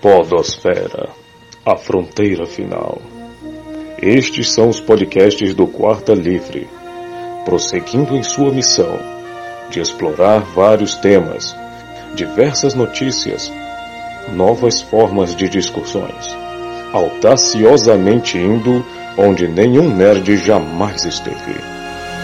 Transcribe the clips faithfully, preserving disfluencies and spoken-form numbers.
Podosfera, a fronteira final. Estes são os podcasts do Quarta Livre, prosseguindo em sua missão de explorar vários temas, diversas notícias, novas formas de discussões, audaciosamente indo onde nenhum nerd jamais esteve.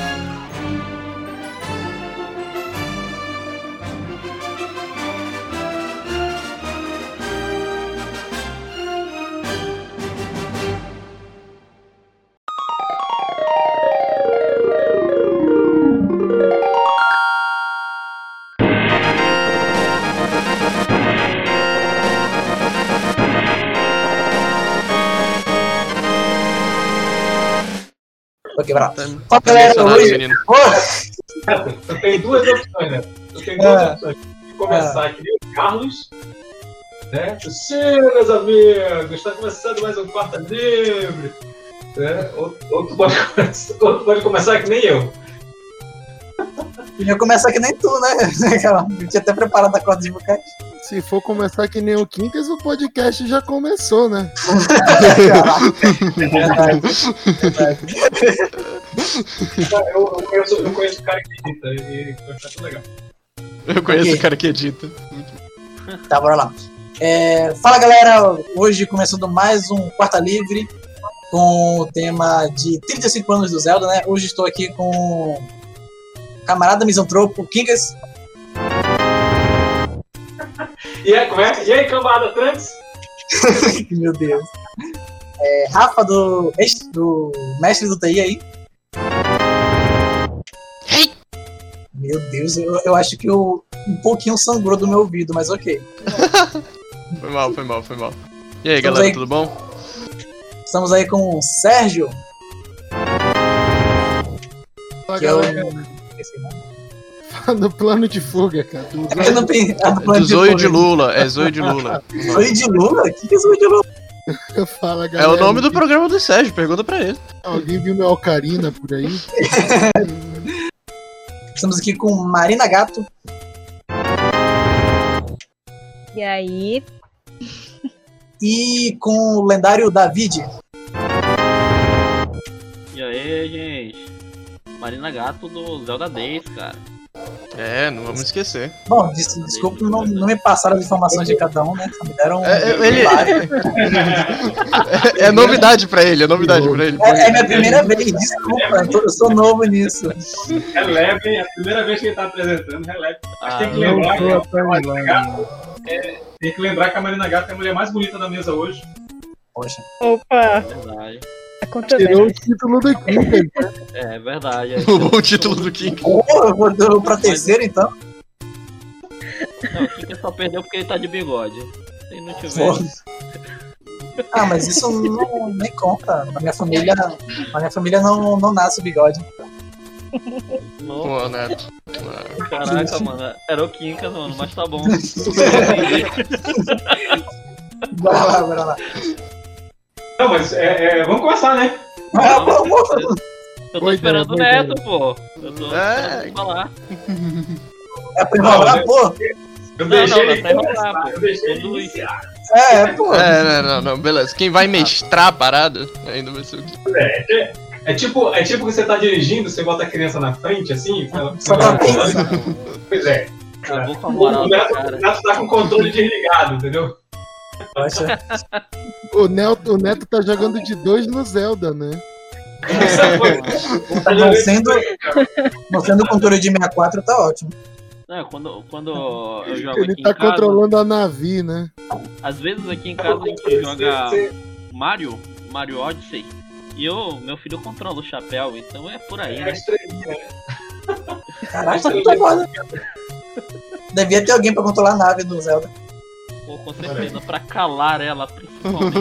Quebrar. Ó, galera, hoje... Eu tenho duas opções, né? Eu tenho duas é. opções. Começar aqui o Carlos, né? Sim, meus amigos, está começando mais um Quarta Livre. Né? Outro, outro, pode começar, outro pode começar que nem eu. Podia começar que nem tu, né? Eu tinha até preparado a corda de boquete. Se for começar que nem o Quincas, o podcast já começou, né? Verdade. Verdade. Eu, eu, conheço, eu conheço o cara que edita e eu acho muito legal. Eu conheço okay. o cara que edita. Tá, bora lá. É, fala, galera. Hoje começando mais um Quarta Livre com o tema de trinta e cinco anos do Zelda, né? Hoje estou aqui com camarada misantropo, Quincas. E aí, como é? E aí, camarada Trunks? Meu Deus. É, Rafa, do, do mestre do T I aí. Hey. Meu Deus, eu, eu acho que eu, um pouquinho sangrou do meu ouvido, mas ok. Foi mal, foi mal, foi mal. E aí, Estamos galera, aí, tudo bom? Estamos aí com o Sérgio. Fala, que galera. É o... No plano de fuga, cara. Do é zóio, de... é do do zóio de Lula, é zóio de Lula. Zóio de Lula? O que, que é zóio de Lula? Fala, galera. É o nome do programa do Sérgio, pergunta pra ele. Alguém viu meu Ocarina por aí? Estamos aqui com Marina Gato. E aí? E com o lendário David. E aí, gente? Marina Gato do Zelda Days, cara. É, não vamos esquecer. Bom, des desculpa, não, não me passaram as informações de cada um, né? Só me deram um... É, ele... é, é novidade pra ele, é novidade pra ele. É, é minha primeira vez, desculpa, eu, tô, eu sou novo nisso. Releve, é a primeira vez que ele tá apresentando, releve. Mas Ah, tem que lembrar que a Marina Gato é, tem que lembrar que a Marina Gato é a mulher mais bonita da mesa hoje. Poxa. Opa! Verdade. Tirou o título do King. É verdade. É Roubou o título do King. Porra, eu vou dar pra terceiro então. Não, o King só perdeu porque ele tá de bigode. Se não tiver. Ah, mas isso não nem conta. Na minha família, na minha família não, não nasce bigode. Pô, Neto. Caraca, mano. Era o King, mano, mas tá bom. Bora lá, bora lá. Não, mas é, é, vamos começar, né? Ah, vamos. Eu tô esperando o Neto, pô. Eu tô É. esperando falar. É pra enrolar, pô? Eu Não, deixei não, não ele é pra enrolar, começar, pô. eu deixei Tô ele do- iniciar. É, pô. É, não, não, não, beleza. Quem vai mestrar a parada ainda vai ser o King. É, é, tipo, é tipo que você tá dirigindo, você bota a criança na frente, assim, ela, Só ela- pra pensar. Pois é. Eu vou com a O moral do Neto, cara. o Neto tá com o controle desligado, entendeu? Poxa. O Neto, o Neto tá jogando de dois no Zelda, né? Tá Não sendo, não sendo o controle de sessenta e quatro, tá ótimo. Não, quando, quando eu jogo Ele aqui tá em casa, controlando a Navi, né? às vezes aqui em casa a gente joga Mario, Mario Odyssey, e eu, meu filho controla o chapéu, então é por aí, É né? estrelinha, né? Caraca, tá foda. Devia ter alguém pra controlar a nave do Zelda. Pô, com certeza, pra calar ela, principalmente.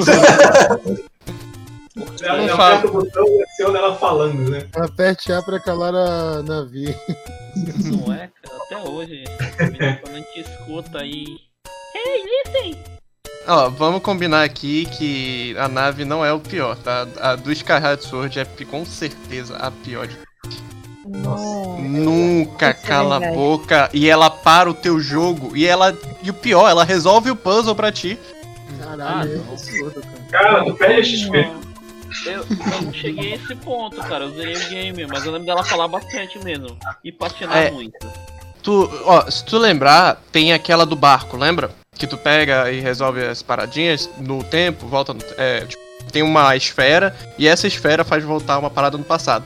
Ela Não não fala. aperta o botão e aciona ela falando, né? Aperte A pra calar a Navi. Não é, cara, até hoje, quando a gente escuta aí... Hey, listen! Ó, vamos combinar aqui que a nave não é o pior, tá? A do Skyward Sword é com certeza a pior de Nossa. Nunca Isso é cala a verdade. boca e ela para o teu jogo e ela e o pior, ela resolve o puzzle pra ti. Caralho, Ah, é não. absurdo, cara. Cara, tu perde X P. Eu, eu não cheguei a esse ponto, cara. Eu zerei o game, mas eu lembro dela falar bastante mesmo. E patinar É. muito. Tu, ó, se tu lembrar, tem aquela do barco, lembra? Que tu pega e resolve as paradinhas no tempo, volta no, é, tipo, tem uma esfera e essa esfera faz voltar uma parada no passado.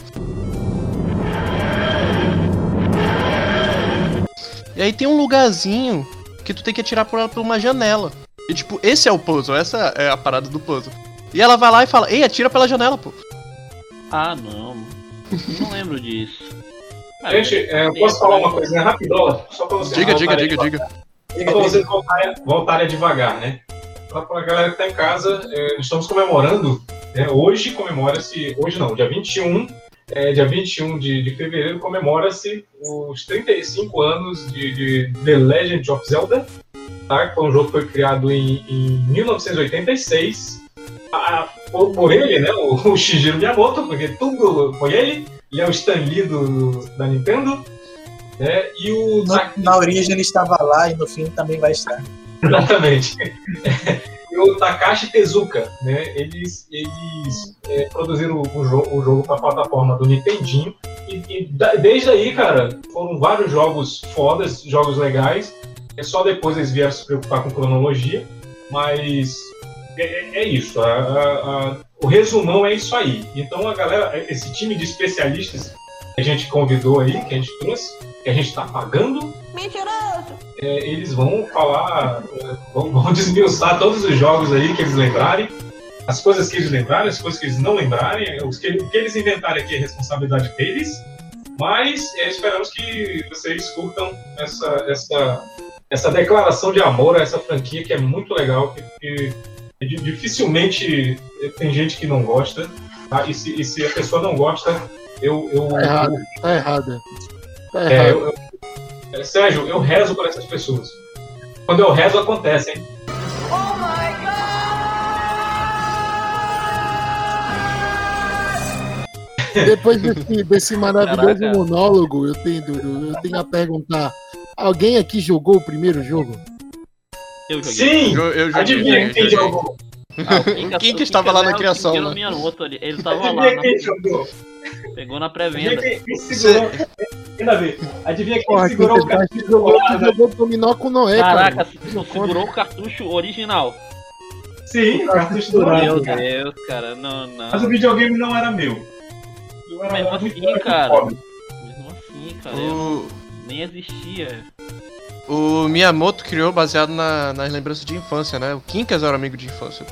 E aí tem um lugarzinho que tu tem que atirar por ela por uma janela. E tipo, esse é o puzzle, essa é a parada do puzzle. E ela vai lá e fala, ei, atira pela janela, pô. Ah, não. Não lembro disso. Ah, Gente, é, eu posso falar uma coisinha rapidão? Só pra vocês Diga, diga, voltarem diga, devagar. diga. Só pra vocês voltarem, voltarem devagar, né? Pra, pra galera que tá em casa, é, estamos comemorando, né, hoje comemora-se, hoje não, dia vinte e um, é, dia vinte e um de, de fevereiro comemora-se os trinta e cinco anos de, de The Legend of Zelda, tá? Que foi um jogo que foi criado em, em mil novecentos e oitenta e seis, a, por, por ele, né, o, o Shigeru Miyamoto, porque tudo foi ele, ele é o Stan Lee do, da Nintendo, né, e o... No, na origem ele estava lá e no fim também vai estar. Exatamente. E o Takashi Tezuka, né? Eles, eles é, produziram o, jo o jogo para a plataforma do Nintendinho. E, e da, desde aí, cara, foram vários jogos fodas, jogos legais. É só depois eles vieram se preocupar com cronologia. Mas é, é isso. A, a, a, o resumão é isso aí. Então a galera, esse time de especialistas que a gente convidou aí, que a gente trouxe, que a gente está pagando. É, eles vão falar, é, vão, vão desmiuçar todos os jogos aí que eles lembrarem, as coisas que eles lembrarem, as coisas que eles não lembrarem, os que, o que eles inventarem aqui é responsabilidade deles, mas é, esperamos que vocês curtam essa, essa, essa declaração de amor a essa franquia que é muito legal, que, que dificilmente tem gente que não gosta, tá? E, se, e se a pessoa não gosta, eu... eu Tá errado, tá errado. Tá é, errado. eu, eu, Sérgio, eu rezo por essas pessoas. Quando eu rezo, acontece, hein? Depois desse, desse maravilhoso Caraca. monólogo, eu tenho, Dudu, eu tenho a perguntar: alguém aqui jogou o primeiro jogo? Eu joguei. Sim! Eu, eu joguei, Adivinha eu quem joguei. jogou? Ah, o Kinka- Quem que o estava Kinka lá na é o criação, Shigeru né? Miyamoto ali. Ele tava lá, Adivinha na... quem jogou? pegou na Adivinha pré-venda. quem, quem segurou? Ainda bem. Adivinha quem Porra, segurou o quem cartucho jogou, do quem lado? jogou dominó com Noé, Caraca, cara. tu segurou o cartucho original. Sim, o cartucho do Meu lado. Deus, cara, não, não. Mas o videogame não era meu. Eu era Mesmo muito- assim, era muito cara. pobre. Mesmo assim, cara, eu O, nem existia. o Miyamoto criou baseado na, nas lembranças de infância, né? O Kinkas era amigo de infância.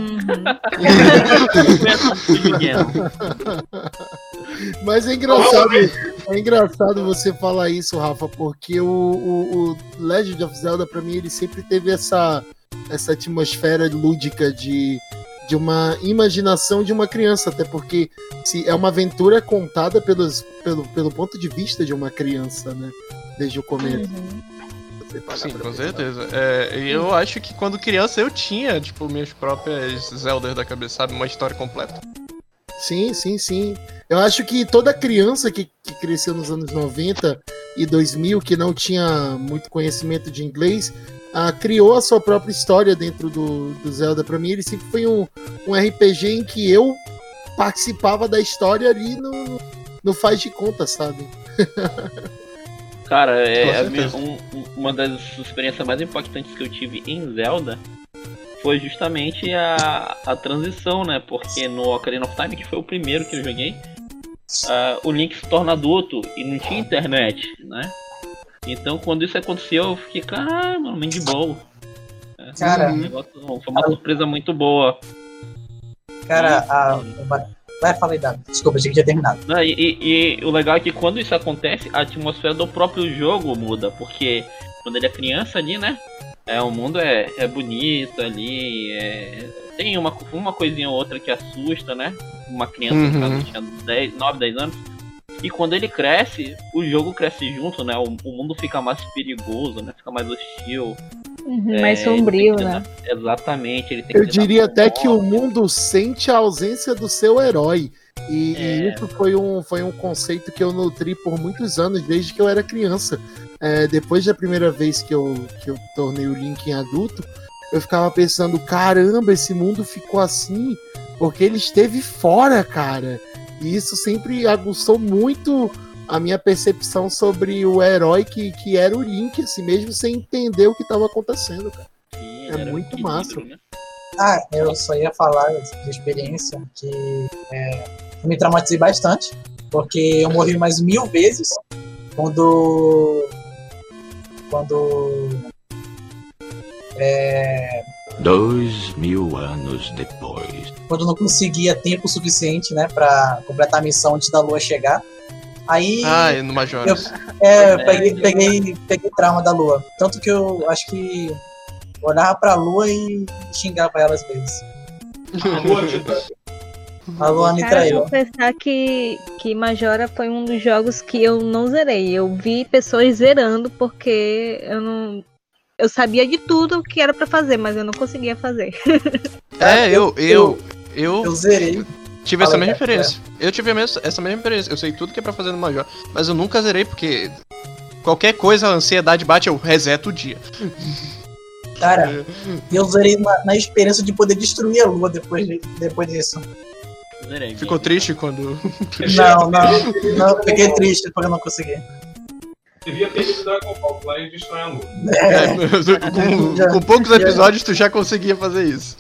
Mas é engraçado, é engraçado você falar isso, Rafa, porque o, o, o Legend of Zelda, pra mim, ele sempre teve essa, essa atmosfera lúdica de, de uma imaginação de uma criança, até porque se é uma aventura contada pelos, pelo, pelo ponto de vista de uma criança, né? Desde o começo. Você parar Sim, pra com pensar. certeza. É, e eu acho que quando criança eu tinha, tipo, minhas próprias Zeldas da cabeça, sabe? Uma história completa. Sim, sim, sim. Eu acho que toda criança que, que cresceu nos anos noventa e dois mil, que não tinha muito conhecimento de inglês, ah, criou a sua própria história dentro do, do Zelda. Pra mim, ele sempre foi um, um R P G em que eu participava da história ali no, no faz de conta, sabe? Cara, é Com a minha- certeza. um- um- uma das experiências mais impactantes que eu tive em Zelda foi justamente a, a transição, né? Porque no Ocarina of Time, que foi o primeiro que eu joguei, ah, o Link se torna adulto e não tinha internet, né? Então quando isso aconteceu, eu fiquei, caralho, mano, muito de boa. É, Cara, um negócio- foi uma surpresa muito boa. Cara, a. Vai, falei, Davi. Desculpa, achei que tinha terminado. Não, e, e- e o legal é que quando isso acontece, a atmosfera do próprio jogo muda, porque quando ele é criança ali, né? É, o mundo é, é bonito ali, é, tem uma, uma coisinha ou outra que assusta, né? Uma criança, no Uhum. caso, tinha dez, nove, dez anos. E quando ele cresce, o jogo cresce junto, né? O, o mundo fica mais perigoso, né? Fica mais hostil. Uhum, mais É, sombrio, ele tem que né? lidar- Exatamente. Ele tem Eu que lidar diria com até que o morte. mundo sente a ausência do seu herói. E, e É. isso foi um, foi um conceito que eu nutri por muitos anos, desde que eu era criança. É, depois da primeira vez que eu, que eu tornei o Link em adulto, eu ficava pensando, caramba, esse mundo ficou assim porque ele esteve fora, cara. E isso sempre aguçou muito a minha percepção sobre o herói que, que era o Link, assim, mesmo sem entender o que estava acontecendo, cara. Sim, É era muito um massa. equilíbrio, né? Ah, eu só ia falar de experiência que é, eu me traumatizei bastante, porque eu morri mais mil vezes quando. Quando. É, Dois mil anos depois. quando eu não conseguia tempo suficiente, né, pra completar a missão antes da lua chegar. Aí. Ah, e no Majora's. É, eu peguei, peguei, peguei trauma da lua. Tanto que eu acho que eu olhava pra lua e xingava ela às vezes. A lua te dá. A lua me Cara, traiu. vou pensar que, que Majora foi um dos jogos que eu não zerei. Eu vi pessoas zerando porque eu não. Eu sabia de tudo que era pra fazer, mas eu não conseguia fazer. É, eu, eu, eu, Eu zerei. tive essa Fala, mesma cara, experiência. Eu tive a mesma, essa mesma experiência. Eu sei tudo que é pra fazer no Major, mas eu nunca zerei porque qualquer coisa, a ansiedade bate, eu reseto o dia. Cara, eu zerei na, na esperança de poder destruir a lua depois, de- depois disso. Zerei, Ficou game. triste quando. Não, não, não, fiquei triste porque eu não consegui. Devia ter ido Dragon Ball lá e destruir a lua. É, com, com poucos episódios tu já conseguia fazer isso.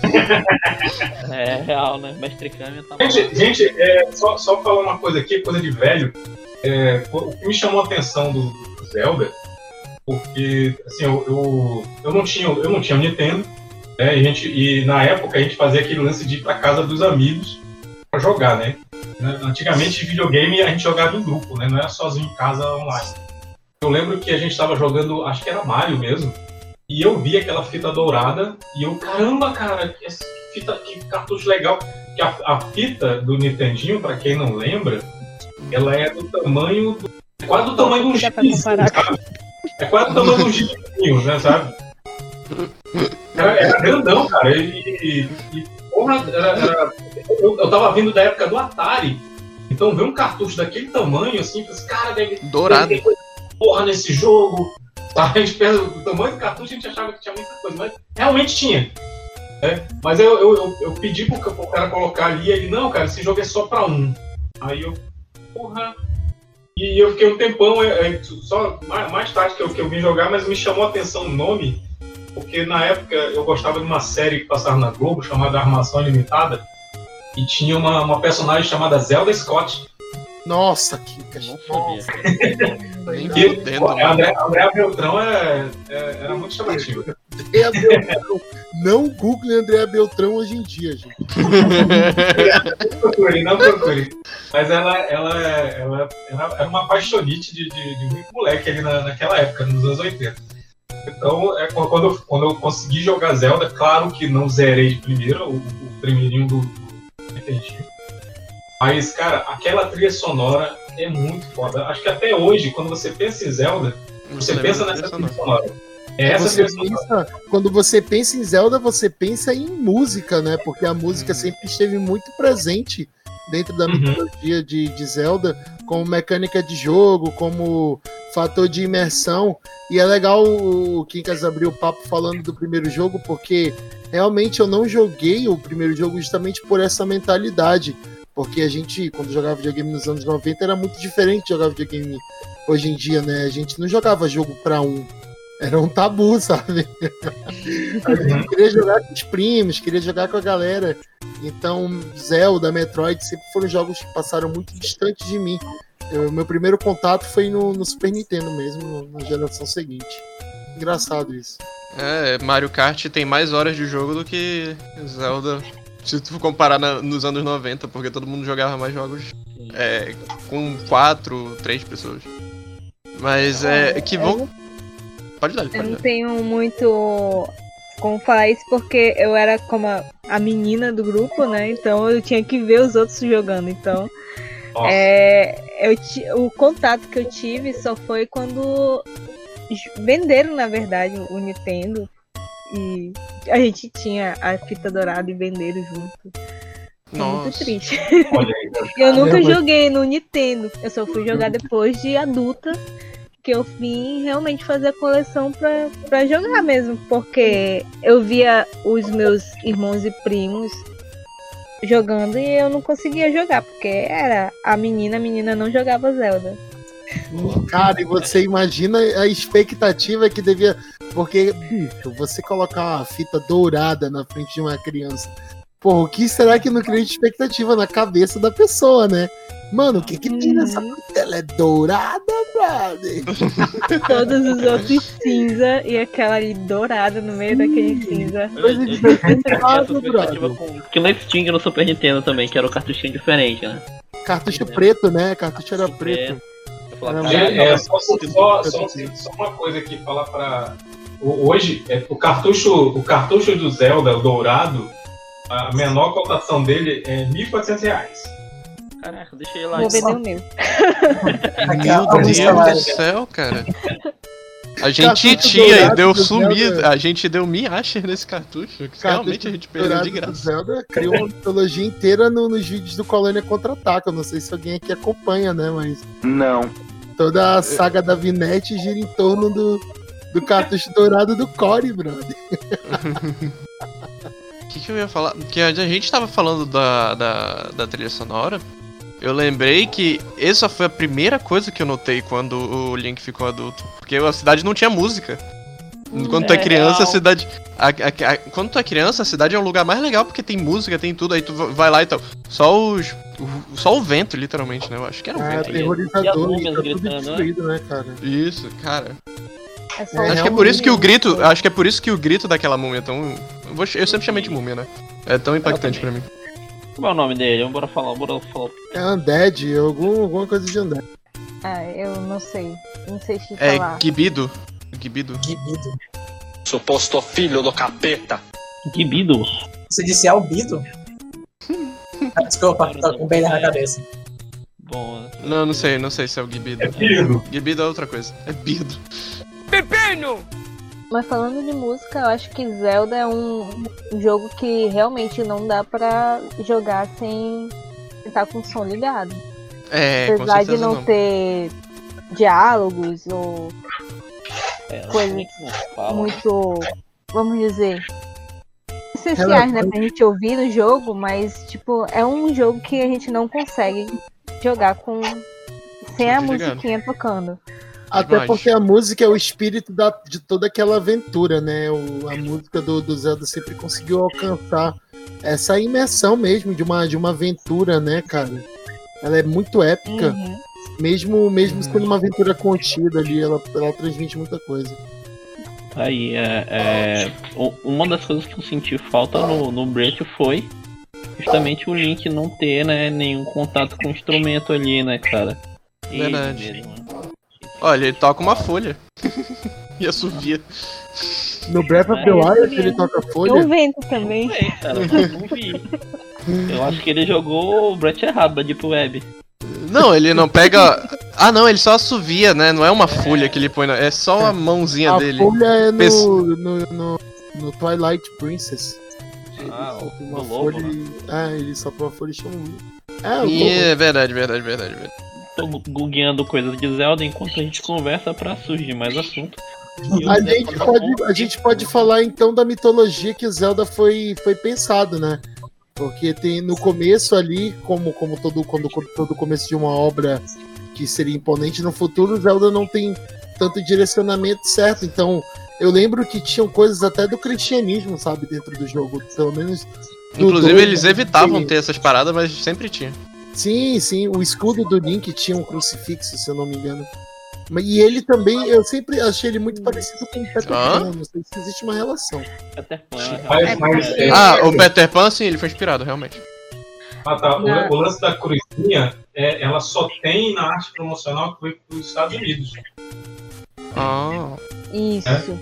É real, né? Mestre Kami tá Gente, gente é, só, só falar uma coisa aqui, coisa de velho. É, o que me chamou a atenção do, do Zelda, porque assim, eu, eu, eu não tinha eu não tinha um Nintendo, né, e, a gente, e na época a gente fazia aquele lance de ir pra casa dos amigos pra jogar, né? Antigamente videogame a gente jogava em grupo, né? Não era sozinho em casa online. Eu lembro que a gente tava jogando, acho que era Mario mesmo, e eu vi aquela fita dourada e eu, caramba, cara, que essa fita, que cartucho legal. Que a, a fita do Nintendinho, pra quem não lembra, ela é do tamanho do, é quase do tamanho de um Dá pra gibizinho, comparar. sabe? É quase do tamanho de um gibizinho, né, sabe? Era, era grandão, cara. E, e, e porra, era, era, eu, eu tava vindo da época do Atari. Então ver um cartucho daquele tamanho, assim, eu falei, cara, deve, Dourado. deve ter coisa porra nesse jogo. Tá? A gente pensa, o tamanho do cartucho a gente achava que tinha muita coisa, mas realmente tinha. Né? Mas eu, eu, eu, eu pedi pro, pro cara colocar ali, e ele, não, cara, esse jogo é só pra um. Aí eu, porra. E eu fiquei um tempão, é, é, só mais, mais tarde que eu, que eu vim jogar, mas me chamou a atenção o nome, porque na época eu gostava de uma série que passava na Globo, chamada Armação Ilimitada, e tinha uma, uma personagem chamada Zelda Scott. Nossa, que Não sabia. Nem E, fudendo, pô, a mano. André, Andréa Beltrão é, é, era muito chamativa. Andréa Beltrão. Não google Andréa Beltrão hoje em dia, gente. Não procure, não procure. Mas ela, ela, ela, ela era uma apaixonite de, de, de muito moleque ali na, naquela época, nos anos oitenta. Então, é, quando, eu, quando eu consegui jogar Zelda, claro que não zerei de primeira, o, o primeirinho do, do Nintendinho. Mas, cara, aquela trilha sonora é muito foda. Acho que até hoje, quando você pensa em Zelda, você Você pensa lembra nessa da trilha trilha sonora. É essa Você trilha sonora. pensa- quando você pensa em Zelda, você pensa em música, né? Porque a música Uhum. sempre esteve muito presente dentro da Uhum. mitologia de, de Zelda, como mecânica de jogo, como fator de imersão. E é legal o Quincas abrir o papo falando do primeiro jogo, porque realmente eu não joguei o primeiro jogo justamente por essa mentalidade. Porque a gente, quando jogava videogame nos anos noventa, era muito diferente de jogar videogame hoje em dia, né? A gente não jogava jogo pra um. Era um tabu, sabe? A gente queria jogar com os primos, queria jogar com a galera. Então, Zelda, Metroid sempre foram jogos que passaram muito distante de mim. Eu- meu primeiro contato foi no, no Super Nintendo mesmo, no- na geração seguinte. Engraçado isso. É, Mario Kart tem mais horas de jogo do que Zelda. Se tu for comparar na- nos anos noventa, porque todo mundo jogava mais jogos é, com quatro, três pessoas. Mas é. Que bom. Pode dar, Eu pode não dar. tenho muito como falar isso porque eu era como a, a menina do grupo, né? Então eu tinha que ver os outros jogando. Então, Nossa. é, eu ti- o contato que eu tive só foi quando j- venderam, na verdade, o Nintendo. E a gente tinha a fita dourada e venderam junto. É muito Nossa. triste. Olha aí, Eu nunca Caramba. joguei no Nintendo. Eu só fui jogar depois de adulta. que eu vim realmente fazer a coleção pra, pra jogar mesmo. Porque eu via os meus irmãos e primos jogando e eu não conseguia jogar, porque era a menina, a menina não jogava Zelda. Cara, e você imagina a expectativa que devia... Porque, bicho, você colocar uma fita dourada na frente de uma criança, pô, o que será que não cria expectativa na cabeça da pessoa, né? Mano, o que que tem nessa fita? Ela é dourada, brother? Todos os outros cinza e aquela ali dourada no meio daquele cinza. Coisa de Essa expectativa com Killer Instinct no Super Nintendo também, que era o cartuchinho diferente, né? Cartucho preto, né? Cartucho era preto. Falar, É, é, só, só, só, só, só uma coisa aqui, falar pra... Hoje, é, o, cartucho, o cartucho do Zelda, o dourado, a menor cotação dele é mil e quatrocentos reais. Caraca, deixa ele lá. Vou vender o meu. Meu Deus do céu, cara. A gente tinha e deu sumido. A gente deu Miasher nesse cartucho. Que realmente a gente perdeu de graça. Zelda criou uma mitologia inteira no, nos vídeos do Colônia Contra-Ataca. Eu não sei se alguém aqui acompanha, né? Mas. Não. Toda a saga da Vinete gira em torno do, do cartucho dourado do Core, brother. O que, que eu ia falar? Que a gente tava falando da, da, da trilha sonora. Eu lembrei que essa foi a primeira coisa que eu notei quando o Link ficou adulto. Porque a cidade não tinha música. Quando tu é criança, a cidade. A, a, a, quando tu é criança, a cidade é um lugar mais legal porque tem música, tem tudo. Aí tu vai lá e tal. Só os. O, só o vento, literalmente, né? Eu acho que era o Ah, vento. aterrorizador, E tá as tudo gritando, destruído, né, cara? Isso, cara. É só É, acho que é por isso que o grito. Acho que é por isso que o grito daquela múmia é tão. Eu, vou, eu sempre chamei de múmia, né? É tão impactante pra mim. Qual é o nome dele? Bora falar, bora falar. É Undead, algum, alguma coisa de Undead. Ah, eu não sei. Não sei te É falar. Gibido. Gibido. Gibido. Suposto filho do capeta. Gibido. Você disse albido? Ah, desculpa, tô com bem na cabeça. Bom. Não, não sei, não sei se é o Gibido. É Bido. Gibido é outra coisa. É Bido. Mas falando de música, eu acho que Zelda é um jogo que realmente não dá pra jogar sem estar com o som ligado. É, com Apesar de certeza não, não. ter diálogos ou É, Coisa não fala. muito, vamos dizer, essenciais, né, pra gente ouvir no jogo, mas, tipo, é um jogo que a gente não consegue jogar com sem a Tô ligado. musiquinha tocando. Até Mas- porque a música é o espírito da, de toda aquela aventura, né? O, a música do, do Zelda sempre conseguiu alcançar essa imersão mesmo de uma, de uma aventura, né, cara? Ela é muito épica, Uhum. mesmo, mesmo sendo uma aventura contida ali, ela, ela transmite muita coisa. Aí, é, é, u- uma das coisas que eu senti falta no, no Breath foi justamente o Link não ter, né, nenhum contato com o instrumento ali, né, cara? E Verdade. mesmo, né? Olha, ele toca uma folha. E assovia. No Breath of the É, Wild, é. ele toca E o folha. vento também. Não sei, cara, eu não vi. Eu acho que ele jogou o Breath errado da Deep Web. Não, ele não pega. Ah, não, ele só assovia, né? Não é uma folha que ele põe. Na... É só a mãozinha A dele. folha é no, Pensa- no, no, no Twilight Princess. Ele Ah, solta o uma lobo, folha né? e... Ah, ele sopra uma folha e chama um... É, o E lobo. é verdade, verdade, verdade, verdade. Tô googleando coisas de Zelda enquanto a gente conversa pra surgir mais assunto. E A o gente, Zelda- pode, a gente pode falar então da mitologia que Zelda foi, foi pensado, né? Porque tem no começo ali, como, como todo, quando, quando todo começo de uma obra que seria imponente no futuro, Zelda não tem tanto direcionamento certo. Então, eu lembro que tinham coisas até do cristianismo, sabe, dentro do jogo. Pelo menos. do Inclusive, dois, eles né? evitavam E- ter essas paradas, mas sempre tinha. Sim, sim. O escudo do Link tinha um crucifixo, se eu não me engano. Mas- E ele também, eu sempre achei ele muito parecido com o Peter Hã? Pan. Não sei se existe uma relação. Peter Pan, Mas, mas, é, Ah, o Peter Pan, sim, ele foi inspirado, realmente. ah, tá. Na- O, o lance da cruzinha, é, ela só tem na arte promocional que foi para os Estados Unidos. Ah. Isso.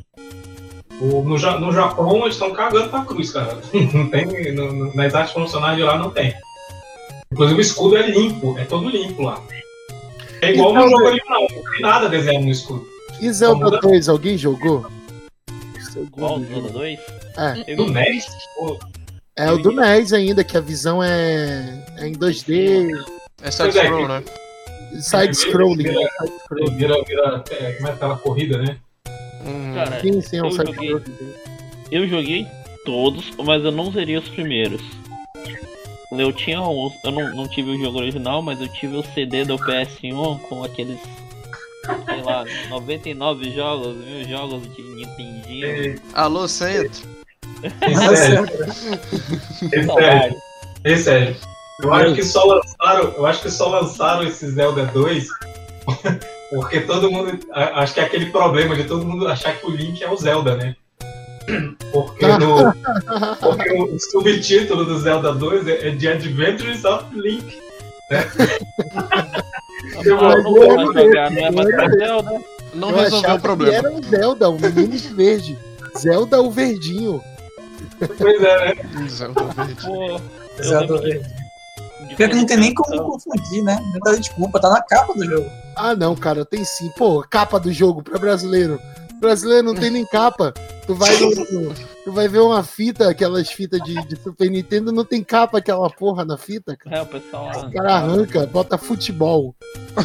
O- no, Ja- no Japão, eles estão cagando pra cruz, cara. Não tem, no- no- nas artes promocionais de lá não tem. Inclusive o escudo é limpo, é todo limpo lá. É igual Então, no jogo original, não tem nada desenho no escudo. E Zelda Muda- dois, alguém jogou? O segundo qual o jogo. Zelda dois? É, Do N E S, pô, é o do N E S ainda, que a visão é, é em dois D. É side-scroll, né? Side-scrolling. Vira, né? Side-scrolling. vira, vira, é, como é aquela corrida, né? Hum, Cara, Sim, sim, é um eu side-scrolling. Eu joguei todos, mas eu não zerei os primeiros. Eu tinha os, eu não, não tive o jogo original, mas eu tive o C D do P S um com aqueles, sei lá, noventa e nove jogos, mil jogos de Nintendinho. Alô, centro. Esse sério. Esse sério. Esse sério. Eu acho que só lançaram, eu acho que só lançaram esse Zelda dois porque todo mundo, acho que é aquele problema de todo mundo achar que o Link é o Zelda, né? Porque, no, porque o subtítulo do Zelda dois é, é The Adventures of Link, né? Não, não, não vou mais jogar, não é mais pra Zelda. Não Eu resolveu achava o problema. que era o Zelda, o menino de verde. Zelda o verdinho. Pois é, né? Zelda verde. Pô, eu Zelda lembro verde. de- Pior que não tem nem como Então, confundir, né? Não tá desculpa, tá na capa do jogo. Ah, não, cara, tem sim. Pô, capa do jogo pra brasileiro. Brasileiro não tem nem capa. Tu vai, no- tu vai ver uma fita, aquelas fitas de, de Super Nintendo, não tem capa aquela porra na fita, cara. É, o pessoal lá. O cara arranca, bota futebol.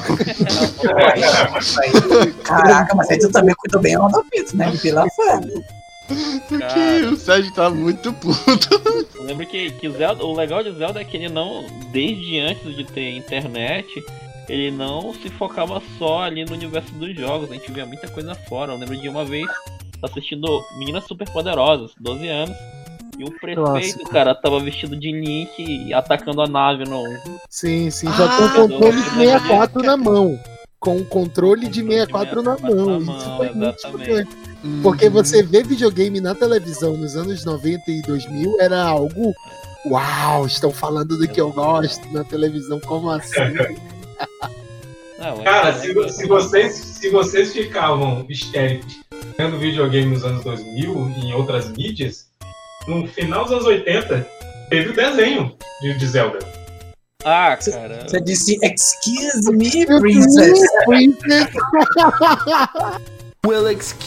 Caraca, mas aí tu também cuidou bem da fita, né? Pela fé. Porque o Sérgio tá muito puto. Eu lembro que, que o, Zelda, o legal de Zelda é que ele não, desde antes de ter internet, ele não se focava só ali no universo dos jogos, a gente via muita coisa fora. Eu lembro de uma vez assistindo Meninas Superpoderosas, doze anos, e o prefeito, Clássico. cara, tava vestido de Link e atacando a nave no... Sim, sim, já Ah, com o controle de eu- sessenta e quatro na mão. Com o controle de sessenta e quatro na mão. na Isso mão, foi muito exatamente. chocante. Porque você vê videogame na televisão nos anos noventa e dois mil era algo. Uau, estão falando do que eu gosto na televisão, como assim? Não, é Cara, que- se, vo- se vocês, se vocês ficavam histéricos jogando videogame nos anos dois mil e em outras mídias, no final dos anos oitenta teve o desenho de, de Zelda. Ah, cara... Você disse, excuse me, princess. Princess. Well,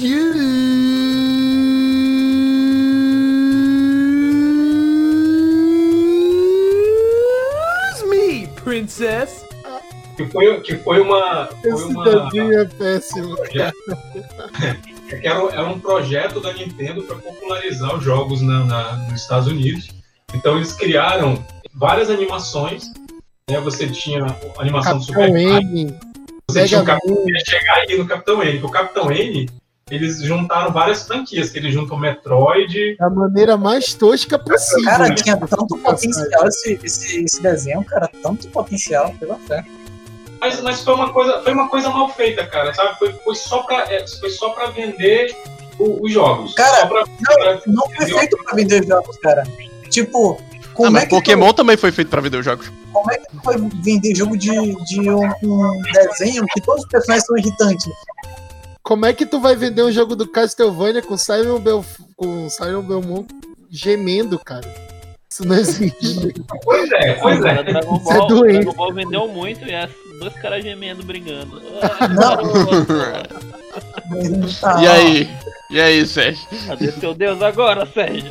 excuse me, princess. Que foi, que foi uma. Foi Esse uma desenho é péssimo. que era, era um projeto da Nintendo para popularizar os jogos na, na- nos Estados Unidos. Então eles criaram várias animações. Né? Você tinha a animação do Super Capitão Mario, N. você tinha o Mega Capitão Man. ia chegar aí no Capitão N. Que o Capitão N, eles juntaram várias franquias, que eles juntam Metroid. Da maneira mais tosca possível. Cara, tinha tanto potencial esse, esse, esse desenho, cara, tanto potencial, pela fé. Mas, mas foi, uma coisa, foi uma coisa mal feita, cara, sabe? Foi, foi, só, pra, é, foi só pra vender o- os jogos. Cara, só pra, pra- Não foi feito pra vender jogos, cara. Tipo, como Ah, é mas que Pokémon também foi feito pra videojogos. como é que foi vender jogo de, de um, um desenho que todos os personagens são irritantes? Como é que tu vai vender um jogo do Castlevania com Simon, Belf com Simon Belmont gemendo, cara? Isso não existe. Pois é, pois Cara, é. Dragon Isso é Ball, doente. Dragon Ball vendeu muito e é dois caras gemendo, brigando. Ah, Não. garoto, Tá, E aí? E aí, Sérgio? cadê seu Deus agora, Sérgio?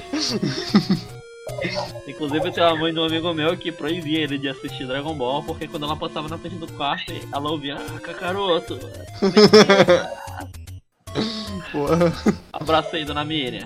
Inclusive tem uma mãe de um amigo meu que proibia ele de assistir Dragon Ball, porque quando ela passava na frente do quarto, ela ouvia, ah, Kakaroto. Porra. Abraço aí, dona Miriam.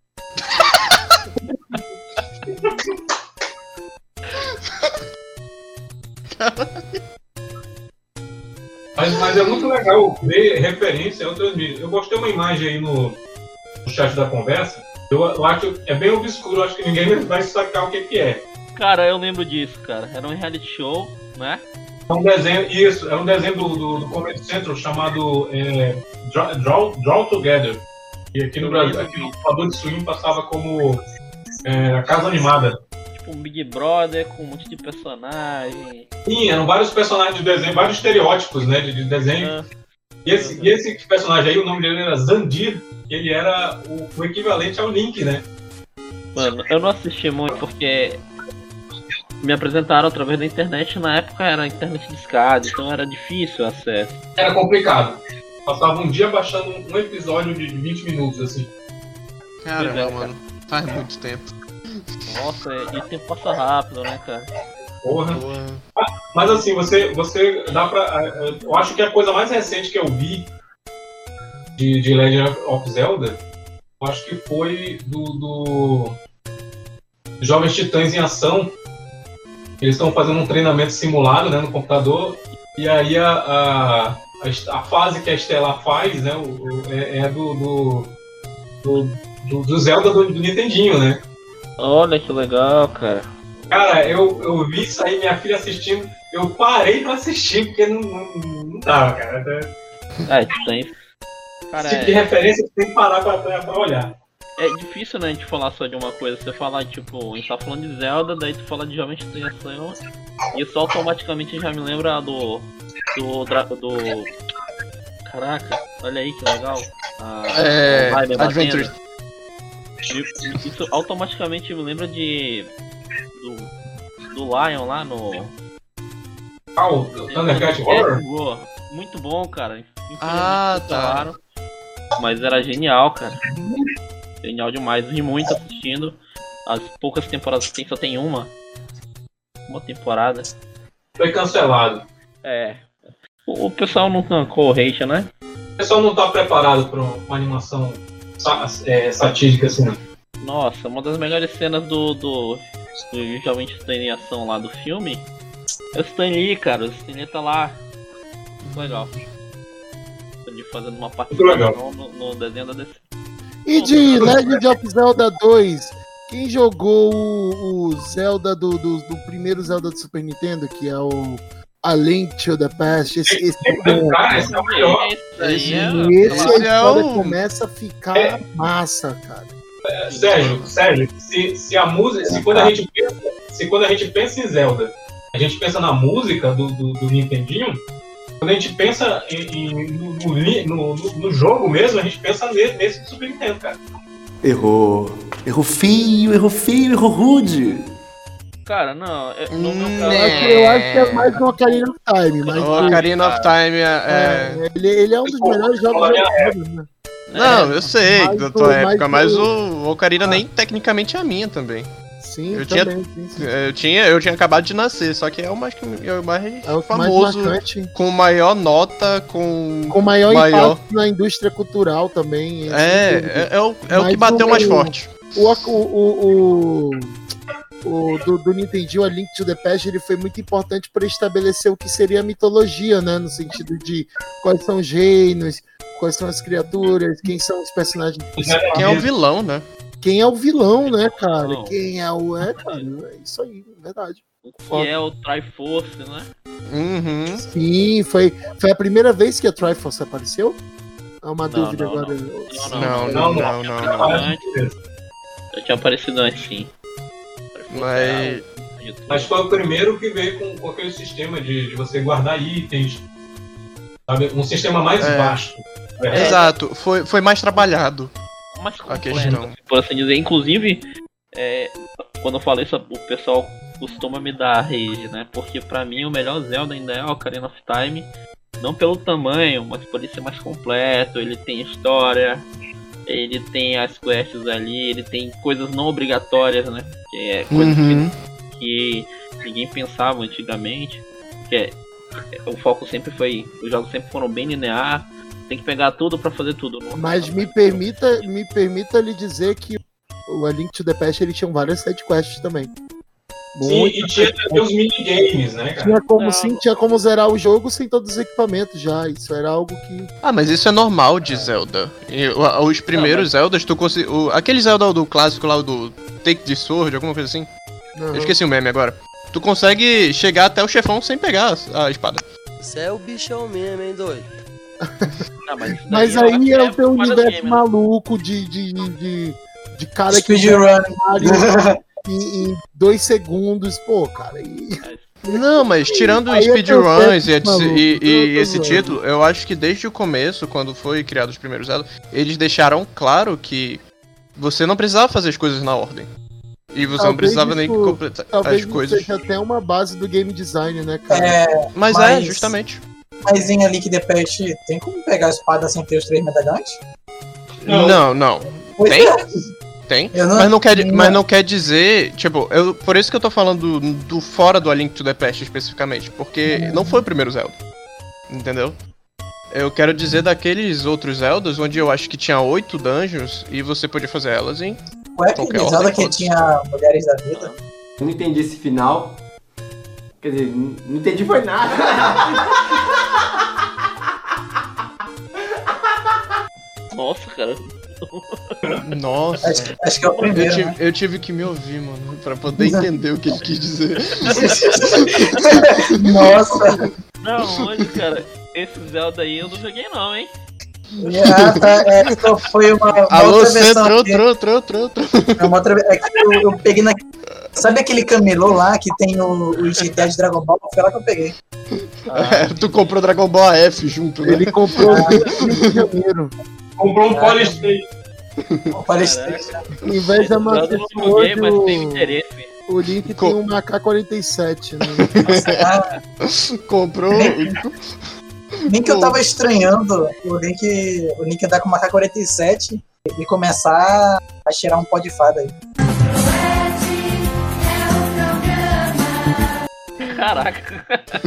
Mas, mas é muito legal ver referência a outras mídias. Eu gostei uma imagem aí no, no chat da conversa. Eu, eu acho que é bem obscuro, eu acho que ninguém vai sacar o que, que é. Cara, eu lembro disso, cara. Era um reality show, né? É um desenho, isso, é um desenho do, do, do Comedy Central chamado é, Draw, Draw, Draw Together. E aqui no Brasil, aqui no Adult Swim passava como é, a Casa Animada. Tipo um Big Brother com um monte de personagem. Sim, eram vários personagens de desenho, vários estereótipos, né, de, de desenho. Ah, E esse, e esse personagem aí, o nome dele era Zandir, que ele era o, o equivalente ao Link, né? mano, eu não assisti muito porque me apresentaram através da internet. Na época era internet discada, então era difícil o acesso. Era complicado. Passava um dia baixando um episódio de vinte minutos, assim. Caramba, mano. Faz muito tempo. Nossa, e o tempo passa rápido, né, cara? Porra. Porra. Mas assim, você, você dá pra. Eu acho que a coisa mais recente que eu vi de, de Legend of Zelda, eu acho que foi do, do Jovens Titãs em Ação. Eles estão fazendo um treinamento simulado, né, no computador, e aí a, a, a, a fase que a Estela faz, né, o, o, é, é do, do, do, do, do Zelda do, do Nintendinho, né? Olha que legal, cara. Cara, eu, eu vi isso aí, minha filha assistindo, eu parei pra assistir, porque não, não, não dava, cara. É, tem. Cara, Esse tipo de é... referência você tem que parar pra, pra, pra olhar. É difícil, né, a gente falar só de uma coisa. Você falar, tipo, a gente tá falando de Zelda, daí tu fala de Jovem Titãs em Ação, e isso automaticamente já me lembra do... do... do... Caraca, olha aí que legal. A, É... a Adventure. Isso automaticamente me lembra de... do... do Lion lá no... Ah, o Thundercat Horror? Muito bom, cara. Ah, tá. Falaram, mas era genial, cara. Genial demais. Ri muito assistindo. As poucas temporadas que tem, só tem uma. Uma temporada. Foi cancelado. É. O, o pessoal não tancou o hate, né? O pessoal não tá preparado pra uma animação é, satírica assim, não. Nossa, uma das melhores cenas do, do, do Jovem Titã em Ação lá do filme é o Stan Lee, cara. O Stan Lee tá lá. Muito legal. De fazendo uma participação no, no desenho da D C. E de Legend of Zelda dois, quem jogou o, o Zelda do, do, do primeiro Zelda do Super Nintendo, que é o A Link to the Past? Esse, esse, esse, cara, esse é o melhor. Esse, é, esse a história é começa a ficar é. massa, cara. É, Sérgio, Sérgio, se, se a música. Se quando a gente pensa, se quando a gente pensa em Zelda, a gente pensa na música do, do, do Nintendinho. Quando a gente pensa em, em, no, no, no, no jogo mesmo, a gente pensa nesse, nesse do Super Nintendo, cara. Errou. Errou feio, errou feio, errou rude. Cara, não. É, no meu Hum, caso, Eu acho, que- eu acho que é mais um Ocarina of Time, mas O Ocarina of Time é... é, ele, ele é um dos melhores jogos da história, né? Não, eu sei, mais da o- tua mais época, mas o- o Ocarina nem tecnicamente é a minha também. Sim, Eu tinha- também, sim, sim. Eu tinha, eu tinha acabado de nascer, só que é o mais, é o mais É o famoso, mais marcante, com maior nota, com... com maior, maior- impacto na indústria cultural também. É, é, é o, é o que Mas bateu o- mais forte. O, o, o, o, o do, do Nintendo, a Link to the Past, ele foi muito importante para estabelecer o que seria a mitologia, né? No sentido de quais são os reinos, quais são as criaturas, quem são os personagens principais. Quem é o vilão, né? Quem é o vilão, né, cara? Não. Quem é o. É, cara, é isso aí, é verdade. que é o Triforce, né? Uhum. Sim, foi, foi a primeira vez que a Triforce apareceu? É uma Não, dúvida não, agora. Não, Não, não, não, não, não. Antes, já tinha aparecido antes, sim. Mas... Mas foi o primeiro que veio com, com aquele sistema de, de você guardar itens, sabe? Um sistema mais É. vasto. É. Exato, foi, foi mais trabalhado. mais A completo, questão. por assim dizer. Inclusive, é, quando eu falo isso, o pessoal costuma me dar rage, né? Porque pra mim o melhor Zelda ainda é o Ocarina of Time. Não pelo tamanho, mas por ele ser mais completo. Ele tem história, ele tem as quests ali, ele tem coisas não obrigatórias, né? Que é coisas Uhum. que, que ninguém pensava antigamente. Que é, o foco sempre foi, os jogos sempre foram bem linear. Tem que pegar tudo pra fazer tudo. Não? Mas me permita, me permita lhe dizer que o A Link to the Past ele tinha várias sidequests também. Sim, Muita e tinha também os minigames, né, cara? Tinha como, Não. sim, tinha como zerar o jogo sem todos os equipamentos já. Isso era algo que. Ah, mas isso é normal de Zelda. E, o- os primeiros Zeldas, tu conseguiu. o- Aquele Zelda do clássico lá, o do Take the Sword, alguma coisa assim. Não, Eu esqueci o meme agora. Tu consegue chegar até o chefão sem pegar a a espada. Você é o bichão mesmo, hein, doido? Ah, mas isso Mas daí aí é é o teu vários universo games, né? maluco de, de, de, de cara que Speedrun. Mario em, em dois segundos. Pô, cara. E... Não, mas tirando Aí é speedruns e, perfeito, maluco. e- e Eu tô esse zoando. título, eu acho que desde o começo, quando foi criado os primeiros Zelda, eles deixaram claro que você não precisava fazer as coisas na ordem. E você não Talvez precisava nem isso- completar Talvez as isso coisas. seja até uma base do game design, né, cara? É, Mas, mas- é, justamente. mas em A Link to the Past tem como pegar a espada sem ter os três Metaguns? Não. Não, não. Pois Tem? é. Tem, não, mas, não quer, não. mas não quer dizer, tipo, eu, por isso que eu tô falando do, do fora do A Link to the Past especificamente, porque Uhum. não foi o primeiro Zelda, entendeu? Eu quero dizer daqueles outros Zeldas, onde eu acho que tinha oito dungeons e você podia fazer elas em Ué, que qualquer Zelda ordem. que tinha Mulheres da Vida? Eu não entendi esse final. Quer dizer, não não entendi foi nada. Nossa, cara. Nossa, Acho, acho que é o eu primeiro, tive, né? eu tive que me ouvir, mano, pra poder entender o que ele quis dizer. Nossa! Não, onde, cara? Esse Zelda aí eu não joguei não, hein? Ah, tá. É, só foi uma, uma Alô, outra versão Centro, aqui. tro, tro, tro, tro. É uma outra, é que eu, eu peguei na. Sabe aquele camelô lá que tem o, o G T A de Dragon Ball? Foi lá que eu peguei. É, tu comprou Dragon Ball A F junto, né? Ele comprou o Rio de Janeiro. Comprou um Polystation. O PlayStation. Em vez da Eu não Master joguei, mas Sword, tenho o, interesse. o Link Co- tem um A K quarenta e sete, né? Ah, Comprou. nem que eu tava estranhando o Link, o Link andar com uma K quarenta e sete e começar a cheirar um pó de fada aí. Caraca.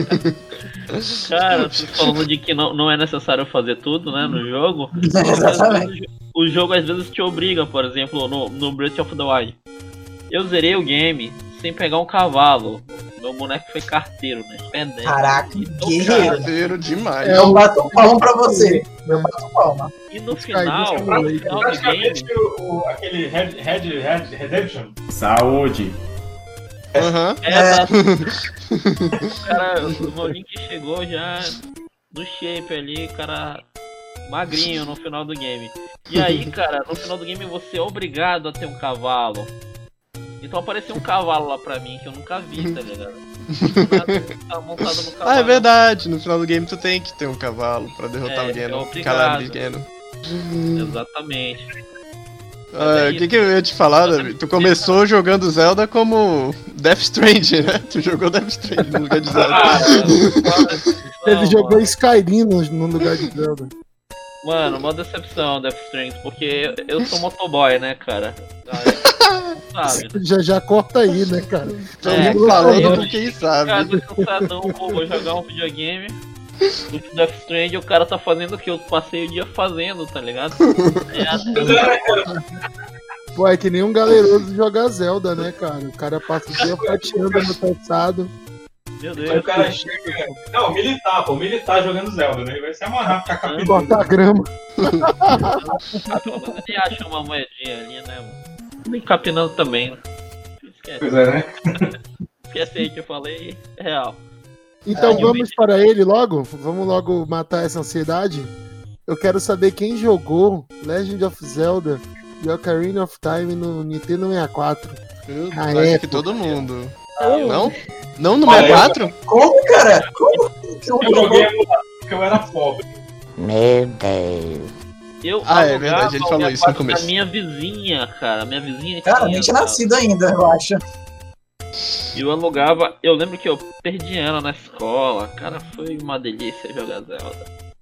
Cara, tu falando de que não, não é necessário fazer tudo, né, no jogo. Exatamente. O jogo às vezes te obriga, por exemplo, no, no Breath of the Wild. Eu zerei o game sem pegar um cavalo. Meu boneco foi carteiro, né? Pedestre. Caraca, Então, guerreiro. Carteiro demais. Eu bato palma pra você. Eu bato palma. E no final, Skyrim, no final do Praticamente game, o, o- aquele Red, Red, Red Redemption. Saúde. Aham. é, É. tá- o cara, o meu Link chegou já no shape ali, cara magrinho no final do game. E aí, cara, no final do game você é obrigado a ter um cavalo. Então apareceu um cavalo lá pra mim que eu nunca vi, tá ligado? Tá montado no cavalo. Ah, é verdade. No final do game tu tem que ter um cavalo pra derrotar É, o Ganon. é obrigado. Calabre Ganon. Exatamente. Ah, o que, que eu ia te falar, Davi? Tu começou jogando Zelda como Death Stranding, né? Tu jogou Death Stranding no lugar de Zelda. Ele Não, jogou mano. Skyrim no, no lugar de Zelda. Mano, uma decepção Death Stranding, porque eu sou motoboy, né, cara? Ah, sabe? Já, já corta aí, né, cara? Todo É, mundo cara, falando eu- com quem sabe. Cara, tô cansadão, pô, vou jogar um videogame. No Death Stranding o cara tá fazendo o que eu passei o dia fazendo, tá ligado? É assim, Pô, é que nem um galeroso jogar Zelda, né, cara? O cara passa o dia fatiando no passado. meu Aí o Deus. cara chega. Não, militar, pô, militar jogando Zelda, né? Ele vai se amarrar, ficar capitão. Cortar grama. Você acha uma moedinha ali, né, mano? Nem capinando também, né? Esquece. Pois é, né? Esquece aí que eu falei, é real. Então Ah, eu vamos para ele logo? Vamos logo matar essa ansiedade? Eu quero saber quem jogou Legend of Zelda e Ocarina of Time no Nintendo sessenta e quatro. Eu Ah, acho é, que pô. todo mundo. Eu- Não? Não no Olha, sessenta e quatro? Como, cara? Como que eu Eu joguei emulador porque eu era pobre. Meu Deus. Eu Ah, é alugava verdade, ele o falou isso no quarto começo. da minha vizinha, cara. Minha vizinha Cara, tinha, nem tinha cara. nascido ainda, eu acho. E eu alugava, eu lembro que eu perdi ela na escola, cara, foi uma delícia jogar Zelda.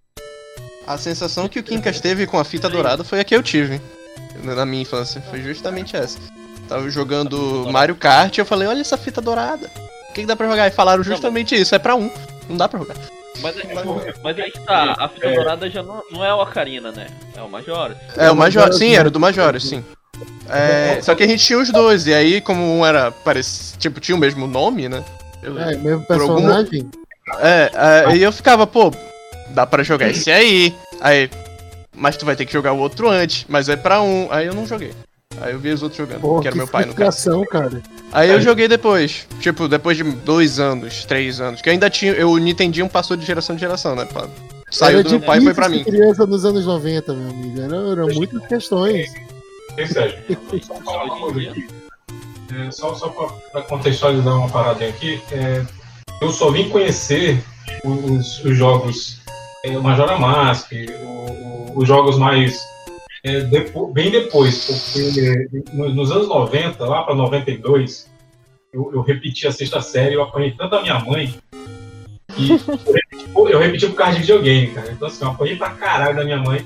A sensação que o Quincas teve com a fita dourada foi a que eu tive na minha infância. Foi justamente essa. Tava jogando Mario Kart e eu falei, olha essa fita dourada. O que, que dá pra jogar? E falaram justamente isso, é pra um. Não dá pra jogar. Mas, mas aí que tá, a fita dourada já não, não é o Ocarina, né? É o Majora's. É, o Major, sim, era do Major, sim. É, só que a gente tinha os dois, e aí como um era, parece, tipo, tinha o mesmo nome, né? Eu- É, mesmo por algum- personagem? É, aí eu ficava, pô, dá pra jogar esse aí, aí, mas tu vai ter que jogar o outro antes, mas é pra um, aí eu não joguei. Aí eu vi os outros jogando, Pô, que era que meu pai no caso. frustração, cara. Aí eu joguei depois, tipo, depois de dois anos, três anos, que eu ainda tinha, eu, o Nintendinho passou de geração em geração, né? pá. Saiu Era do meu pai e foi pra difícil mim. ser criança nos anos noventa, meu amigo. Eram era muitas questões. Ei, Sérgio, só falar uma coisa aqui. É, só só pra, pra contextualizar uma paradinha aqui, é, eu só vim conhecer os, os jogos é, o Majora Mask, o, o, os jogos mais é, depo, bem depois, porque no, nos anos noventa, lá pra noventa e dois, eu, eu repeti a sexta série, eu apanhei tanto a minha mãe que eu repeti, eu repeti por causa de videogame, cara. Então assim, eu apanhei pra caralho da minha mãe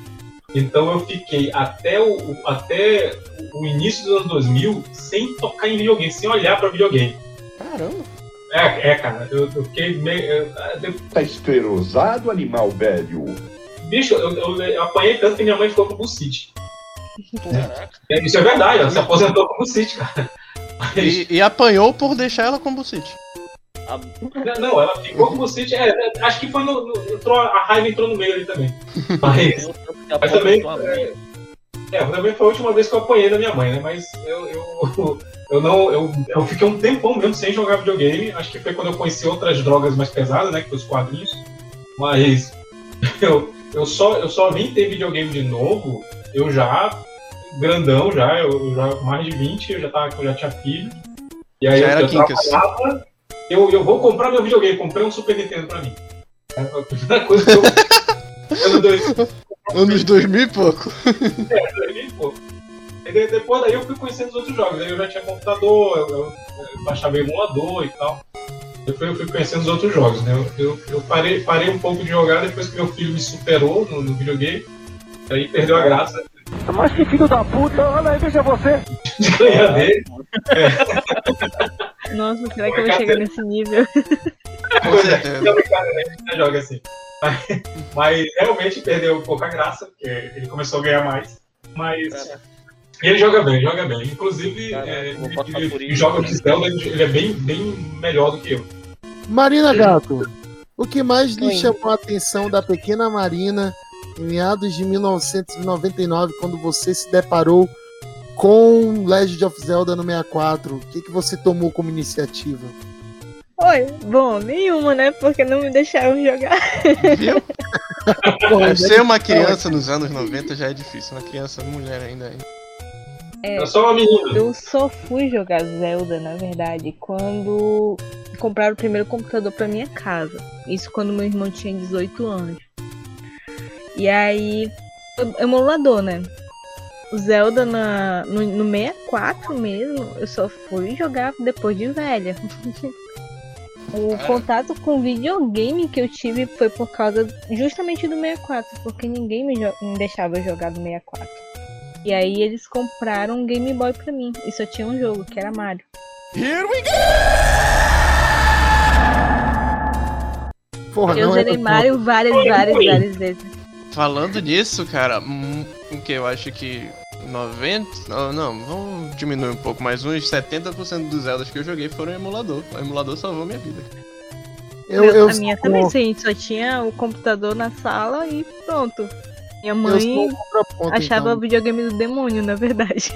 Então eu fiquei até o, o- até o início dos anos dois mil sem tocar em videogame, sem olhar pra videogame. Caramba. É, é cara, eu, eu fiquei meio. eu- eu- Tá esperosado, animal velho. bicho, eu, eu, eu apanhei tanto que minha mãe ficou com bucite. É, isso é verdade, ela se aposentou com bucite, cara. Mas- E, e apanhou por deixar ela com bucite. Não, não, ela ficou com bucite. É, é, acho que foi no, no- entrou, a raiva entrou no meio ali também. Mas, mas também. É, é, também foi a última vez que eu apanhei da minha mãe, né? Mas eu, eu, eu não. Eu, eu fiquei um tempão mesmo sem jogar videogame. Acho que foi quando eu conheci outras drogas mais pesadas, né? Que foi os quadrinhos. Mas eu, eu, só, eu só vim ter videogame de novo, eu já. Grandão já, eu já mais de vinte, eu já, tava, eu já tinha filho. E aí Já eu, era eu Quincas. trabalhava, eu, eu vou comprar meu videogame, comprei um Super Nintendo pra mim. É a primeira coisa que eu. Ano dois, Anos dois mil e pouco. é, dois mil e pouco. E de- depois daí eu fui conhecendo os outros jogos. Aí eu já tinha computador, eu, eu, eu baixava emulador e tal. Eu fui, eu fui conhecendo os outros jogos, né? Eu, eu, eu parei, parei um pouco de jogar depois que meu filho me superou no, no videogame. Aí perdeu a graça Mas que filho da puta, olha aí, veja você. de ganhar dele. Nossa, será que eu vou chegar nesse nível? Com certeza. Não, brincadeira, a gente não joga assim. Mas, mas realmente perdeu um pouco a graça, porque ele começou a ganhar mais. Mas e ele joga bem, joga bem. Inclusive, Cara, é, eu vou passar ele, por ele isso. joga de Zelda, ele ele é bem, bem melhor do que eu. Marina Gato, o que mais lhe Oi. chamou a atenção da pequena Marina em meados de mil novecentos e noventa e nove, quando você se deparou com Legend of Zelda no sessenta e quatro? O que, que você tomou como iniciativa? Oi, bom, nenhuma, né? Porque não me deixaram jogar. Viu? Porra, Ser uma criança nos anos noventa já é difícil. Uma criança mulher ainda. ainda. É, É só uma menina. eu só fui jogar Zelda, na verdade, quando compraram o primeiro computador pra minha casa. Isso quando meu irmão tinha dezoito anos. E aí, emulador, né? O Zelda na, no, no sessenta e quatro mesmo, eu só fui jogar depois de velha. O contato com videogame que eu tive foi por causa justamente do sessenta e quatro, porque ninguém me, jo- me deixava jogar no sessenta e quatro. E aí eles compraram um Game Boy pra mim, e só tinha um jogo, que era Mario. Here we go! Porra, Eu não zerei é Mario várias, várias, várias vezes. Falando nisso, cara, hum, o que eu acho que noventa. Não, não, vamos diminuir um pouco, mas uns setenta por cento dos Zeldas que eu joguei foram em emulador. O emulador salvou minha vida. Eu, eu a minha sou- também, sim, só tinha o computador na sala e pronto. Minha eu mãe sou um contraponto, achava então. o videogame do demônio, na verdade.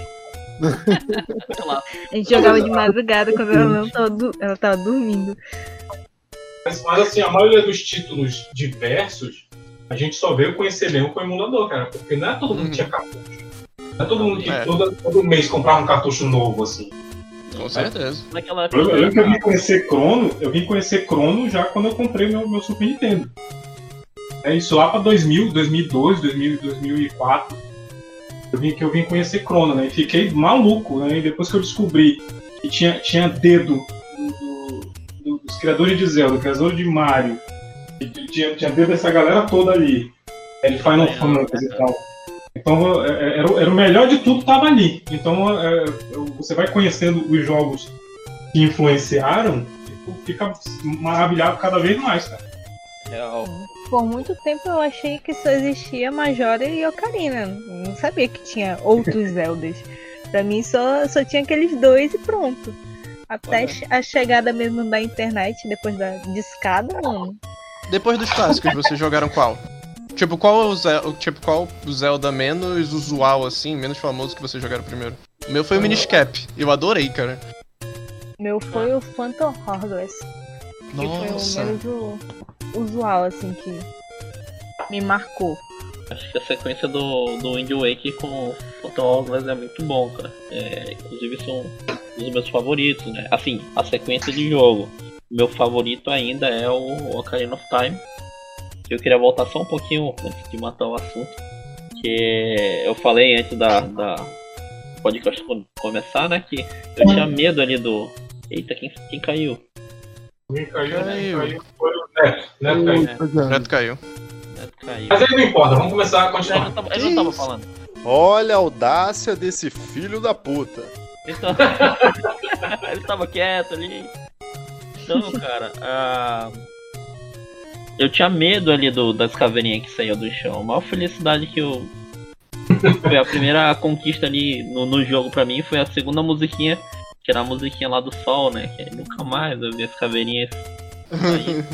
Sei lá. A gente jogava de madrugada quando ela não tava, du- ela tava dormindo. Mas, mas assim, a maioria dos títulos diversos, a gente só veio conhecer mesmo com o emulador, cara. Porque não é todo mundo que tinha cartucho. Não é todo mundo que É. todo, todo mês comprava um cartucho novo, assim. Com certeza. Naquela Eu, eu lembro que eu vim época. conhecer Chrono, eu vim conhecer Chrono já quando eu comprei meu, meu Super Nintendo. É isso lá pra dois mil, dois mil e dois, dois mil, dois mil e quatro. Eu vim, que eu vim conhecer Chrono, né? E fiquei maluco, né? E depois que eu descobri que tinha, tinha dedo do- do- do- dos criadores de Zelda, criadores de Mario, e tinha, tinha dedo dessa galera toda ali. É, de Final É, Fantasy e tal. Então é, era, o- era o melhor de tudo, tava ali. Então é, você vai conhecendo os jogos que influenciaram e fica maravilhado cada vez mais, cara. Real. Por muito tempo eu achei que só existia Majora e Ocarina. Não sabia que tinha outros Zeldas. Pra mim só, só tinha aqueles dois e pronto. Até che- a chegada mesmo da internet, depois da discada, mano. Depois dos clássicos, vocês jogaram qual? Tipo, qual é o Zelda, tipo, qual o Zelda menos usual, assim, menos famoso que vocês jogaram primeiro? O meu foi o Minish Cap. Eu adorei, cara. Meu foi o Phantom Hourglass. Que foi o Nossa. menos u- usual, assim, que me marcou. Acho que a sequência do, do Wind Waker com o Phantom Hourglass é muito bom, cara. É, inclusive são um dos meus favoritos, né? Assim, a sequência de jogo. Meu favorito ainda é o Ocarina of Time. Eu queria voltar só um pouquinho antes de matar o assunto. Que eu falei antes da, da podcast começar, né? Que eu tinha medo ali do. Eita, quem, quem caiu? Quem caiu, Caiu. caiu foi o Neto. Neto caiu. Pois é. Neto caiu. Neto Caiu. Mas aí não importa, vamos começar a continuar. Ele não tava, ele não tava falando. Olha a audácia desse filho da puta. Então, ele tava quieto ali. Então, cara, ah, eu tinha medo ali do, das caveirinhas que saíam do chão. A maior felicidade que eu... Foi a primeira conquista ali no, no jogo pra mim, foi a segunda musiquinha, que era a musiquinha lá do sol, né? Que aí nunca mais eu vi as caveirinhas sair.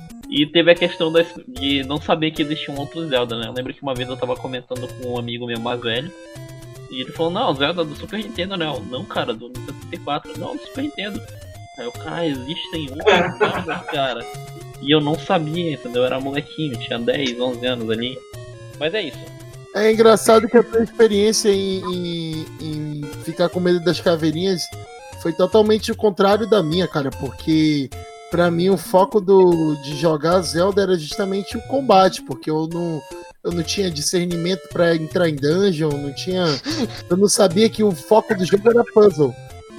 E teve a questão das, de não saber que existia um outro Zelda, né? Eu lembro que uma vez eu tava comentando com um amigo meu mais velho, e ele falou, não, Zelda do Super Nintendo, né? Eu, não, cara, do Nintendo sessenta e quatro, não, do Super Nintendo. Aí eu, cara, existem outros, cara. E eu não sabia, entendeu? Eu era molequinho, tinha dez, onze anos ali. Mas é isso. É engraçado que a tua experiência em, em, em ficar com medo das caveirinhas foi totalmente o contrário da minha, cara, porque pra mim o foco do, de jogar Zelda era justamente o combate, porque eu não, eu não tinha discernimento pra entrar em dungeon, não tinha, eu não sabia que o foco do jogo era puzzle.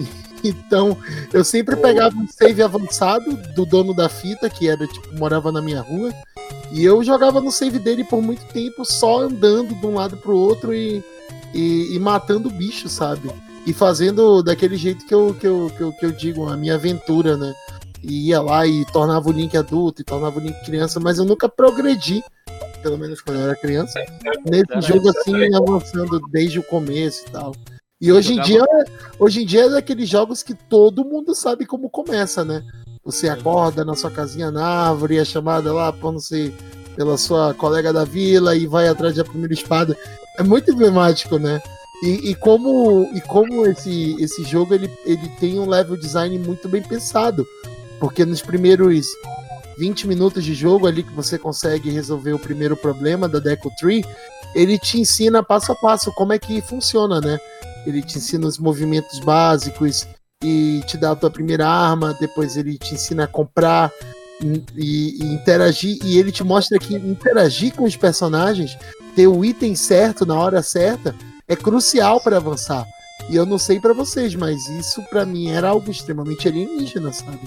Então, eu sempre pegava um save avançado do dono da fita, que era tipo, morava na minha rua, e eu jogava no save dele por muito tempo, só andando de um lado pro outro e, e, e matando bicho, sabe? E fazendo daquele jeito que eu, que, eu, que, eu, que eu digo, a minha aventura, né? E ia lá e tornava o Link adulto, e tornava o Link criança, mas eu nunca progredi, pelo menos quando eu era criança, nesse jogo assim, avançando desde o começo e tal. E hoje em dia, hoje em dia é daqueles jogos que todo mundo sabe como começa, né? Você acorda na sua casinha na árvore, é chamada lá por não sei, pela sua colega da vila e vai atrás da primeira espada. É muito emblemático, né? E, e como, e como esse, esse jogo ele, ele tem um level design muito bem pensado. Porque nos primeiros vinte minutos de jogo ali que você consegue resolver o primeiro problema da Deku Tree, ele te ensina passo a passo como é que funciona, né? Ele te ensina os movimentos básicos e te dá a tua primeira arma, depois ele te ensina a comprar e, e interagir, e ele te mostra que interagir com os personagens, ter o item certo na hora certa, é crucial para avançar. E eu não sei para vocês, mas isso para mim era algo extremamente alienígena, sabe?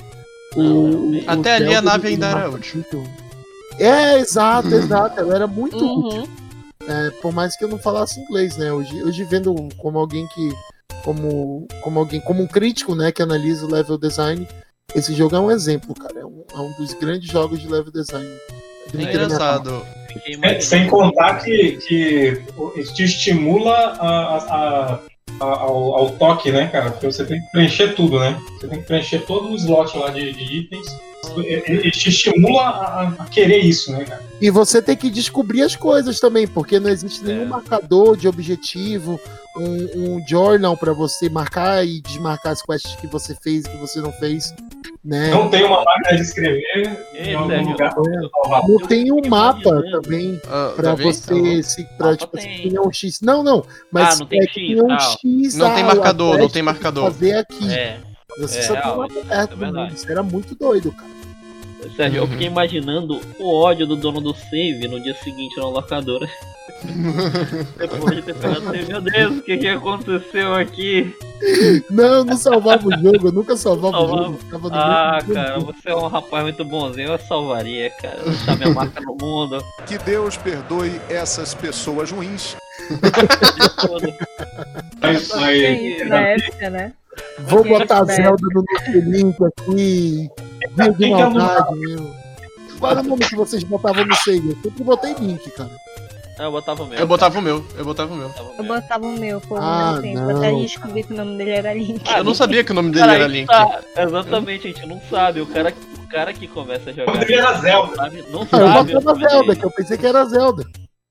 O, Até o ali a Zelda nave ele ainda era marca útil. muito. É, exato, exato. Ela era muito Uhum. útil. É, por mais que eu não falasse inglês, né? Hoje, hoje vendo como alguém que. Como, como alguém, como um crítico, né, que analisa o level design, esse jogo é um exemplo, cara. É um, é um dos grandes jogos de level design. É engraçado. É, sem contar que, que te estimula a, a, a, ao, ao toque, né, cara? Porque você tem que preencher tudo, né? Você tem que preencher todo o slot lá de, de itens. Ele te estimula a, a querer isso, né, cara? E você tem que descobrir as coisas também, porque não existe nenhum É. marcador de objetivo, um, um journal pra você marcar e desmarcar as quests que você fez e que você não fez, né? Não tem uma máquina de escrever É, em algum Sérgio. lugar pra você salvar. Não tem um fiquei mapa imaginando. também Ah, pra Davi? você se pra, Mapa tipo, tem. se tem um X. Não, não, mas Ah, não tem é X, que tem um ah. X. Não tem ah, marcador, a não quest tem que marcador. Fazer aqui. É, Você é só tem real, uma isso é perto, verdade. isso era muito doido, cara. Sérgio, eu Uhum. fiquei imaginando o ódio do dono do save no dia seguinte na locadora. Depois de ter pegado o save, meu Deus, o que, que aconteceu aqui? Não, não salvava o jogo, eu nunca salvava o Salvava. jogo. Ficava no Ah, mesmo cara, jogo. você é um rapaz muito bonzinho, eu salvaria, cara. Eu deixar minha marca no mundo. Que Deus perdoe essas pessoas ruins. Mas, É isso, mas, na época, né? Vou botar Né? Zelda no nosso link aqui. Dia de Quem que é o maldade, meu. Qual era o nome que vocês botavam no save? Eu sempre botei link, cara. Ah, eu botava o meu. Eu botava o meu, eu botava o meu. Botava o Eu meu. botava o meu por Ah, muito tempo, não, até a gente descobrir que o nome dele era Link. Ah, Eu não sabia que o nome dele Cara, era a gente Link. tá- Exatamente, a gente não sabe. O cara, o cara que começa a o jogar. nome dele era Zelda. Sabe, não Ah, eu sabe. o botava nome Zelda, dele. que eu pensei que era Zelda.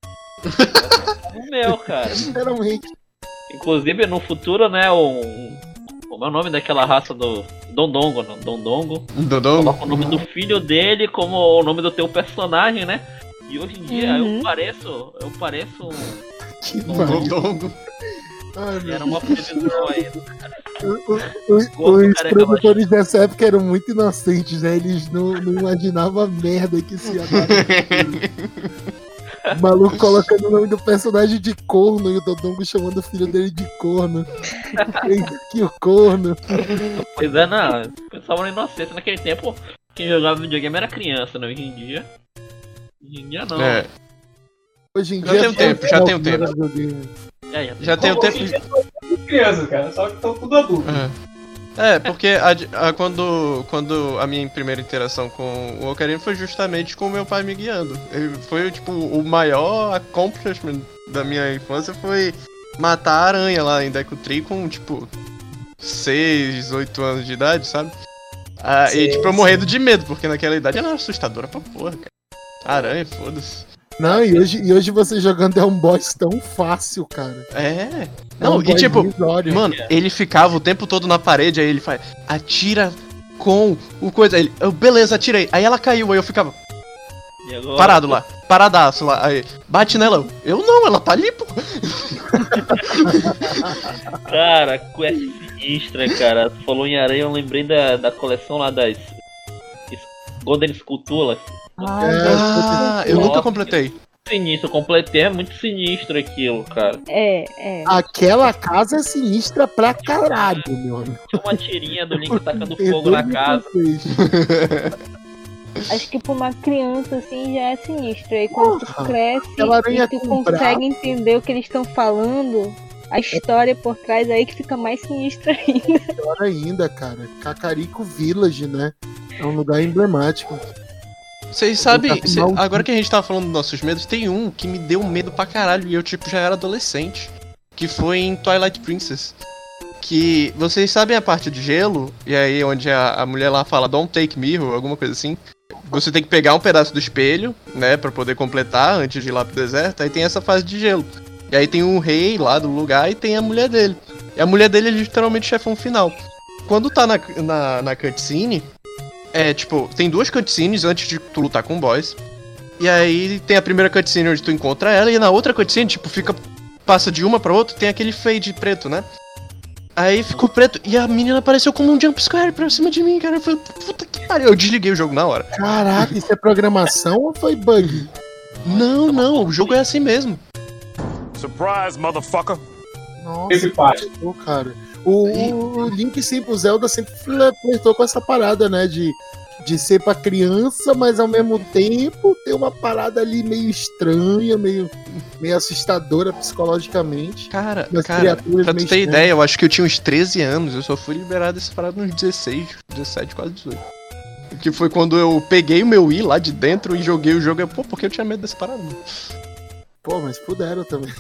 O meu, cara. Sinceramente. Inclusive, no futuro, né, o. Como é o nome daquela raça do Dondongo, não? Dondongo. Dodô? Coloca o nome do filho dele como o nome do teu personagem, né? E hoje em dia Uhum. eu pareço. Eu pareço um. Que um pariu. Dodongo. Ai, meu Era uma previsão aí. O- o- Os, Gordo os careca produtores dessa época eram muito inocentes, né? Eles não, não imaginavam a merda que se ia dar. O maluco colocando o nome do personagem de corno e o Dodongo chamando o filho dele de corno. Eita, que o corno. Pois é, não. Pensava na inocência. Naquele tempo, quem jogava videogame era criança, né? Hoje em dia. Hoje em dia não. É. Hoje em Já dia tem um tempo, já tem um tempo. É, já, Já tem um tempo. Criança, cara, só que estão tudo adulto. É, porque a, a- quando, quando a minha primeira interação com o Ocarina foi justamente com o meu pai me guiando. Ele foi, tipo, o maior accomplishment da minha infância foi matar a aranha lá em Deku Tree com, tipo, seis, oito anos de idade, sabe? Ah, Sim, e, tipo, eu sim. morrendo de medo, porque naquela idade ela era assustadora pra porra, cara. Aranha, foda-se. Não, e hoje, e hoje você jogando é um boss tão fácil, cara. É. É Não, um e boss tipo, irrisório. mano, ele ficava o tempo todo na parede, aí ele faz, atira com o coisa. Aí ele, eu, beleza, atirei. Aí ela caiu, aí eu ficava E agora? parado lá, paradaço lá. Aí, bate nela. Eu não, ela tá ali, pô. Cara, quest sinistra, cara. Tu falou em aranha, eu lembrei da, da coleção lá das es- Golden Sculpturas. Ah, eu nunca completei. Sinistro, eu completei, é muito sinistro aquilo, cara. É, é. Aquela casa é sinistra pra caralho, meu amigo. Tinha uma tirinha do Link tacando Em fogo na dois mil e casa. dezesseis. Acho que pra uma criança assim já é sinistro. Aí quando tu Porra, cresce aquela aranha e tu com consegue braço. entender o que eles estão falando, a história por trás aí que fica mais sinistra ainda. Pior ainda, cara. Cacarico Village, né? É um lugar emblemático. Vocês sabem, Tá cê- maldito. agora que a gente tava falando dos nossos medos, tem um que me deu medo pra caralho e eu, tipo, já era adolescente. Que foi em Twilight Princess. Que vocês sabem a parte de gelo, e aí onde a, a mulher lá fala Don't take mirror, alguma coisa assim. Você tem que pegar um pedaço do espelho, né, pra poder completar antes de ir lá pro deserto. Aí tem essa fase de gelo. E aí tem um rei lá do lugar e tem a mulher dele. E a mulher dele é literalmente o chefão final. Quando tá na, na, na cutscene, é tipo, tem duas cutscenes antes de tu lutar com o boss. E aí tem a primeira cutscene onde tu encontra ela, e na outra cutscene, tipo, fica. Passa de uma pra outra, tem aquele fade preto, né? Aí ficou preto e a menina apareceu como um jumpscare pra cima de mim, cara. Eu falei, puta que pariu. Eu desliguei o jogo na hora. Caraca, isso é programação ou foi bug? Não, não, o jogo é assim mesmo. Surprise, motherfucker! Nossa, Esse pai. pô, cara. O, o Link sempre, o Zelda sempre flertou com essa parada, né? De, de ser pra criança, mas ao mesmo tempo ter uma parada ali meio estranha, meio, meio assustadora psicologicamente. Cara, Umas cara, criaturas pra tu meio ter estranhas. ideia, eu acho que eu tinha uns treze anos, eu só fui liberado dessa parada nos dezesseis, dezessete, quase dezoito. Que foi quando eu peguei o meu Wii lá de dentro e joguei o jogo. Eu, pô, porque eu tinha medo dessa parada, mano. Pô, mas puderam também.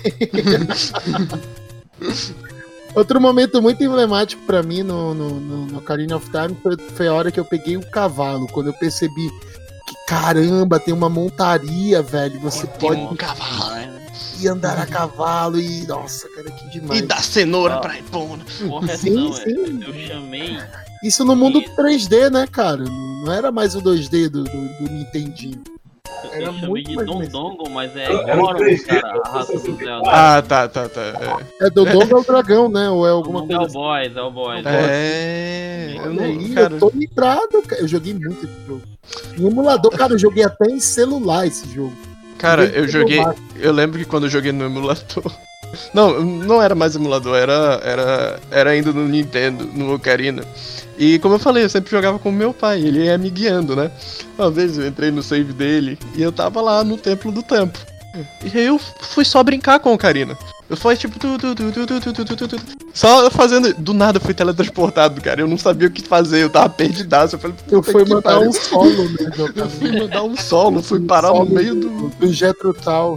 Outro momento muito emblemático pra mim no, no, no, no Ocarina of Time foi, foi a hora que eu peguei o cavalo, quando eu percebi que, caramba, tem uma montaria, velho, você pode um cavalo, né? ir andar a cavalo e, nossa, cara, que demais. E dá cenoura Ah. pra Epona. Correção, Sim, é. sim. Eu chamei. Isso no mundo três D, né, cara? Não não era mais o dois D do, do, do Nintendinho. Eu, Era eu chamei muito de mais Dondongo, mas é Era um Goron, três D, cara, a raça do Zelda. Ah, tá, tá, tá. É, É Dodongo é o dragão, né? Ou é alguma Dondongo é coisa o boys, é o boys. é eu Olha não, aí, cara, eu tô lembrado, cara. Eu joguei muito esse jogo. Em emulador, cara, eu joguei até em celular esse jogo. cara, Joguei eu no joguei, celular. eu lembro que quando eu joguei no emulador, não, não era mais emulador, era, era, era ainda no Nintendo, no Ocarina. E como eu falei, eu sempre jogava com meu pai, ele ia me guiando, né? Uma vez eu entrei no save dele e eu tava lá no Templo do Tempo. E aí eu fui só brincar com o Ocarina. Eu fui tipo. Tu, tu, tu, tu, tu, tu, tu, tu, tu, tu. Só fazendo. Do nada eu fui teletransportado, cara. Eu não sabia o que fazer, eu tava perdidaço. Eu falei, Eu puta fui que mandar pariu. um solo, né? Eu fui mandar um solo, fui parar no Solo meio do. do Jetro Tal.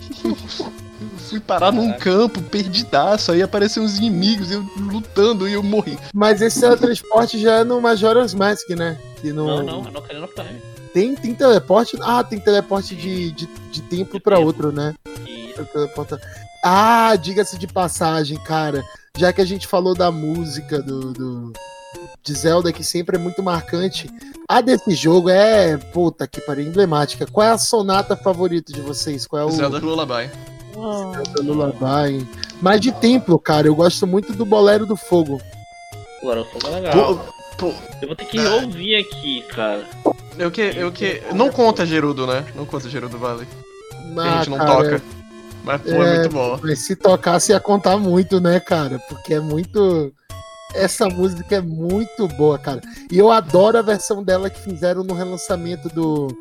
Fui parar num campo, perdidaço. Aí apareceram uns inimigos, eu lutando e eu morri. Mas esse teletransporte já é no Majora's Mask, né? Que no... Não, não, é no Ocarina of Time. Tem, tem teleporte? Ah, tem teleporte de, de, de templo pra tempo. outro, né? Isso. Teleporta... Ah, diga-se de passagem, cara. Já que a gente falou da música do, do de Zelda, que sempre é muito marcante, a desse jogo é, puta que pariu, emblemática. Qual é a sonata favorita de vocês? Qual é o Zelda Lullaby. Zelda Lullaby? Mas de templo, cara, eu gosto muito do Bolero do Fogo. Agora o som é legal. Pô, pô, Eu vou ter que ouvir aqui, cara. eu que, eu que. Não conta Gerudo, né? Não conta Gerudo Valley. Que a Ah, gente não cara, toca. Mas, pô, é, é, muito bom. Mas se tocasse ia contar muito, né, cara? Porque é muito. Essa música é muito boa, cara. E eu adoro a versão dela que fizeram no relançamento do,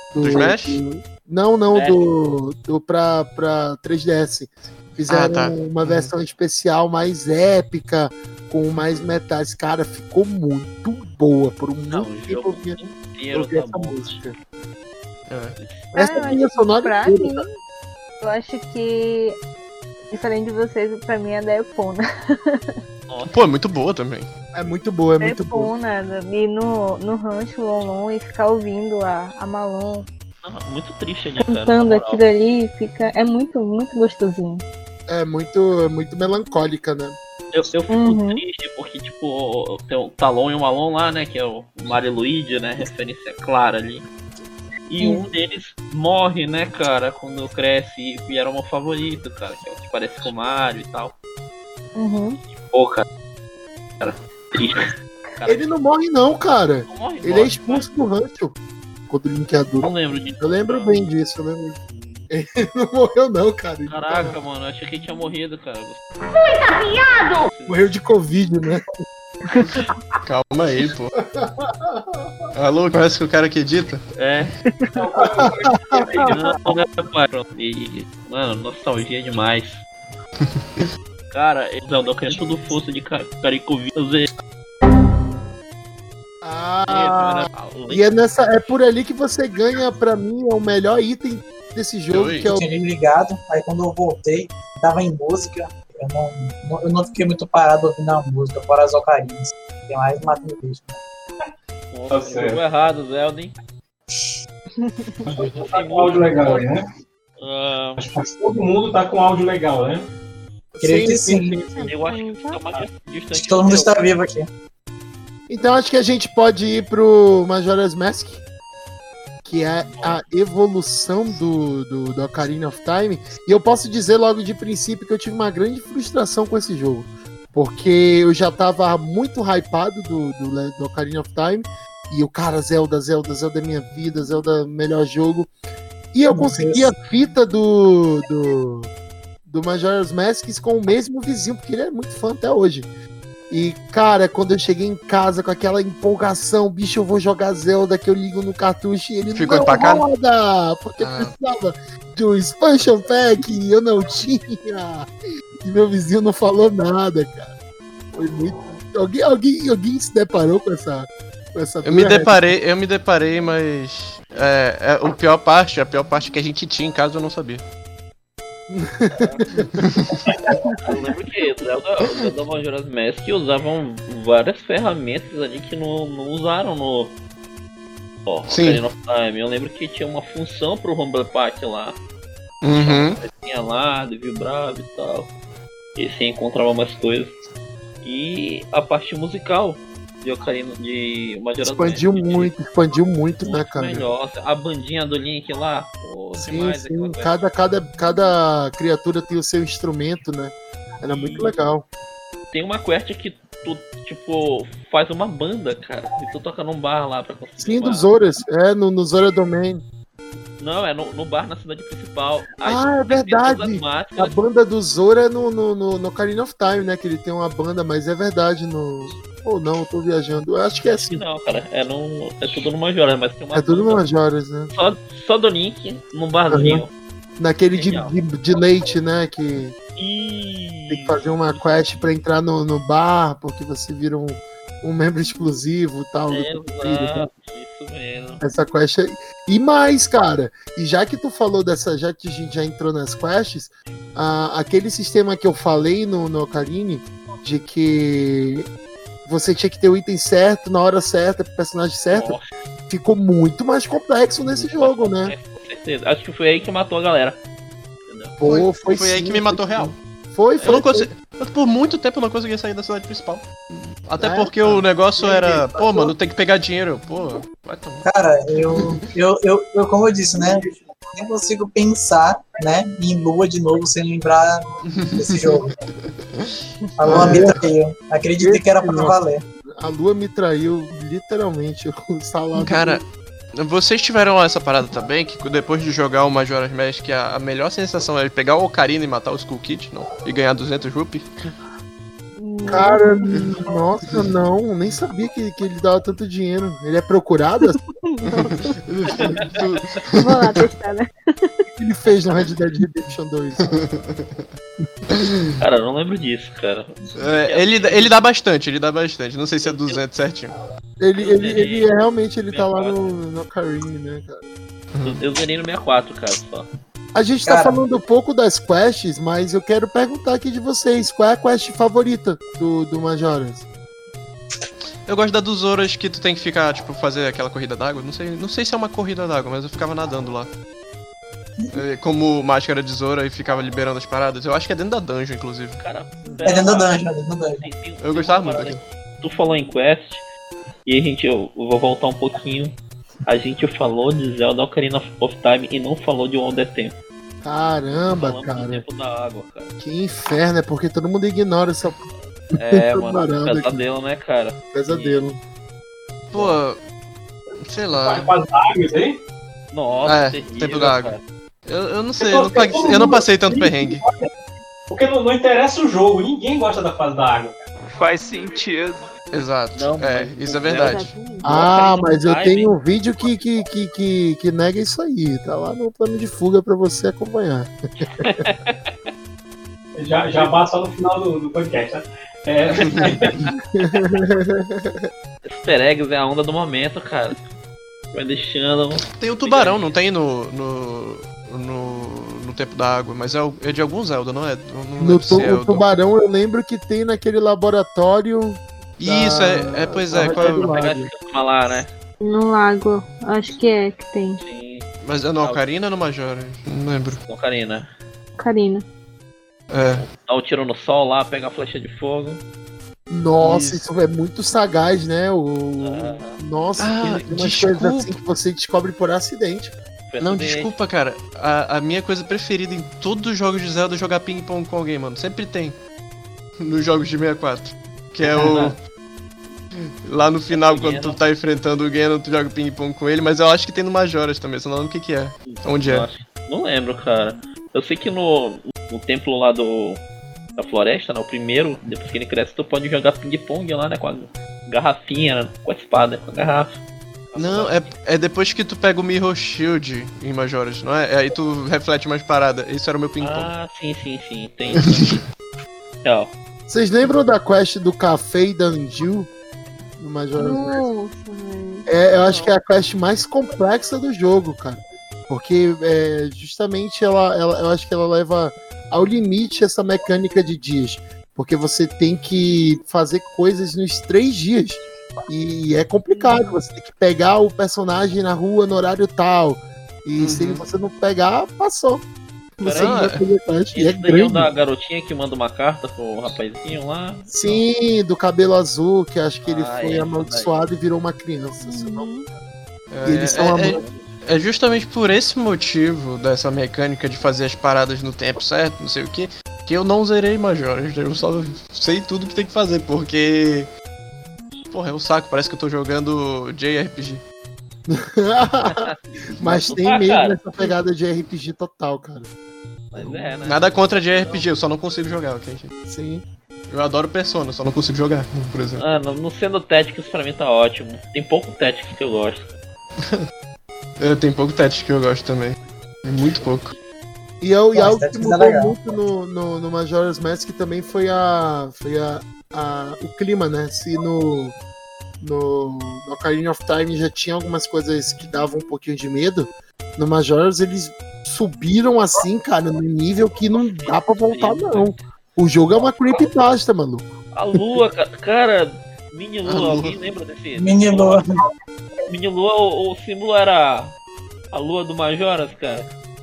Do, do Smash? Do, não, não, é. do, do pra, pra três D S. Fizeram Ah, tá. uma versão especial mais épica, com mais metais. Cara, ficou muito boa. Por um Não, muito o tempo jogo eu vi- inteiro eu vi tá essa bom. música. É. Essa Ah, eu trilha acho que sonora pra é toda, mim, cara. eu acho que, diferente de vocês, pra mim é da Epona. Pô, é muito boa também. É muito boa, é muito boa. Epona, ir no, no rancho Lolon e ficar ouvindo a, a Malon Não, muito triste ali, cara. cantando na moral. aquilo ali, fica, é muito, muito gostosinho. É muito, é muito melancólica, né? Eu, eu fico Uhum. triste porque, tipo, tem o Talon e o Malon lá, né? Que é o Mario e Luigi, né? Referência clara ali. E Uhum. um deles morre, né, cara? Quando cresce e era o meu favorito, cara. Que é o que parece com o Mario e tal. Uhum. Pô, cara. Cara, triste. Cara, Ele não morre não, cara. não morre, Ele morre, é expulso do rancho quando o Link é adulto. Não lembro disso. Eu lembro bem disso, eu lembro. Ele não morreu não, cara. Ele Caraca, mano, eu achei que ele tinha morrido, cara. morreu de Covid, né? Calma aí, pô. Alô, conhece que o cara que edita? É. Não, né, pai? Pronto. E, mano, nostalgia demais. Cara, eles andam querendo tudo força de Caricovias. Ah, e é nessa, é por ali que você ganha, pra mim, é o melhor item desse jogo, Oi. que é Eu o tinha desligado, aí quando eu voltei, tava em música, eu não, não- eu não fiquei muito parado ouvindo a música, fora as ocarinas. Tem mais matando bicho. Tá certo. Jogo errado, Zelda, hein? Tá com áudio legal aí, né? Ah, Acho que todo mundo tá com áudio legal, né? Creio que sim. eu acho que fica mais distante. Acho que todo mundo está vivo aqui. Então acho que a gente pode ir pro Majora's Mask, que é a evolução do, do, do Ocarina of Time. E eu posso dizer logo de princípio que eu tive uma grande frustração com esse jogo. Porque eu já tava muito hypado do, do, do Ocarina of Time. E o cara, Zelda, Zelda, Zelda é minha vida, Zelda é melhor jogo. E eu consegui a fita do, do, do Majora's Mask com o mesmo vizinho, porque ele é muito fã até hoje. E, cara, quando eu cheguei em casa com aquela empolgação, bicho, eu vou jogar Zelda, que eu ligo no cartucho e ele Ficou não empacado? roda, porque Ah. precisava de um expansion pack e eu não tinha. E meu vizinho não falou nada, cara. Foi muito... Alguém, alguém, alguém se deparou com essa... Com essa Eu me treta? deparei, eu me deparei, mas... É, é, a pior parte, a pior parte que a gente tinha em casa eu não sabia. Eu lembro que o Zelda, o Zelda Majora's Mask usavam várias ferramentas ali que não, não usaram no ó, Sim. Ocarina of Time. Eu lembro que tinha uma função pro Rumble Pack lá. Uhum. Tinha lá, de vibrava e tal. E você encontrava mais coisas. E a parte musical de Ocarina de Majora's Expandiu Mask. muito, expandiu muito, né, Muito cara? melhor. A bandinha do Link lá, pô, Sim, demais sim. aquela coisa. Cada, cada, cada criatura tem o seu instrumento, né? Era muito legal. Tem uma quest que tu, tipo, faz uma banda, cara. E tu toca num bar lá pra conseguir. Sim, uma- dos Zoras. É, no, no Zora Domain. Não, é no, no bar na cidade principal. Aí Ah, é tu tem verdade. todas as A máscaras. banda do Zora é no, no, no, no Ocarina of Time, né? Que ele tem uma banda, mas é verdade no... Ou não, eu tô viajando. Eu acho que é assim. Não, cara, é, no, é tudo numa Majora, mas tem uma É tudo banda Majoras, né? só, só do Link, num barzinho. Naquele de, Genial. de, de leite, né? Que E... tem que fazer uma quest pra entrar no, no bar, porque você vira um, um membro exclusivo e tal. do filho, né? Exato, isso mesmo. Essa quest aí. E mais, cara, e já que tu falou dessa, já que a gente já entrou nas quests, ah, aquele sistema que eu falei no, no Ocarina, de que você tinha que ter o item certo, na hora certa, pro personagem certo, Nossa, ficou muito mais complexo nesse jogo, né? com certeza. Acho que foi aí que matou a galera. Pô, Foi, foi aí sim, que me matou real. Foi, Eu foi. não foi. consegui, eu, por muito tempo eu não conseguia sair da cidade principal. Até É, porque cara. o negócio era, pô, mano, tem que pegar dinheiro. Pô, vai tomar. Cara, eu, eu, eu, eu, como eu disse, né? Nem consigo pensar, né, em Lua de novo sem lembrar desse jogo. A Lua me traiu. Acreditei que era pra valer. A lua me traiu, literalmente, o salado. Cara, vocês tiveram essa parada também, que depois de jogar o Majora's Mask, a, a melhor sensação é pegar o Ocarina e matar o Skull Kid, não? E ganhar duzentos rupees? Cara, nossa, não, nem sabia que, que ele dava tanto dinheiro. Ele é procurado? Vou lá testar, né? O que ele fez no Red Dead Redemption dois? Cara, eu não lembro disso, cara. É, ele, ele dá bastante, ele dá bastante. Não sei se é duzentos certinho. Ele, ele, ele é, realmente ele tá lá no, no Ocarina, né, cara? Eu zerei no sessenta e quatro, cara, só. A gente tá cara, falando um pouco das quests, mas eu quero perguntar aqui de vocês, qual é a quest favorita do, do Majora's? Eu gosto da dos Zoras que tu tem que ficar, tipo, fazer aquela corrida d'água. Não sei, não sei se é uma corrida d'água, mas eu ficava nadando lá. Como máscara de Zora e ficava liberando as paradas. Eu acho que é dentro da dungeon, inclusive. Cara, é dentro da dungeon, é dentro da dungeon. Eu gostava muito daquilo. Tu falou em quest, e a gente, eu vou voltar um pouquinho. A gente falou de Zelda Ocarina of Time e não falou de World of Tempo. Caramba, cara. Tempo da água, cara. Que inferno, é porque todo mundo ignora essa. É, mano, pesadelo, né, cara? Pesadelo. E... Pô, sei lá. Vai com as águas aí? Nossa, é, terrível, tempo da água. Cara. Eu, eu não sei, eu não, paguei, eu não passei tanto perrengue. Porque não, não interessa o jogo, ninguém gosta da fase da água. Faz sentido. Exato, não, é, isso é verdade. Ah, mas eu tenho um vídeo que, que, que, que, que nega isso aí. Tá lá no plano de fuga pra você acompanhar. já, já passa no final do, do podcast, né? É... Easter eggs é a onda do momento, cara. Vai deixando. Tem o tubarão, não tem no. no. no, no tempo da água, mas é, o, é de algum Zelda, não é? Não no tu, é o tubarão eu lembro que tem naquele laboratório. Isso, da... é, é, pois é. Qual é o... lá, né? No lago, acho que é que tem. Sim. Mas é no Ocarina ou no Majora? Não lembro. No Ocarina. Ocarina. É. Dá um tiro no sol lá, pega a flecha de fogo. Nossa, isso, isso é muito sagaz, né? O... Ah. Nossa, ah, tem umas desculpa. coisas assim que você descobre por acidente. Não, desculpa, cara. A, a minha coisa preferida em todos os jogos de Zelda é jogar ping-pong com alguém, mano. Sempre tem. Nos jogos de sessenta e quatro. Que é o... Lá no final, quando tu tá enfrentando o Ganon, tu joga ping-pong com ele. Mas eu acho que tem no Majora's também, só não lembro o que que é. Onde é? Não lembro, cara. Eu sei que no, no templo lá do... da floresta, né? O primeiro, depois que ele cresce, tu pode jogar ping-pong lá, né? Com a garrafinha, com a espada, com a garrafa. Não, é, é depois que tu pega o Mirror Shield em Majora's, não é? Aí tu reflete mais parada. Isso era o meu ping-pong. Ah, sim, sim, sim. Tem. Tchau. Vocês lembram da quest do Café e da Anju? No Majora's Mask? É, eu acho que é a quest mais complexa do jogo, cara. Porque é, justamente ela, ela, eu acho que ela leva ao limite essa mecânica de dias. Porque você tem que fazer coisas nos três dias. E é complicado, você tem que pegar o personagem na rua no horário tal. E uhum. se você não pegar, passou. Você não vai fazer teste. E é grande. Da garotinha que manda uma carta pro rapazinho lá? Sim, do cabelo azul, que acho que ele ah, foi é, amaldiçoado e virou uma criança. Uhum. É, e eles são é, é, é justamente por esse motivo dessa mecânica de fazer as paradas no tempo certo, não sei o que, que eu não zerei Majora's. Eu só sei tudo que tem que fazer, porque... Porra, é um saco, parece que eu tô jogando J R P G. Mas tem mesmo cara. essa pegada de R P G total, cara. Mas é, né? Nada contra J R P G, eu só não consigo jogar, ok? Sim. Eu adoro Persona, só não consigo jogar, por exemplo. Ah, não, não sendo Tactics pra mim tá ótimo. Tem pouco Tactics que eu gosto. Eu tenho pouco Tactics que eu gosto também. Muito pouco. E, eu, e algo que mudou muito no, no, no Majora's Mask também foi a. Foi a. A, o clima, né? Se no, no, no Ocarina of Time já tinha algumas coisas que davam um pouquinho de medo, no Majora's eles subiram assim, cara, no nível que não dá pra voltar, não. O jogo é uma creepypasta, maluco. A lua, cara, Mini Lua, lua. Alguém lembra desse? Mini Lua. Mini Lua, o, o símbolo era a lua do Majora's, cara.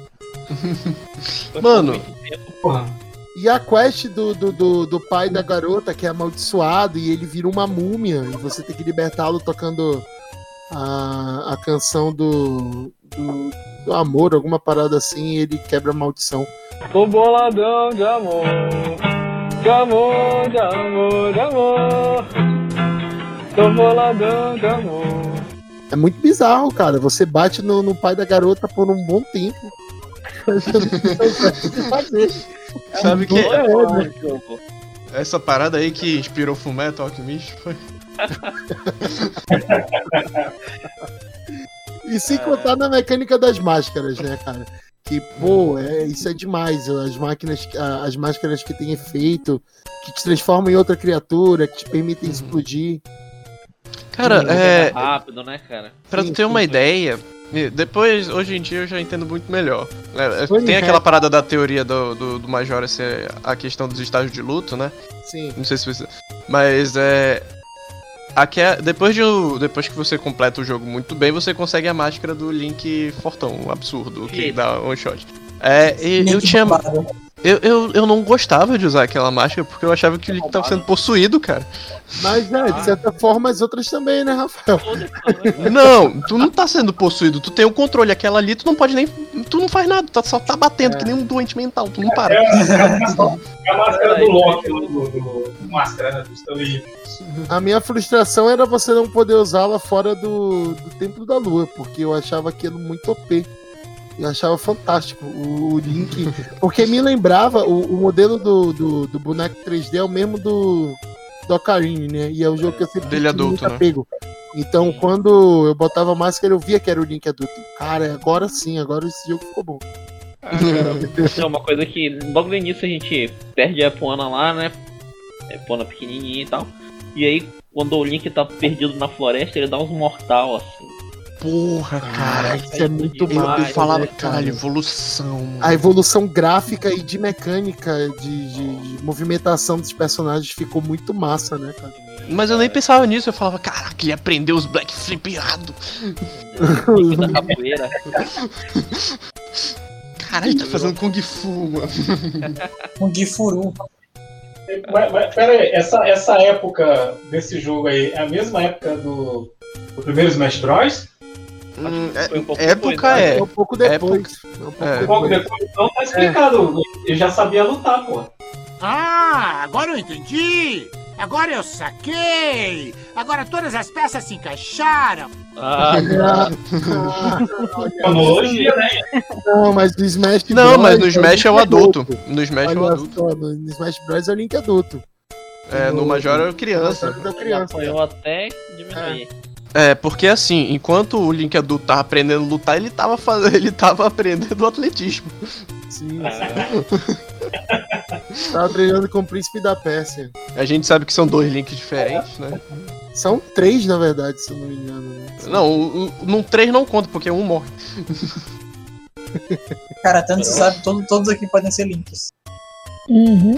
Mano, e a quest do, do, do, do pai da garota, que é amaldiçoado, e ele vira uma múmia, e você tem que libertá-lo tocando a, a canção do, do, do amor, alguma parada assim, e ele quebra a maldição. Tô boladão de amor, de amor, de amor, de amor. Tô boladão de amor. É muito bizarro, cara. Você bate no, no pai da garota por um bom tempo. Você não sabe o que fazer. Sabe que é, Essa parada aí que inspirou Fullmetal Alchemist foi... E sem contar na mecânica das máscaras, né, cara? Que, pô, é, isso é demais. As máquinas, as máscaras que tem efeito, que te transformam em outra criatura, que te permitem uhum. explodir. Cara, sim, é... rápido, né, cara? Pra sim, tu ter sim, uma sim. ideia, depois, hoje em dia, eu já entendo muito melhor. Tem aquela parada da teoria do, do, do Majora ser a questão dos estágios de luto, né? Sim. Não sei se você... Mas, é... Aqui é, depois, de, depois que você completa o jogo muito bem, você consegue a máscara do Link Fortão, um absurdo, que dá one shot. É, e eu tinha... Eu, eu, eu não gostava de usar aquela máscara porque eu achava que o Link tava sendo possuído, cara. Mas, é, de certa forma, as outras também, né, Rafael? Não, tu não tá sendo possuído, tu tem o controle. Aquela ali, tu não pode nem... Tu não faz nada, tu só tá batendo é. que nem um doente mental, tu não para. É, é a máscara do Loki, do, do, do, do máscara, né, do Stanley. A minha frustração era você não poder usá-la fora do, do Templo da Lua, porque eu achava aquilo muito O P. Eu achava fantástico o, o Link, porque me lembrava, o, o modelo do, do, do boneco três D é o mesmo do, do Ocarina, né? E é o jogo que eu sempre dele adulto, né? apego. Então, quando eu botava a máscara, eu via que era o Link adulto. Cara, agora sim, agora esse jogo ficou bom. Ah, é uma coisa que logo no início a gente perde a Epona lá, né? A Epona pequenininha e tal. E aí, quando o Link tá perdido na floresta, ele dá uns mortal, assim. Porra, cara, isso é muito demais, eu, eu falava, né, caralho, evolução. Mano. A evolução gráfica e de mecânica, de, de, de movimentação dos personagens ficou muito massa, né, cara? Mas eu nem pensava nisso, eu falava, caraca, ele aprendeu os Black Flip errado. Da capoeira. Caralho, ele tá fazendo Kung Fu, mano. Kung Furu. Mas, mas pera aí, essa, essa época desse jogo aí é a mesma época do, do primeiro Smash Bros? Hum, é, um época depois, né? é. Um pouco depois. Época, um pouco é. Um pouco depois, então tá explicado. É. Ele já sabia lutar, pô. Ah, agora eu entendi! Agora eu saquei! Agora todas as peças se encaixaram! Ah, Cronologia, né? Não, mas no Smash Bros. Não, mas no Smash é o adulto. No Smash é o adulto. Só, no Smash Bros. É o Link adulto. É, no, no Major é criança. É criança. Eu até diminuí. É, porque assim, enquanto o Link adulto tava aprendendo a lutar, ele tava fazendo, ele tava aprendendo o atletismo. Sim, sim. Tava treinando com o Príncipe da Pérsia. A gente sabe que são dois Links diferentes, né? São três, na verdade, se eu não me engano. Né? Não, o, o, num três não conta, porque um morre. Cara, tanto você sabe, todo, todos aqui podem ser Links. Uhum.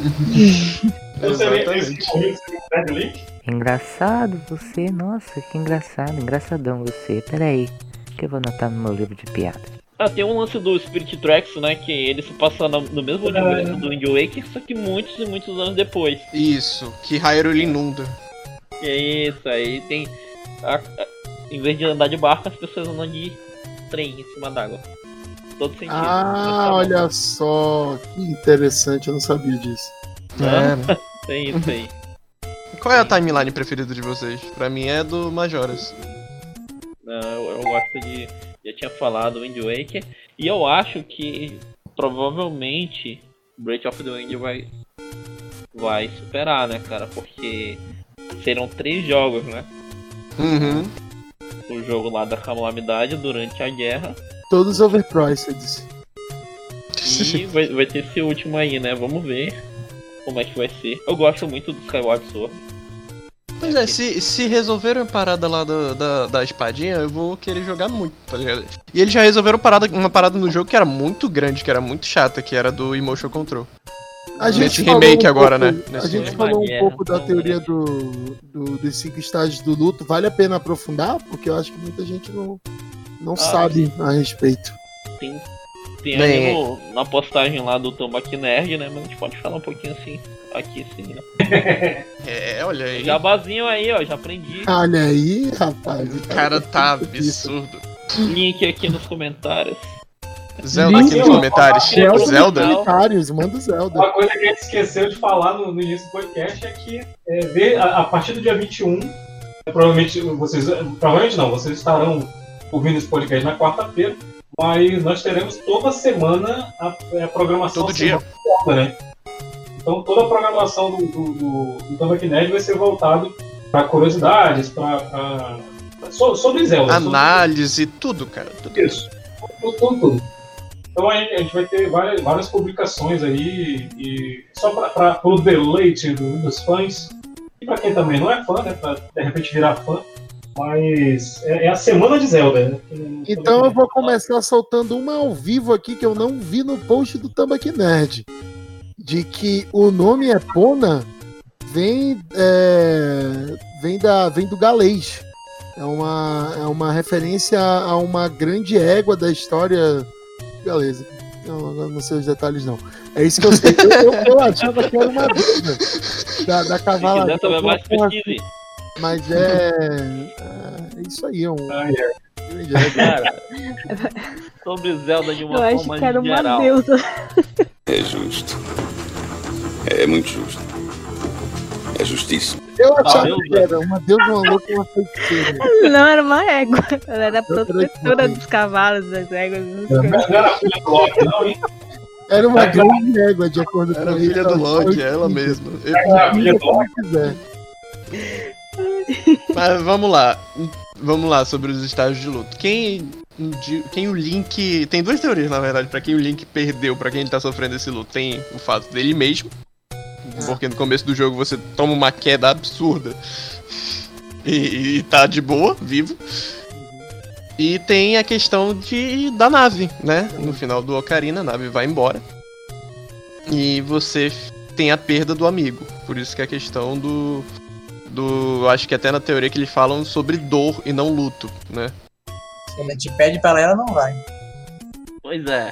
Engraçado você, nossa, que engraçado, engraçadão você. Peraí, que eu vou anotar no meu livro de piadas. Ah, tem um lance do Spirit Tracks, né, que ele se passa no, no mesmo universo é. do Wind Waker, só que muitos e muitos anos depois. Isso, que Hyrule inunda. Que é isso, aí tem... A, a, em vez de andar de barco, as pessoas andam de trem em cima d'água. Todo sentido. Ah, olha só, que interessante, eu não sabia disso. É, tem isso aí. Qual é a timeline preferida de vocês? Pra mim é do Majoras. Não, eu, eu gosto de... Já tinha falado Wind Waker. E eu acho que provavelmente Breath of the Wind vai, vai superar, né, cara? Porque serão três jogos, né? Uhum. O jogo lá da calamidade durante a guerra. Todos overpriced. E vai, vai ter esse último aí, né? Vamos ver como é que vai ser. Eu gosto muito do Skyward Sword. Pois é, se, se resolveram a parada lá da, da, da espadinha, eu vou querer jogar muito, tá ligado? E eles já resolveram parada, uma parada no jogo que era muito grande, que era muito chata, que era do Emotion Control. A gente Nesse remake um agora, pouco, né? Nesse a gente falou um pouco da teoria do, do, dos cinco estágios do luto. Vale a pena aprofundar? Porque eu acho que muita gente não, não ah, sabe a respeito. Tem, tem aí no, na postagem lá do Tomaki Nerd, né? Mas a gente pode falar um pouquinho assim, aqui sim, né? É, olha aí. Jabazinho aí, ó, já aprendi. Olha aí, rapaz. O cara tá absurdo. Link aqui nos comentários. Zelda aqui nos comentários. Zelda? Zelda? Comentários, manda o Zelda. Uma coisa que a gente esqueceu de falar no, no início do podcast é que é, ver, a, a partir do dia vinte e um, provavelmente vocês. Provavelmente não, vocês estarão ouvindo esse podcast na quarta-feira, mas nós teremos toda semana a, a programação. Todo dia. Semana, né? Então toda a programação do, do, do, do Tambaqui Nerd vai ser voltado para curiosidades, para so, sobre Zelda. Análise, sobre... tudo, cara. Tudo. Isso. Tudo, tudo, tudo. Então a gente, a gente vai ter várias, várias publicações aí, e só para o deleite do, dos fãs, e para quem também não é fã, né, para de repente virar fã, mas é, é a semana de Zelda, né? Então eu vou começar soltando uma ao vivo aqui que eu não vi no post do Tambaqui Nerd, de que o nome Epona vem, é, vem, da, vem do galês. É uma, é uma referência a uma grande égua da história galesa. Não, não sei os detalhes, não. É isso que eu sei. Eu, eu, eu achava que era uma dúvida da, da cavalaria. Mas é, é isso aí. É um... Cara, sobre Zelda de uma eu forma acho que era geral. Uma deusa. É justo. É muito justo. É justíssimo. Eu achava ah, que era uma deusa, uma louca, uma feiticeira. Não, era uma égua. Ela era protetora dos cavalos, das éguas. Não era filha do Loki, não, hein? Era uma grande égua, de acordo com Era a filha do Loki, é ela mesma. Era a filha do Loki. Mas vamos lá. Vamos lá sobre os estágios de luto. Quem, quem o Link... Tem duas teorias, na verdade, pra quem o Link perdeu, pra quem ele tá sofrendo esse luto. Tem o fato dele mesmo, porque no começo do jogo você toma uma queda absurda e, e tá de boa, vivo. E tem a questão de, da nave, né? No final do Ocarina, a nave vai embora. E você tem a perda do amigo. Por isso que a questão do... do acho que até na teoria que eles falam sobre dor e não luto, né? Se ele te pede pra ela, não vai. Pois é.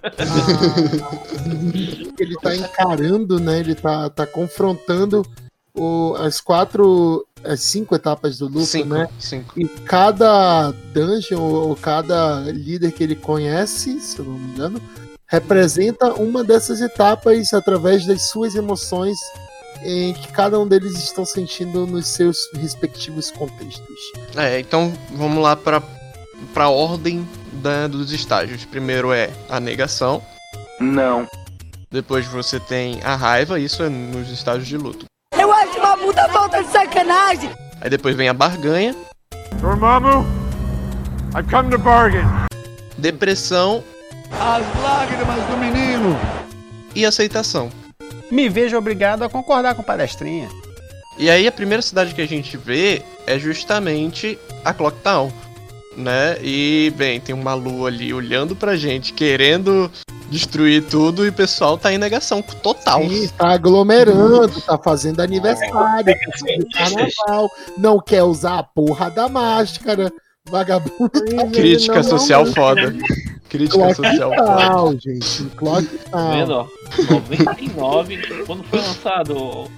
Ele tá encarando, né? Ele tá, tá confrontando o, as quatro, as cinco etapas do luto, cinco, né? Cinco. E cada dungeon ou cada líder que ele conhece, se eu não me engano, representa uma dessas etapas através das suas emoções em que cada um deles estão sentindo nos seus respectivos contextos. É, então vamos lá para para ordem da, dos estágios. Primeiro é a negação. Não. Depois você tem a raiva, isso é nos estágios de luto. Eu acho uma puta falta de sacanagem. Aí depois vem a barganha. Dormammu, I've come to bargain. Depressão. As lágrimas do menino. E aceitação. Me vejo obrigado a concordar com palestrinha. E aí a primeira cidade que a gente vê é justamente a Clock Town, né? E, bem, tem uma lua ali olhando pra gente, querendo destruir tudo, e o pessoal tá em negação total. Sim, tá aglomerando, tá fazendo aniversário, tá fazendo carnaval, não quer usar a porra da máscara, vagabundo. Tá Crítica social não, foda. Crítica Clock social Town, foda. gente. Clock Town. Vendo, ó, noventa e nove, quando foi lançado...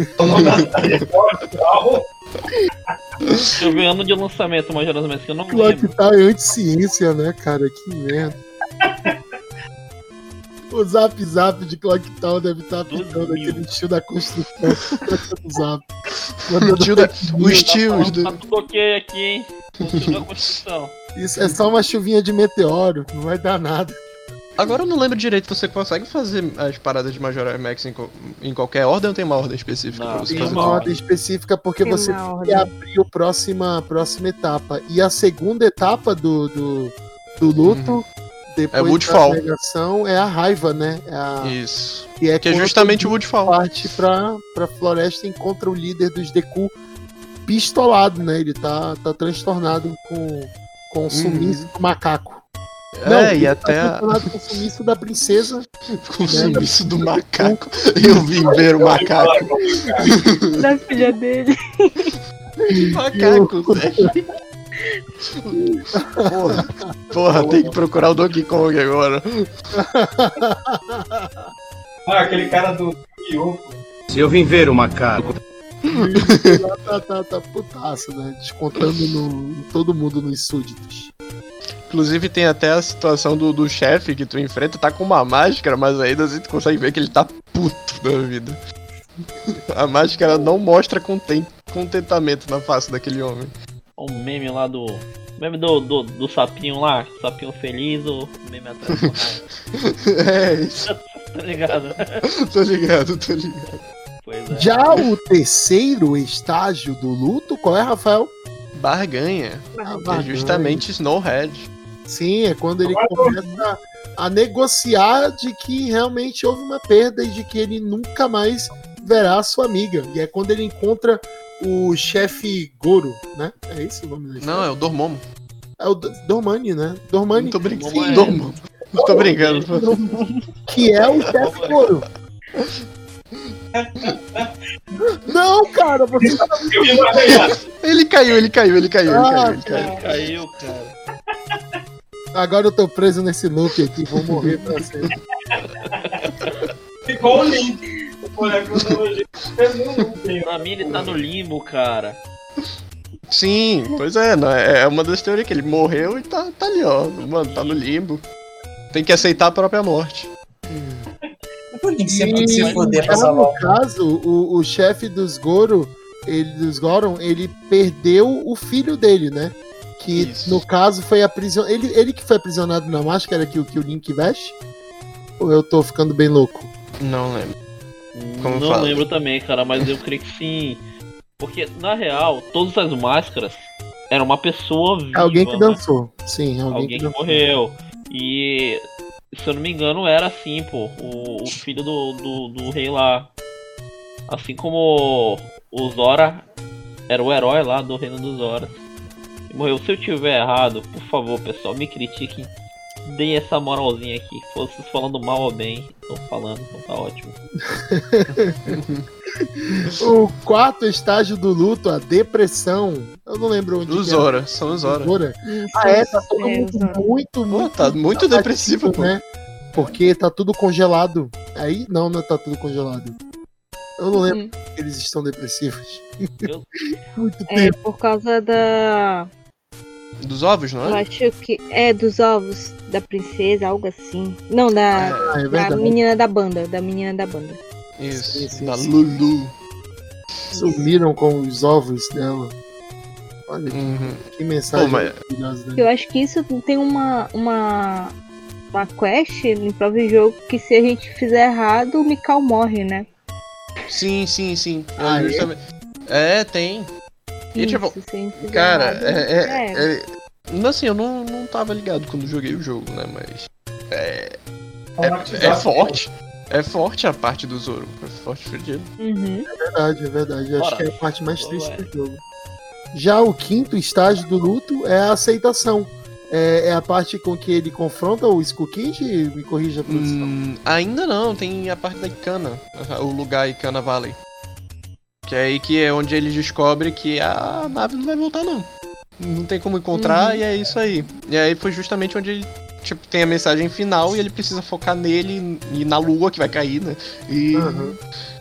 Deixa eu ver ano de lançamento, Majora's Mask, que eu não Clock lembro. Town é anti-ciência, né, cara? Que merda. O Zap Zap de Clock Town deve estar aplicando aquele tio da construção do Zap. O tio da... Os tios Tá tudo ok aqui, hein? O tio da construção. Isso é só uma chuvinha de meteoro, não vai dar nada. Agora eu não lembro direito, você consegue fazer as paradas de Majora's Mask em, em qualquer ordem ou tem uma ordem específica? Não, pra você tem fazer uma tudo? ordem específica porque Tem você uma tem que ordem. abrir a próxima, próxima etapa. E a segunda etapa do, do, do luto, Uhum. depois É Woodfall. da negação, é a raiva, né? É a, Isso. que é, Que é quando justamente o ele Woodfall. parte pra, pra floresta e encontra o líder dos Deku pistolado, né? Ele tá, tá transtornado com, com o sumiço do macaco. É, Não, e ele até tá a... transtornado com o sumiço da princesa. com o sumiço do macaco. Eu vim ver o macaco. Da filha dele. Macaco, velho. Porra, porra, tem que procurar o Donkey Kong agora. Ah, aquele cara do Yoko. Se eu vim ver o macaco. tá, tá, tá putaço, né? Descontando no, em todo mundo nos súditos. Inclusive tem até a situação do, do chefe que tu enfrenta, tá com uma máscara, mas ainda assim tu consegue ver que ele tá puto da vida. A máscara não mostra content, contentamento na face daquele homem. O meme lá do... O meme do, do, do sapinho lá, sapinho feliz, o meme atrás. É isso. tá ligado? Tô ligado, tô ligado. Pois é. Já o terceiro estágio do luto, qual é, Rafael? Barganha. Barganha. É justamente Snowhead. Sim, é quando ele começa a negociar de que realmente houve uma perda e de que ele nunca mais verá a sua amiga. E é quando ele encontra o chefe Goro, né? É esse o nome dele? Não, é o Dormammu. É o D- Dormani, né? Dormani. Não tô brincando. Sim. Dormammu. Não tô brincando. Que é o chefe Goro. Não, cara, você tá... Ele caiu, ele caiu, ele caiu, ele caiu, ele Ah, caiu. Caiu, cara. Agora eu tô preso nesse loop aqui, vou morrer pra sempre. Ficou o link. Olha, cronologia. Pra mim ele tá no limbo, cara. Sim, pois é, não, é uma das teorias que ele morreu e tá, tá ali, ó. Mano, tá no limbo. Tem que aceitar a própria morte. Tem que sempre se E, foder pra já salvar. no caso, o, o chefe dos Goro, ele, dos Goron, ele perdeu o filho dele, né? Que Isso. no caso foi aprisionado. Ele, ele que foi aprisionado na máscara que, o- que o Link veste? Ou eu tô ficando bem louco? Não lembro. Como Não fala? lembro também, cara, mas eu creio que sim. Porque, na real, todas as máscaras eram uma pessoa viva. Alguém que né? dançou. Sim, alguém, Alguém que que dançou. morreu. E, se eu não me engano, era assim, pô. O, o filho do, do, do rei lá. Assim como o Zora era o herói lá do reino dos Zora. E morreu. Se eu tiver errado, por favor, pessoal, me critiquem. Deem essa moralzinha aqui. Fosse falando mal ou bem, tô falando, então tá ótimo. O quarto estágio do luto, a depressão. Eu não lembro onde. Do que Zora, são os Zora. Zora. Ah, é, tá todo mundo muito, muito. tá muito depressivo, pô. né? Porque tá tudo congelado. Aí não, não tá tudo congelado. Eu não lembro que eles estão depressivos. Muito É tempo. por causa da. Dos ovos, não Eu é? acho que é dos ovos da princesa, algo assim. Não, da, Ah, é da verdade. menina da banda. Da menina da banda. Isso, Sim, sim, da sim. Lulu. Sumiram com os ovos dela. Olha que, Uhum. que mensagem Pô, mas- maravilhosa, né? Eu acho que isso tem uma. uma. uma quest no próprio jogo que se a gente fizer errado, o Mikau morre, né? Sim, sim, sim. É, Ah, é? justamente- é, tem. E tipo, Isso, se a gente fizer cara, errado, é, é, é. é- não, assim, eu não, não tava ligado quando joguei o jogo, né? Mas. É. É, é forte. É forte a parte do Zoro. É forte fedido. Uhum. É verdade, é verdade. Acho Bora. que é a parte mais triste do jogo. Já o quinto estágio do luto é a aceitação. É, é a parte com que ele confronta o Skull Kid? Me corrija a produção. Hum, ainda não, tem a parte da Ikana, o lugar Ikana Valley. Que é aí que é onde ele descobre que a nave não vai voltar não. Não tem como encontrar Uhum. e é isso aí. E aí foi justamente onde ele tipo, tem a mensagem final e ele precisa focar nele e na lua que vai cair, né? E, Uhum.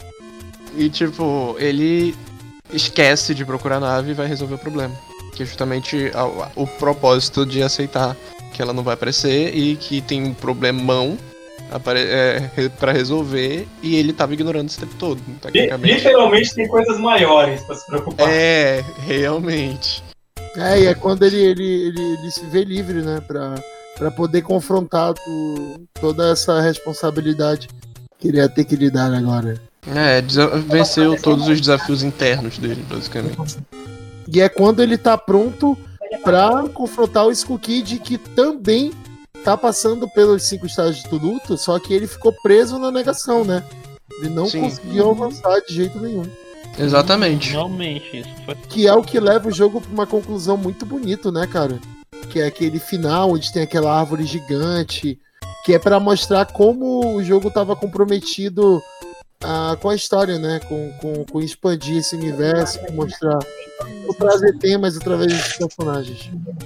e tipo, ele esquece de procurar a nave e vai resolver o problema. Que é justamente a- o propósito de aceitar que ela não vai aparecer e que tem um problemão apare- é, re- pra resolver e ele tava ignorando esse tempo todo, Li- tecnicamente. Literalmente tem coisas maiores pra se preocupar. É, realmente. É, e é quando ele, ele, ele, ele se vê livre, né? Pra, pra poder confrontar tu- toda essa responsabilidade que ele ia ter que lidar agora. É, desa- venceu todos os desafios internos dele, basicamente. E é quando ele tá pronto pra confrontar o Skull Kid, que também tá passando pelos cinco estágios do luto, só que ele ficou preso na negação, né? Ele não Sim. conseguiu avançar de jeito nenhum. Exatamente. Realmente, isso foi. Que é o que leva o jogo pra uma conclusão muito bonita, né, cara? Que é aquele final onde tem aquela árvore gigante, que é pra mostrar como o jogo tava comprometido ah, com a história, né? Com, com, com expandir esse universo, com mostrar, com trazer temas através dos personagens.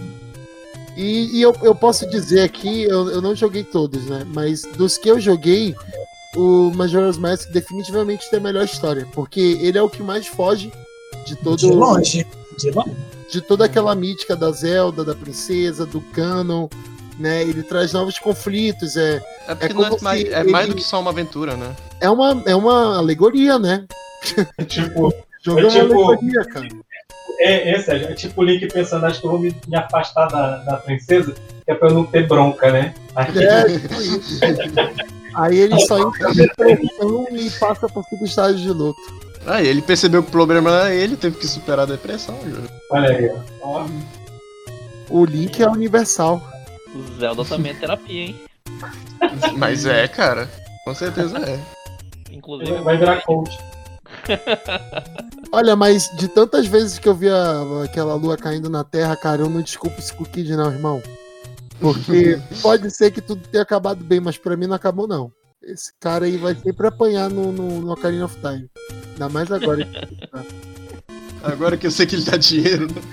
E, e eu, eu posso dizer aqui, eu, eu não joguei todos, né? Mas dos que eu joguei, o Majora's Mask definitivamente tem a melhor história, porque ele é o que mais foge de todo De longe. De longe. de toda aquela mítica da Zelda, da princesa, do canon, né? Ele traz novos conflitos, é É porque É não é, como mais, se é mais ele- do que só uma aventura, né? é uma é uma alegoria, né? Tipo, O jogo é, é uma tipo- alegoria, cara. é, é, Sérgio, é tipo o Link pensando, acho que eu vou me, me afastar da, da princesa, que é pra eu não ter bronca, né? Aí, É, tipo isso. Aí ele só entra em depressão e passa por subestágio de luto. Ah, ele percebeu que o problema era ele, teve que superar a depressão. Olha aí, ó. O Link é universal. O Zelda também é terapia, hein? Mas é, cara. Com certeza é. Inclusive. Vai virar coach. Olha, mas de tantas vezes que eu vi a, aquela lua caindo na Terra, cara, eu não desculpo esse Kid não, irmão. Porque pode ser que tudo tenha acabado bem, mas pra mim não acabou, não. Esse cara aí vai sempre apanhar no, no, no Ocarina of Time. Ainda mais agora. Agora que eu sei que ele dá dinheiro, né?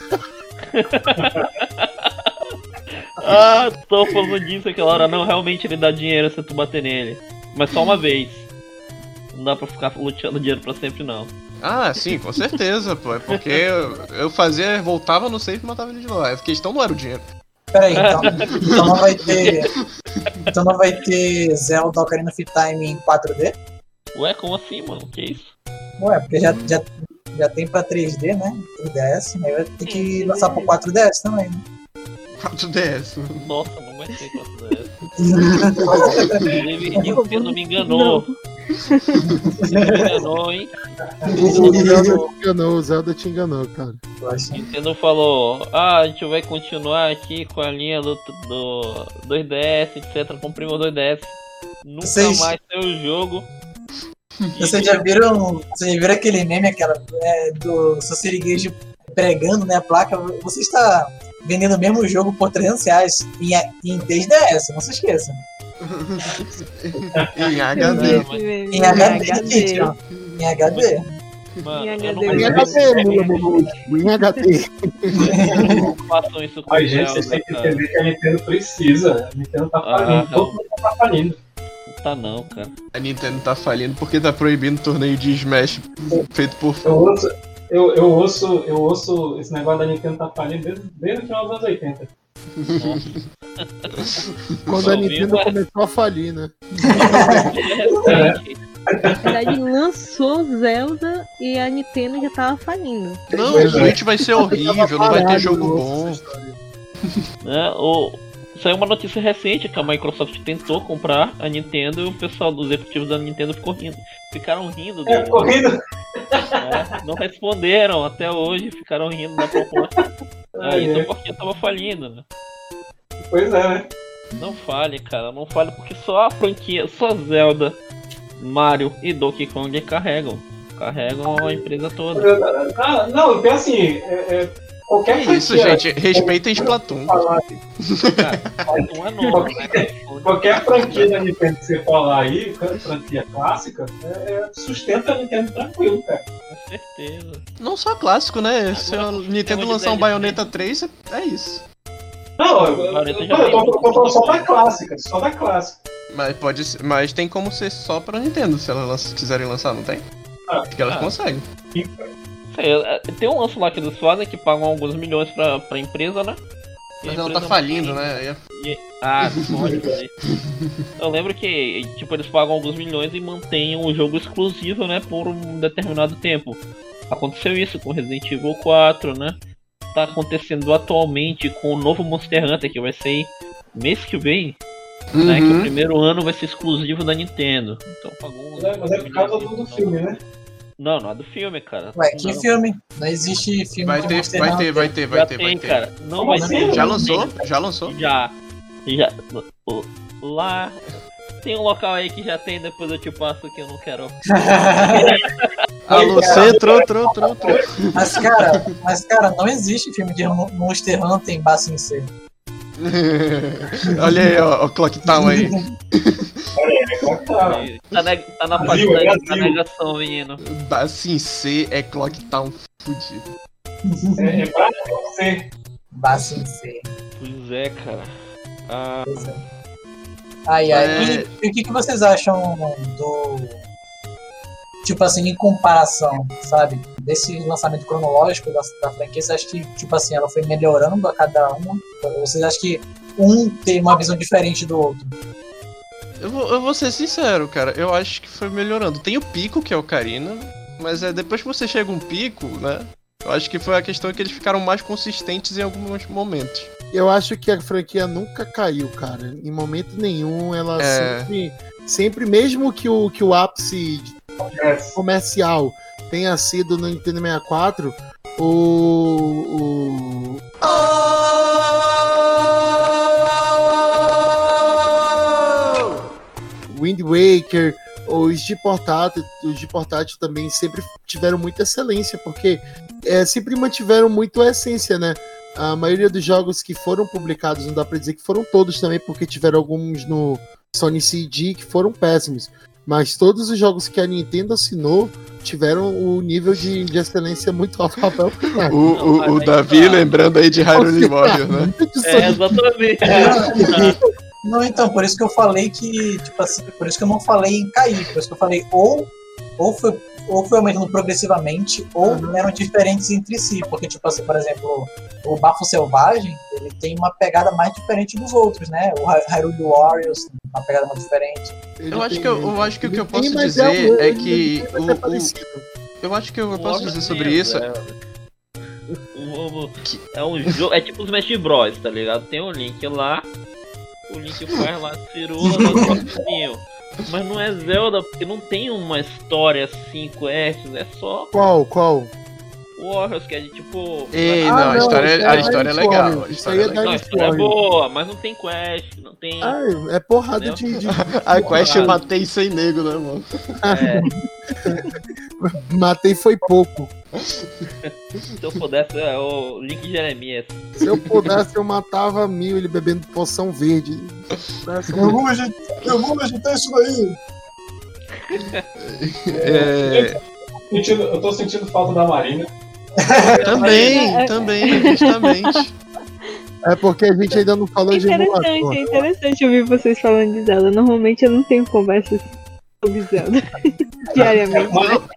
Ah, tô falando disso aquela hora. Não, realmente ele dá dinheiro se tu bater nele. Mas só uma vez. Não dá pra ficar luteando dinheiro pra sempre, não. Ah, sim, com certeza, pô. É porque eu, eu fazia, voltava no safe e matava ele de novo. A questão não era o dinheiro. Peraí, então, então não vai ter. Então não vai ter Zelda Ocarina of Time em quatro D? Ué, como assim, mano? Que isso? Ué, porque já, já, já tem pra três D, né? três D S, aí vai ter que lançar pro quatro D S também, né? quatro D S. Nossa, não vai ter quatro D S. Inclusive, Nintendo me enganou. Me enganou, hein? O Zelda te enganou, o Zelda te enganou, cara. Nintendo falou, ah, a gente vai continuar aqui com a linha do, do dois D S, etcétera. Comprei meu dois D S. Nunca Vocês... mais saiu o jogo. Vocês já viram. Vocês já viram aquele meme, aquela é, do seu Siriguejo pregando, né, a placa? Você está vendendo o mesmo jogo por trezentos reais em, em três D S, não se esqueça. Em H D. Em H D, em H D. Mano, em H D, em H D, em H D. Não façam isso com a gente, vocês têm que entender que a Nintendo precisa. A Nintendo tá falindo, ah, todo mundo tá falindo. Não tá não, cara. A Nintendo tá falindo porque tá proibindo torneio de Smash feito por fã. Eu ouço, eu, eu, ouço, eu ouço esse negócio da Nintendo tá falindo desde, desde o final dos anos oitenta. Quando a Nintendo começou a falir, né? Na verdade, lançou Zelda e a Nintendo já tava falindo. Não, o Switch vai ser horrível, não vai ter jogo bom. É, o... Saiu uma notícia recente que a Microsoft tentou comprar a Nintendo e o pessoal dos executivos da Nintendo ficou rindo. Ficaram rindo. Do... É, ficou rindo? É, não responderam até hoje, ficaram rindo da proposta. É, é, isso é porque tava falindo, né? Pois é, né? Não fale, cara, não fale porque só a franquia, só Zelda, Mario e Donkey Kong carregam. Carregam a empresa toda. Ah, não, então assim, é, é, qualquer franquia... Isso, gente, respeitem Splatoon. Cara, Splatoon é novo, qualquer, né? Qualquer franquia da Nintendo que você falar aí, franquia clássica, é, sustenta a Nintendo tranquilo, cara. Com certeza. Não só clássico, né? Agora, se a Nintendo lançar um Bayonetta três, é isso. Não, eu, eu, eu, eu tô, tô falando só da clássica, só da clássica. Mas pode ser, mas tem como ser só pra Nintendo, se elas quiserem lançar, não tem? Ah, Acho que elas ah, conseguem. Sei, tem um lance lá que eles fazem que pagam alguns milhões pra, pra empresa, né? Mas ela tá falindo, né? E... Ah, pode. Eu lembro que, tipo, eles pagam alguns milhões e mantêm o jogo exclusivo, né, por um determinado tempo. Aconteceu isso com Resident Evil quatro, né? Tá acontecendo atualmente com o novo Monster Hunter, que vai ser mês que vem, uhum. né? Que o primeiro ano vai ser exclusivo da Nintendo. Então pagou uns... é, Mas é por causa do, do filme, né? Não, não é do filme, cara. Ué, que não. filme? Não existe filme vai de ter, Monster vai Hunter. ter, vai ter, vai já ter, tem, vai ter. Cara. Não vai ser. Já lançou? Já lançou? Já. Já. Lá... Tem um local aí que já tem, depois eu te passo que eu não quero. Alô, centro, tro, tro, tro. Mas cara, mas cara, não existe filme de Monster Hunter em Bassin C. Olha aí, ó, o Clock Town aí. Tá, ne tá na fase da, da negação, menino. Bassin C é Clock Town fudido. É, é Bassin C. Bassin C. Pois é, cara. Ah... Pois é. Ai, ai. É... E, e o que, que vocês acham do... Tipo assim, em comparação, sabe? Desse lançamento cronológico da, da franquia, você acha que, tipo assim, ela foi melhorando a cada uma? Ou vocês acham que um tem uma visão diferente do outro? Eu vou, eu vou ser sincero, cara. Eu acho que foi melhorando. Tem o pico, que é o Ocarina, mas é depois que você chega um pico, né? Eu acho que foi a questão que eles ficaram mais consistentes em alguns momentos. eu acho que a franquia nunca caiu, cara. Em momento nenhum, ela É. sempre, sempre, mesmo que o, que o ápice comercial tenha sido no Nintendo sessenta e quatro, o... o... Wind Waker, os de portátil, os de portátil também sempre tiveram muita excelência, porque é, sempre mantiveram muito a essência, né? A maioria dos jogos que foram publicados, não dá pra dizer que foram todos também, porque tiveram alguns no Sony C D que foram péssimos, mas todos os jogos que a Nintendo assinou tiveram o nível de, de excelência muito alto. O, o, o Davi lembrando aí de Hyrule Warriors, né? É, exatamente. Não, então, por isso que eu falei que, tipo assim, por isso que eu não falei em cair, por isso que eu falei ou, ou, foi, ou foi aumentando progressivamente, ou eram diferentes entre si, porque, tipo assim, por exemplo, o Bafo Selvagem, ele tem uma pegada mais diferente dos outros, né? O Hyrule Warriors tem uma pegada mais diferente. Eu acho que, eu, eu acho que o que eu posso dizer é que o, o, eu acho que eu posso dizer sobre isso é, é um jogo, é tipo os Smash Bros, tá ligado? Tem um Link lá, o Link faz lá firula no próximo. Mas não é Zelda, porque não tem uma história assim, quests, é só... Qual, qual? Warriors, que é de tipo... Ei, ah, não, não, a história, é, a história é legal. A Isso história aí é é legal. Não, a história é boa, mas não tem quest, não tem... Ah, é porrada de, de... A quest eu matei sem nego, né, mano? É. Matei foi pouco. Se eu pudesse, é o Link Jeremias. Se eu pudesse, eu matava mil ele bebendo poção verde. Eu vou ajeitar, eu vou ajeitar isso daí. É... Eu tô sentindo falta da Marina. Também, também, justamente. É porque a gente ainda não falou de emulador. Interessante, é interessante ouvir vocês falando de Zelda. Normalmente eu não tenho conversas sobre Zelda diariamente. Mas eu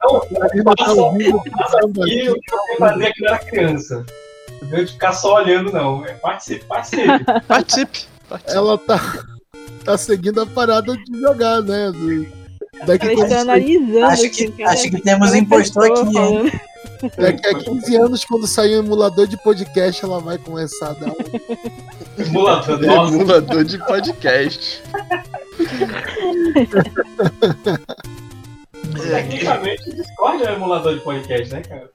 aqui o que eu fazia quando era criança. Não deu de ficar só olhando, não. Participe, participe. Participe. Ela tá, tá seguindo a parada de jogar, né? Daqui eu estou analisando. Acho que, acho que temos impostor aqui, hein? Daqui a quinze anos, quando sair um emulador de podcast, ela vai começar a dar um... Emulador, emulador de podcast. Tecnicamente, o Discord é um emulador de podcast, né, cara?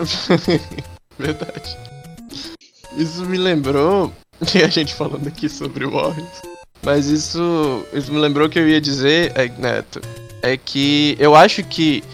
Verdade. Isso me lembrou, e a gente falando aqui sobre o Warriors, mas isso, isso me lembrou que eu ia dizer, é, Neto, é que eu acho que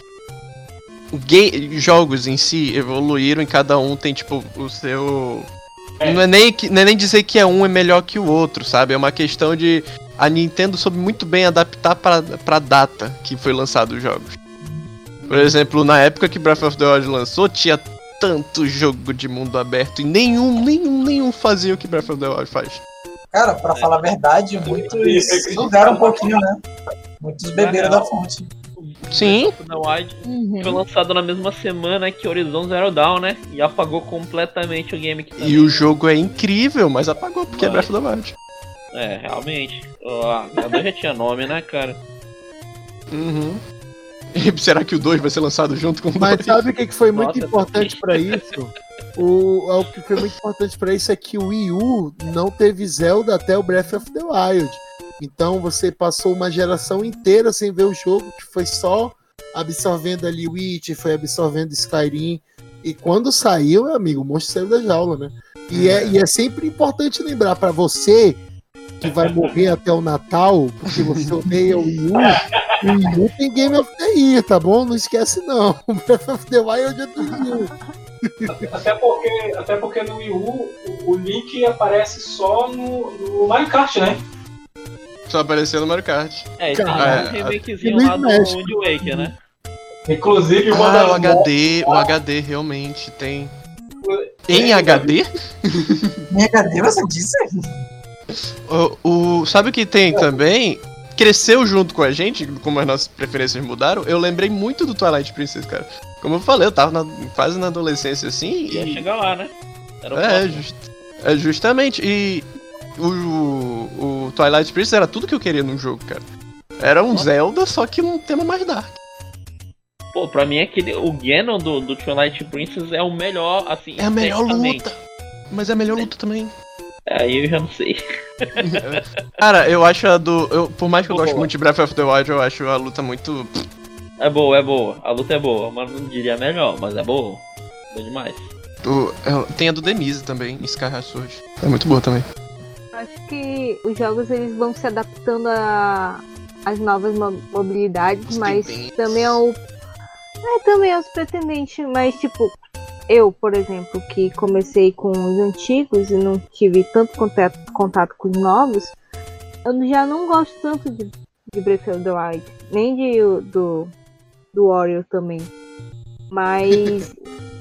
game, jogos em si evoluíram e cada um tem, tipo, o seu... É. Não, é nem que, não é nem dizer que é um é melhor que o outro, sabe? É uma questão de... A Nintendo soube muito bem adaptar pra, pra data que foi lançado os jogos. Por exemplo, na época que Breath of the Wild lançou, tinha tanto jogo de mundo aberto e nenhum, nenhum, nenhum fazia o que Breath of the Wild faz. Cara, pra falar a verdade, muitos jogaram um pouquinho, né? Muitos beberam da fonte. Sim. The Wild uhum. Foi lançado na mesma semana que Horizon Zero Dawn, né? E apagou completamente o game que tá. E o jogo é incrível, mas apagou porque mas... é Breath of the Wild. É, realmente. A Zelda já tinha nome, né, cara? Uhum. E será que o dois vai ser lançado junto com o Mas dois? sabe o que foi muito Nossa, importante pra isso? O, o que foi muito importante pra isso é que o Wii U não teve Zelda até o Breath of the Wild. Então você passou uma geração inteira sem ver o jogo, que foi só absorvendo ali Witch, foi absorvendo Skyrim. E quando saiu, meu amigo, o monstro saiu da jaula, né? E é, e é sempre importante lembrar pra você que vai morrer até o Natal, porque você odeia o Wii U, o Wii U tem Game of the Year, tá bom? Não esquece não. O Breath of the Wild é do Wii U. Até porque, até porque no Wii U, o Link aparece só no, no Mario Kart, né? Só apareceu no Mario Kart. É, tem um remakezinho lá do Wind Waker, né? Inclusive, uma ah, das o H D, o H D realmente tem. Em H D? Em H D você disse? O, o, sabe o que tem também? Cresceu junto com a gente, como as nossas preferências mudaram. Eu lembrei muito do Twilight Princess, cara. Como eu falei, eu tava na, quase na adolescência assim. Ia e... chegar lá, né? Era o é, just, é, justamente. E o, o Twilight Princess era tudo que eu queria num jogo, cara. Era um Nossa. Zelda, só que um tema mais dark. Pô, pra mim aquele, o Ganon do, do Twilight Princess é o melhor, assim. É a melhor luta. Mas é a melhor luta também. Aí eu já não sei. Cara, eu acho a do. Eu, por mais que eu Boa. goste muito de Breath of the Wild, eu acho a luta muito. É boa, é boa. A luta é boa, mas não diria melhor, mas é boa. Boa demais. O, é, tem a do Denise também, em Sky Sword. É muito boa também. Acho que os jogos eles vão se adaptando a as novas mo- mobilidades, mas também ao é, também aos pretendentes, mas tipo, eu, por exemplo, que comecei com os antigos e não tive tanto contato, contato com os novos, eu já não gosto tanto de, de Breath of the Wild, nem de, do, do Warrior também. Mas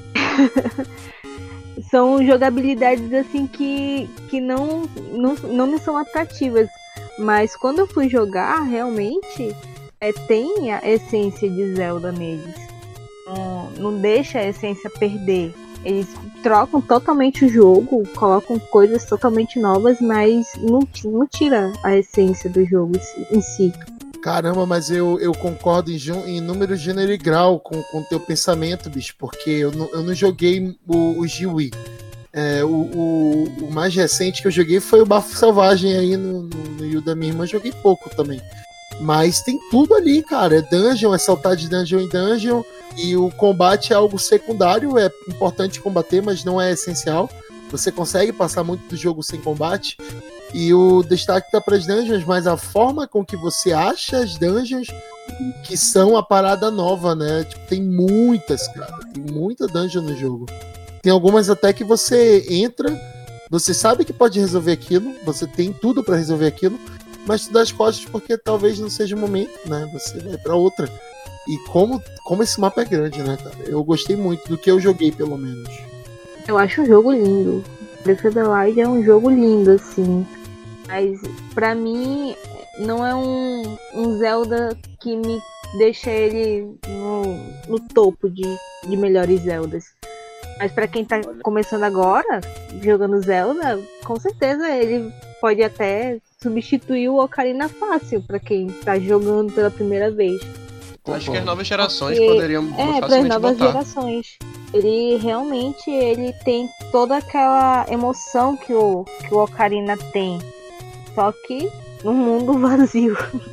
são jogabilidades assim que, que não, não, não me são atrativas. Mas quando eu fui jogar, realmente é, tem a essência de Zelda neles. Não, não deixa a essência perder. Eles trocam totalmente o jogo, colocam coisas totalmente novas, mas não, não tira a essência do jogo em si. Caramba, mas eu, eu concordo em, ju- em número, gênero e grau com o teu pensamento, bicho, porque eu não, eu não joguei o, o G Wii. É, o, o, o mais recente que eu joguei foi o Bafo Selvagem aí no, no, no Wii da minha irmã, joguei pouco também. Mas tem tudo ali, cara. É dungeon, é saltar de dungeon em dungeon. E o combate é algo secundário. É importante combater, mas não é essencial. Você consegue passar muito do jogo sem combate. E o destaque tá para as dungeons, mas a forma com que você acha as dungeons que são a parada nova, né? Tipo, tem muitas, cara. Tem muita dungeon no jogo. Tem algumas até que você entra, você sabe que pode resolver aquilo, você tem tudo para resolver aquilo, mas tu dá as costas porque talvez não seja o momento, né? Você vai pra outra. E como, como esse mapa é grande, né, cara? Eu gostei muito do que eu joguei, pelo menos. Eu acho um jogo lindo. Breath of the Wild é um jogo lindo, assim. Mas, pra mim, não é um, um Zelda que me deixa ele no, no topo de, de melhores Zeldas. Mas pra quem tá começando agora, jogando Zelda, com certeza ele pode até substituir o Ocarina fácil pra quem tá jogando pela primeira vez. Acho que as novas gerações Porque, poderiam é, para as facilmente novas botar. gerações. Ele realmente ele tem toda aquela emoção que o, que o Ocarina tem. Só que num mundo vazio.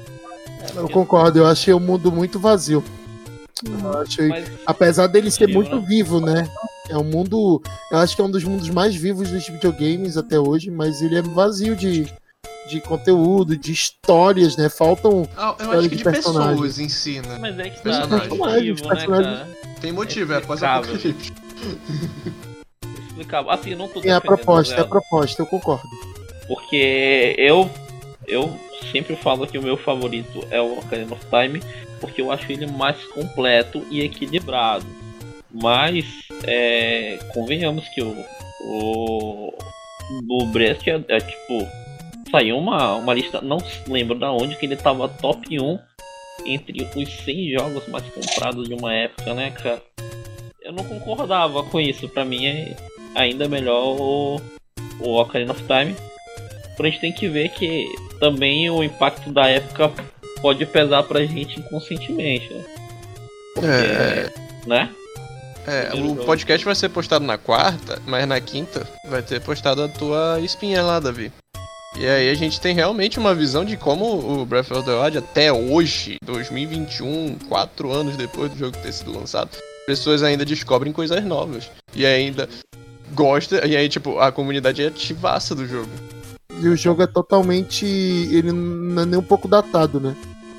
Eu concordo, eu achei o mundo muito vazio. Eu achei, Mas- apesar dele ser Vivo, muito né? vivo, né? É um mundo. Eu acho que é um dos mundos mais vivos dos videogames até hoje, mas ele é vazio de, de conteúdo, de histórias, né? Faltam. Ah, eu histórias acho que de pessoas em si, né? Mas é que tá, Personagens. tem motivo, né, personagens. cara? Tem motivo, é explicável. pós-apocalipse. Explicável. Assim, não tô É a defendendo proposta, é a Zelda, proposta, eu concordo. porque eu, eu sempre falo que o meu favorito é o Ocarina of Time, porque eu acho ele mais completo e equilibrado. Mas, é, convenhamos que o, o, o Breath é, é tipo, saiu uma, uma lista, não lembro da onde, que ele tava top um entre os cem jogos mais comprados de uma época, né, cara? Eu não concordava com isso, pra mim é ainda melhor o, o Ocarina of Time. Porém, a gente tem que ver que também o impacto da época pode pesar pra gente inconscientemente, né? Porque, É. né? É, Primeiro o jogo. podcast vai ser postado na quarta, mas na quinta vai ter postado a tua espinha lá, Davi. E aí a gente tem realmente uma visão de como o Breath of the Wild até hoje, dois mil e vinte e um, quatro anos depois do jogo ter sido lançado, pessoas ainda descobrem coisas novas. E ainda gosta, e aí tipo, a comunidade é ativaça do jogo. E o jogo é totalmente. Ele não é nem um pouco datado, né?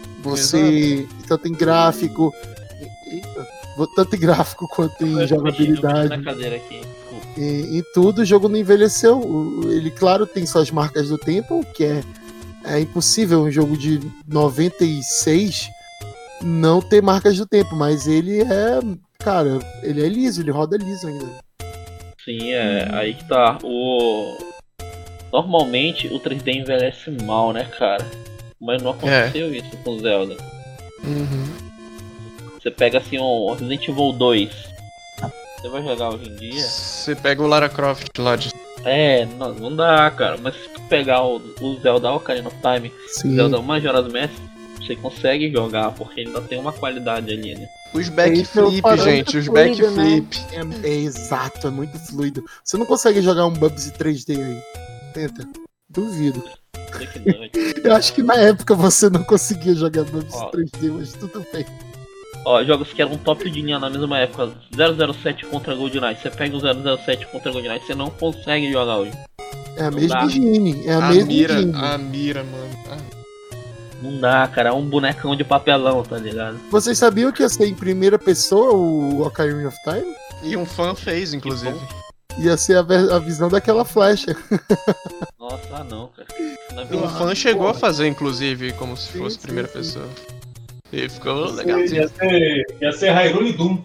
Você. Tanto em gráfico. Eita, tanto em gráfico quanto em Eu mexi jogabilidade. na cadeira aqui. Desculpa. E, em tudo o jogo não envelheceu. O- Ele, claro, tem suas marcas do tempo, que é, é impossível um jogo de noventa e seis não ter marcas do tempo, mas ele é. Cara, ele é liso, ele roda liso ainda. Sim, é aí que tá. O... Normalmente o três D envelhece mal, né, cara? Mas não aconteceu isso com Zelda. Uhum. Você pega assim um Resident Evil dois. Você vai jogar hoje em dia? Você pega o Lara Croft lá de. É, não, não dá, cara. Mas se tu pegar o, o Zelda Ocarina of Time, Sim. Zelda Majora's Mask, você consegue jogar, porque ainda tem uma qualidade ali, né? Os Esse é o backflip, parâmetro gente, os fluido, né? backflip. É, é exato, é muito fluido. Você não consegue jogar um Bubsy três D aí. setenta? Duvido. Eu acho que na época você não conseguia jogar Bubsy três D, mas tudo bem. Ó, jogos que eram top de linha na mesma época, zero zero sete contra GoldenEye. Você pega o zero zero sete contra GoldenEye, você não consegue jogar hoje. É a Não mesma dá. engine, é a, A mesma mira, engine. a mira, mano. Ah. Não dá, cara, é um bonecão de papelão, tá ligado? Vocês sabiam que ia ser em primeira pessoa o Ocarina of Time? E um fã fez, inclusive. Ia ser a, ver- a visão daquela flecha. Nossa, ah, não, cara. Não é Um bem- fã chegou a fazer, inclusive, como se Sim, fosse sim, primeira sim. pessoa. E ficou Ia legalzinho. ser, ia ser Hyrule Doom.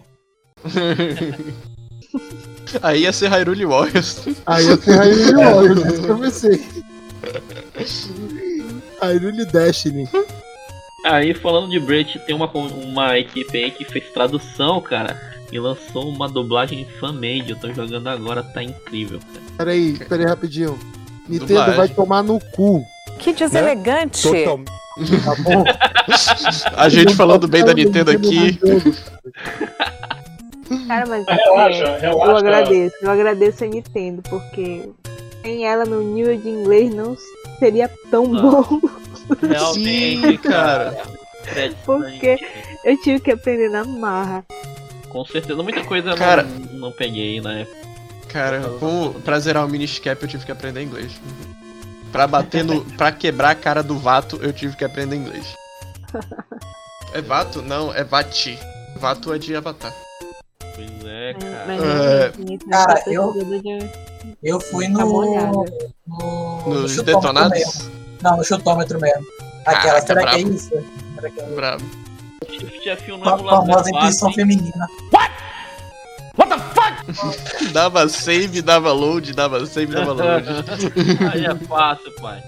Aí ia ser Hyrule Warriors. Aí ia ser Hyrule Warriors, isso que eu pensei. Hyrule Destiny. Aí, falando de Bridge, tem uma, uma equipe aí que fez tradução, cara, e lançou uma dublagem fan-made. Eu tô jogando agora, tá incrível, cara. Peraí, peraí rapidinho. Nintendo Dublagem. vai tomar no cu. Que deselegante. Total... Tá bom? A gente falando bem da Nintendo aqui. Cara, mas Relaxa, é, relaxa. eu agradeço, eu agradeço a Nintendo, porque sem ela meu nível de inglês não seria tão bom. Realmente, Sim, cara. Fred, Porque eu tive que aprender na marra. com certeza, muita coisa eu Cara. não, não peguei na época. Cara, com, pra zerar o Miniscap eu tive que aprender inglês. Pra bater no. Pra quebrar a cara do Vato, eu tive que aprender inglês. É Vato? Não, é Vati. Vato é de Avatar. Pois é, cara. Mas É. realmente, Cara, essa eu- coisa de- Eu fui Tá no. molhada. no, no Nos chutômetro detonados? mesmo. Não, no chutômetro mesmo. Aquela, Caraca, será que é brabo. isso? Será que é isso? Brabo. Shift F um no Fa- emulador famosa é intuição fácil, hein? feminina. Dava save, dava load, dava save, dava load. Aí é fácil, pai.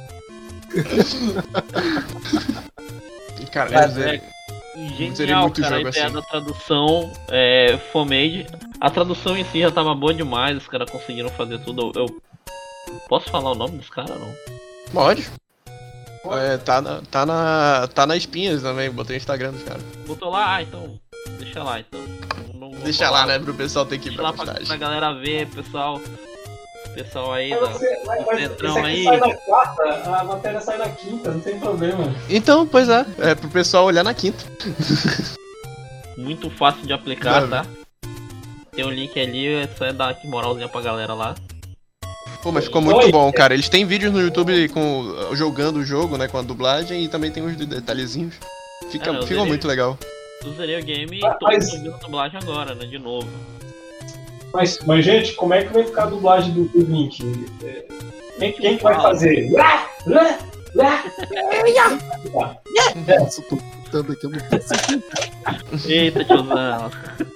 Cara, Mas eu zerei- Genial, Seria muito cara, jogo a ideia assim. da tradução é fan-made. A tradução em si já tava boa demais, os caras conseguiram fazer tudo. Eu, eu- posso falar o nome dos caras, não? Pode. É, tá na, tá na. Tá na espinhas também, botei no Instagram dos caras. Botou lá? Ah, então. Deixa lá, então. Não vou Deixa falar. lá, né, pro pessoal ter que ir Deixa pra lá pra, pra postagem. galera ver, pessoal. Pessoal aí, Mas da, você, mas, do mas Centrão esse aqui aí. sai na quarta, a matéria sai na quinta, não tem problema. Então, pois é, é pro pessoal olhar na quinta. Muito fácil de aplicar, Bravo. tá? Tem um link ali, é só dar aqui moralzinha pra galera lá. Pô, mas ficou muito bom, cara. Eles têm vídeos no YouTube com, jogando o jogo, né, com a dublagem e também tem uns detalhezinhos. Fica, É, eu fica zerei. muito legal. Eu zerei o game e Ah, tô mas- ouvindo a dublagem agora, né? De novo. Mas, mas, gente, como é que vai ficar a dublagem do, do Link? É, Quem, quem que vai fazer? Lá, lá, lá. Nossa, eu tô putando aqui, eu não consigo. Eita, tiozão.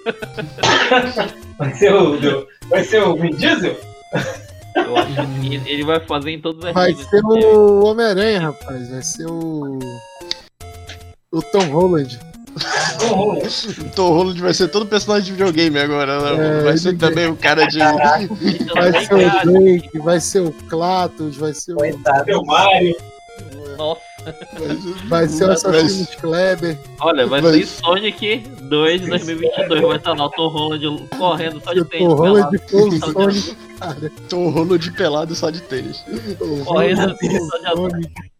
Vai ser o, do- vai ser o Vin Diesel? Eu acho que ele- ele vai fazer em todas as Vai línguas ser que teve. o Homem-Aranha, rapaz. Vai ser o. O Tom Holland. O Tom Holland vai ser todo personagem de videogame agora, né? É, vai ser ele- também o cara de. Vai ser o Drake, vai ser o Kratos, vai ser o. Seu Mario. Nossa. Vai ser o Assassin's Kleber. Olha, vai Vai- ser Sonic dois de dois mil e vinte e dois. Vai estar lá o Tom Holland correndo só de O tênis. Tom Holland pelado. foi o Sonic, cara. Tom Holland pelado só de tênis. Correndo assim, só de azul.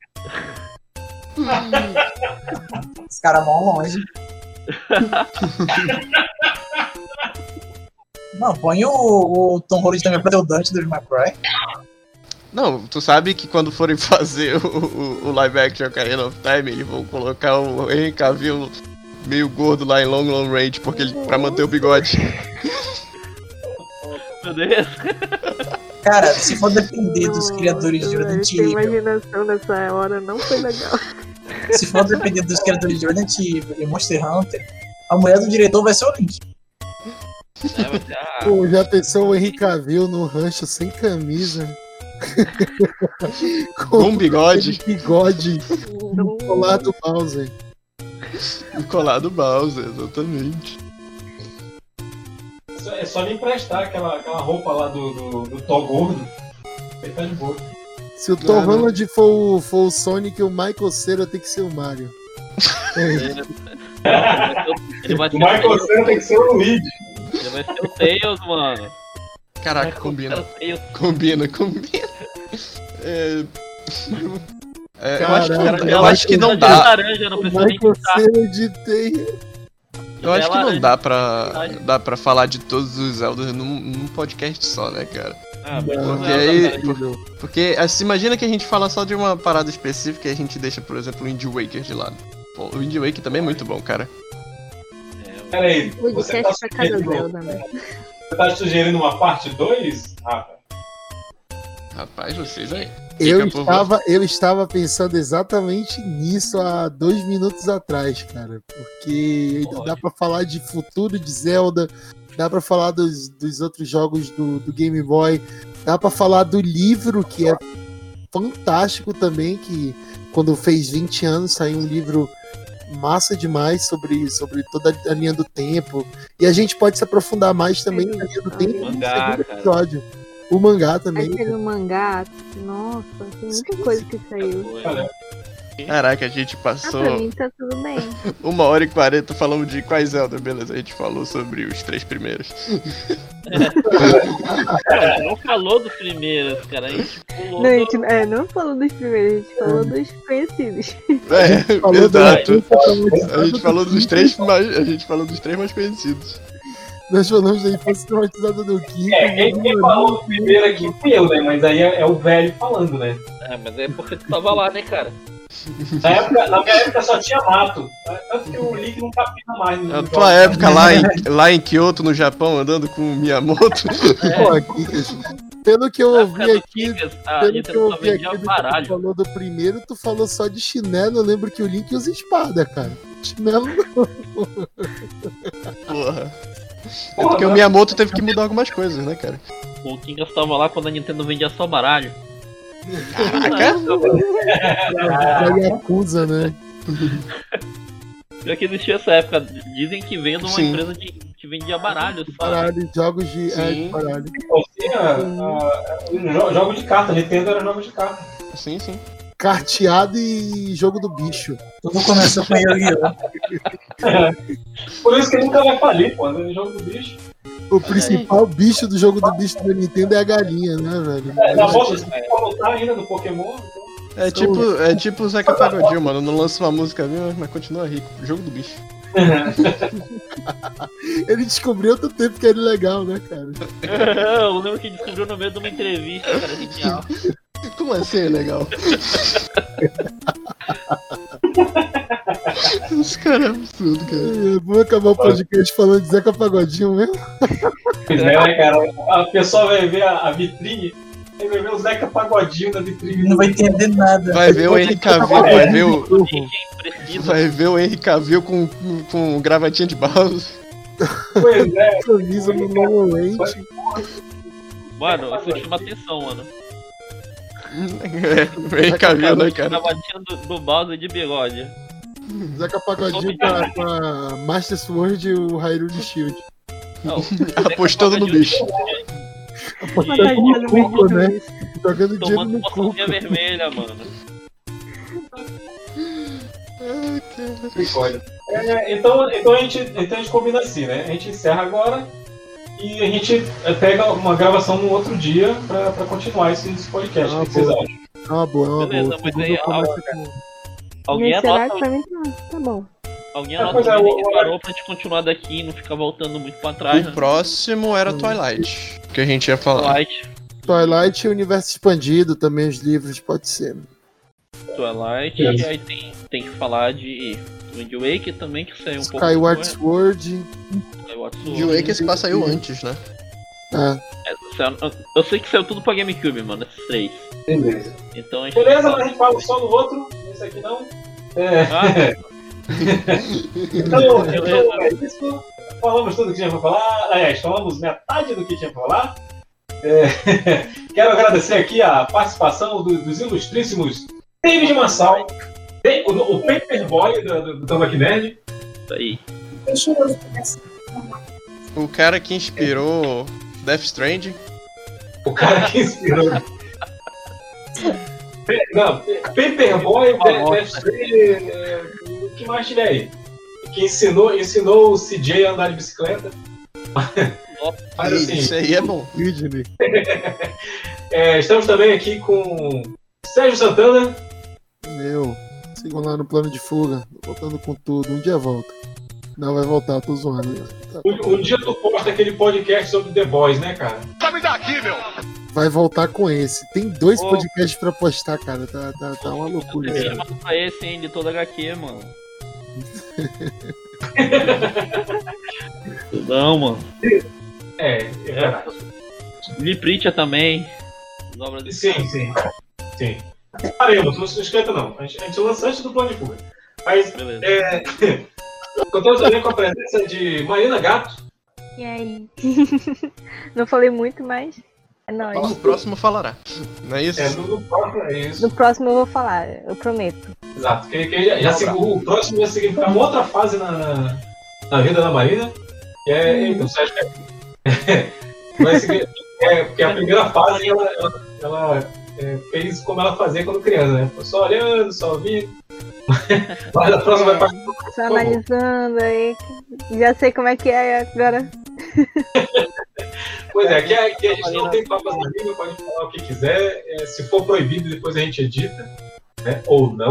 Os caras vão longe. Não, põe o, o Tom Holland também pra ter o Dante do McCray. Não, tu sabe que quando forem fazer o, o, o live action Ocarina of Time, eles vão colocar o Henry Cavill meio gordo lá em Long Long Range, porque ele, pra manter o bigode. Meu Deus. Cara, se for depender dos criadores de Resident Essa Evil, imaginação nessa hora não foi legal. se for depender dos criadores de Resident Evil e Monster Hunter, a mulher do diretor vai ser o Link. É, vai ser a- Pô, já pensou o Henry Cavill no rancho sem camisa? Com bigode. aquele bigode colado do Bowser. O colado Bowser, exatamente. É só- É só lhe emprestar aquela, aquela roupa lá do, do, do Thor gordo. Ele tá de boa. Se o Tom Holland for, o- for o Sonic, o Michael Cera tem que ser o Mario. É isso. Ele vai O ser Michael Tails. Cera tem que ser o Luigi. Ele vai ser o Tails, mano. Caraca, Vai combina. ser o Tails. Combina, combina. É... É, eu Caraca, acho que, eu ela- acho que não ela dá. laranja, não precisa nem Michael pintar. Cera de Teia. Eu acho que não laranja. dá pra, dá pra falar de todos os Zeldas num, num podcast só, né, cara? Ah, mas Não, Porque não, aí. não, por- Porque assim, imagina que a gente fala só de uma parada específica e a gente deixa, por exemplo, o Wind Waker de lado. Pô, o Wind Waker também é muito bom, cara. Peraí, você tá, Podcast pra cada sugerindo, Zelda, né? você tá sugerindo uma parte dois, Rafa? Rapaz, vocês aí. Eu Fica por estava, eu estava pensando exatamente nisso há dois minutos atrás, cara. Porque ainda dá pra falar de futuro de Zelda, dá pra falar dos, dos outros jogos do, do Game Boy, dá pra falar do livro, que é fantástico também, que quando fez vinte anos saiu um livro massa demais sobre, sobre toda a linha do tempo. E a gente pode se aprofundar mais também na linha do tempo no Mangá, segundo cara. episódio. O mangá também. Aí teve o mangá, nossa, tem muita coisa que saiu. Caraca, a gente Ah, passou pra mim tá tudo bem. uma hora e quarenta falando de quais Zelda, beleza? A gente falou sobre os três primeiros. A gente não falou dos primeiros, cara. A gente pulou. Não, a gente é, não falou dos primeiros, a gente falou dos conhecidos. É, Falou exato. da- A gente falou dos três mais. A gente falou dos três mais conhecidos. Nós falamos da infância traumatizada do Kiko. É, quem, quem falou o primeiro aqui fui eu, né? Mas aí é, é o velho falando, né? É, mas é porque tu tava lá, né, cara? Na, época, na minha época só tinha mato. Tanto que o Link não capina mais. Na tua época lá em, lá em Kyoto, no Japão, andando com o Miyamoto. Pô, Kikas, pelo que eu ouvi época do aqui, Kikas, a pelo que Nintendo eu só ouvi vendia aqui do que baralho. tu falou do primeiro, tu falou só de chinelo. Eu lembro que o Link usa espada, cara. Chinelo não. Porra. É porque o Miyamoto teve que mudar algumas coisas, né, cara? O Kingas tava lá quando a Nintendo vendia só baralho. Caraca! Da Yakuza, né? Pior que existia essa época. Dizem que vem de uma Sim. empresa de, que vendia baralho, sabe? Baralho, jogos de, é, de Sim. baralho. Tinha ah, jo- jogo de carta, Nintendo era jogo de carta. Sim, sim. Carteado e jogo do bicho. Tudo começou com Yu-Gi-Oh! Por isso que nunca vai falir, pô, é jogo do bicho. O principal bicho do jogo do bicho da Nintendo é a galinha, né, velho? É, na bolsa você tem que botar ainda no Pokémon. Então... É tipo, é tipo o Zeca Pagodinho, mano. Não lança uma música minha, mas continua rico. Jogo do bicho. Ele descobriu outro tempo que era legal, né, cara? Eu lembro que descobriu no meio de uma entrevista, cara, genial. Como assim é legal? Os caras é absurdo, cara. É, vamos acabar o podcast falando de Zeca Pagodinho mesmo? Pois é, né, cara? A pessoa vai ver a, a vitrine, aí vai ver o Zeca Pagodinho na vitrine. Não vai entender nada. Vai ver o Henry Cavill, vai ver o. Quem precisa. Vai ver o Henry Cavill com, com gravatinha de base. Pois é. Camisa no Lowland. Mano, isso chama atenção, mano. É, o Henry Cavill, né, cara? Gravatinha do, do Bowser de bigode. Zeca Pagodinho com a, com a Master Sword e o Hyrule Shield. Não, Apostando no bicho. Apostando no cuco, né? Jogando dinheiro tomando no uma cuco. sozinha vermelha, mano. É, então, então, a gente, então a gente combina assim, né? A gente encerra agora e a gente é, pega uma gravação no outro dia pra, pra continuar esse, esse podcast. Ah, o que vocês boa. acham? É uma boa, é uma Beleza, boa. mas Segundo aí, começa ah, com- Alguém Nesse horário anota, pra mim tá, tá bom. alguém É, anota pois o é, dia o- que parou pra gente continuar daqui e não ficar voltando muito pra trás, O né? próximo era Twilight, que a gente ia falar. Twilight, Twilight e Universo Expandido, também os livros, pode ser. Twilight, e aí tem, tem que falar de Wind Waker também, que saiu um pouco Skyward depois, Sword. né? Skyward Sword. E o Wake esse passo saiu antes, né? Ah, É, saiu- eu- eu sei que saiu tudo pra GameCube, mano, esses três. Beleza. Então a gente Beleza, mas fala- a gente fala só no outro, esse aqui não. É. Ah, Então, Beleza. então, é isso. Falamos tudo que tinha pra falar. Aliás, falamos metade do que tinha pra falar. É, quero agradecer aqui a participação do- dos ilustríssimos David Massal, tem- o, o Paperboy do, do, do Tambaqui Nerd. isso aí. O cara que inspirou Death Stranding. O cara que inspirou. Não, Paperboy, Death Stranding, é, o que mais tiver aí? Que ensinou, ensinou o C J a andar de bicicleta. Mas, assim, Isso aí é bom. é, estamos também aqui com Sérgio Santana. Meu, sigam lá no plano de fuga, voltando com tudo. Um dia volta. Não vai voltar, tô zoando. Um, um dia tu posta aquele podcast sobre The Boys, né, cara? Tá me daqui, meu! Vai voltar com esse. Tem dois Ô. podcasts pra postar, cara. Tá, tá, tá uma loucura. Você isso. chama pra esse, hein, de toda H Q, mano. Não, mano. É, é verdade. Lipritia também. Obras de Sim, sim. Sim. Paremos, não se esquenta não. A gente, a gente lança antes do plano de fuga. Mas, é, contamos também com a presença de Marina Gato. E aí? Não falei muito, mas é nóis. No próximo falará. Não é isso? É, no, no próximo é isso. No próximo eu vou falar, eu prometo. Exato. Que, que já, já sigo, o próximo vai significar uma outra fase na, na, na vida da Marina. Que é. Então, Sérgio, é, vai seguir, é, porque a primeira fase ela, ela, ela é, fez como ela fazia quando criança, né? Foi só olhando, só ouvindo. Mas a próxima vai participar. Tô analisando aí, já sei como é que é agora. Pois é, aqui, aqui a gente não tem papas na língua, pode falar o que quiser. É, se for proibido, depois a gente edita, né? Ou não.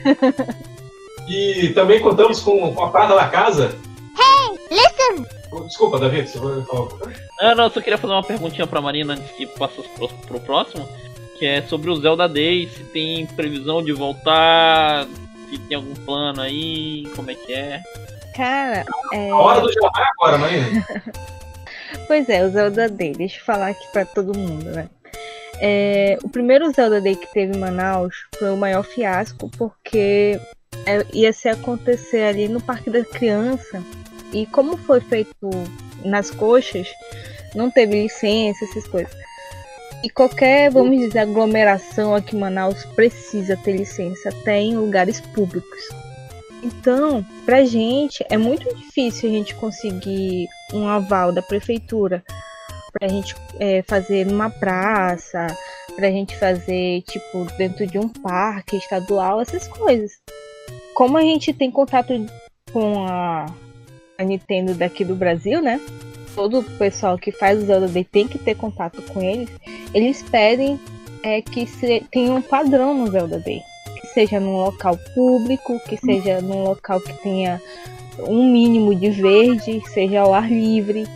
E também contamos com, com a prata da casa. Hey, listen! Desculpa, David, você vai falar alguma coisa? Não, não, eu só queria fazer uma perguntinha pra Marina antes que passe pro, pro próximo. Que é sobre o Zelda Day, se tem previsão de voltar, se tem algum plano aí, como é que é? Cara, é... A hora do jabá é agora, Marina. Pois é, o Zelda Day, deixa eu falar aqui pra todo mundo, né? É, o primeiro Zelda Day que teve em Manaus foi o maior fiasco, porque é, ia se acontecer ali no Parque da Criança, e como foi feito nas coxas, não teve licença, essas coisas. E qualquer, vamos dizer, aglomeração aqui em Manaus precisa ter licença, até em lugares públicos. Então, pra gente, é muito difícil a gente conseguir um aval da prefeitura pra gente é, fazer numa praça, pra gente fazer, tipo, dentro de um parque estadual, essas coisas. Como a gente tem contato com a, a Nintendo daqui do Brasil, né? Todo o pessoal que faz o Zelda Day tem que ter contato com eles. Eles pedem é, que se, tenha um padrão no Zelda Day. Que seja num local público, que seja num local que tenha um mínimo de verde, seja ao ar livre.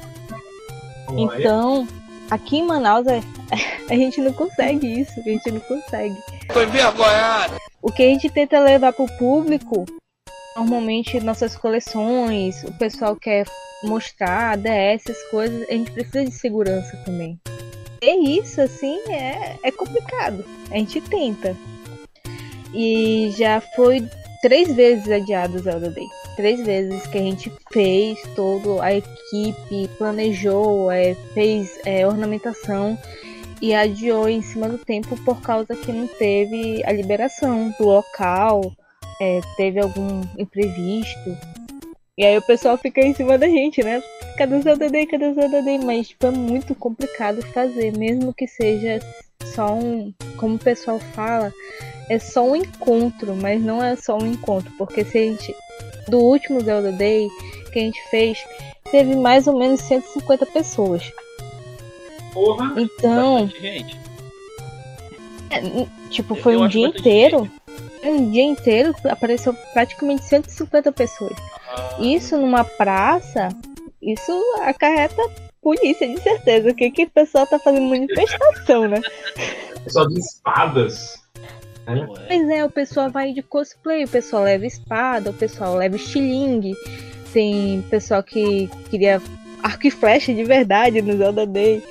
Então, aqui em Manaus a, a gente não consegue isso, a gente não consegue. Tô envergonhado! O que a gente tenta levar pro público, normalmente nossas coleções, o pessoal quer mostrar D S, essas coisas, a gente precisa de segurança também. E isso, assim, é, é complicado. A gente tenta. E já foi três vezes adiado o Zelda Day. Três vezes que a gente fez, toda a equipe planejou, é, fez é, ornamentação e adiou em cima do tempo por causa que não teve a liberação do local, é, teve algum imprevisto. E aí o pessoal fica em cima da gente, né? Cadê o Zelda Day? Cadê o Zelda Day? Mas tipo, é muito complicado fazer, mesmo que seja só um, como o pessoal fala, é só um encontro, mas não é só um encontro, porque se a gente, do último Zelda Day que a gente fez, teve mais ou menos cento e cinquenta pessoas. Porra! Então, gente. É, tipo, foi um dia inteiro. Um dia inteiro apareceu praticamente cento e cinquenta pessoas. Ah. Isso numa praça, isso acarreta polícia, de certeza. O que, que o pessoal tá fazendo manifestação, né? Pessoal de espadas. Né? Pois é, o pessoal vai de cosplay, o pessoal leva espada, o pessoal leva estilingue. Tem pessoal que queria arco e flecha de verdade no Zelda Day.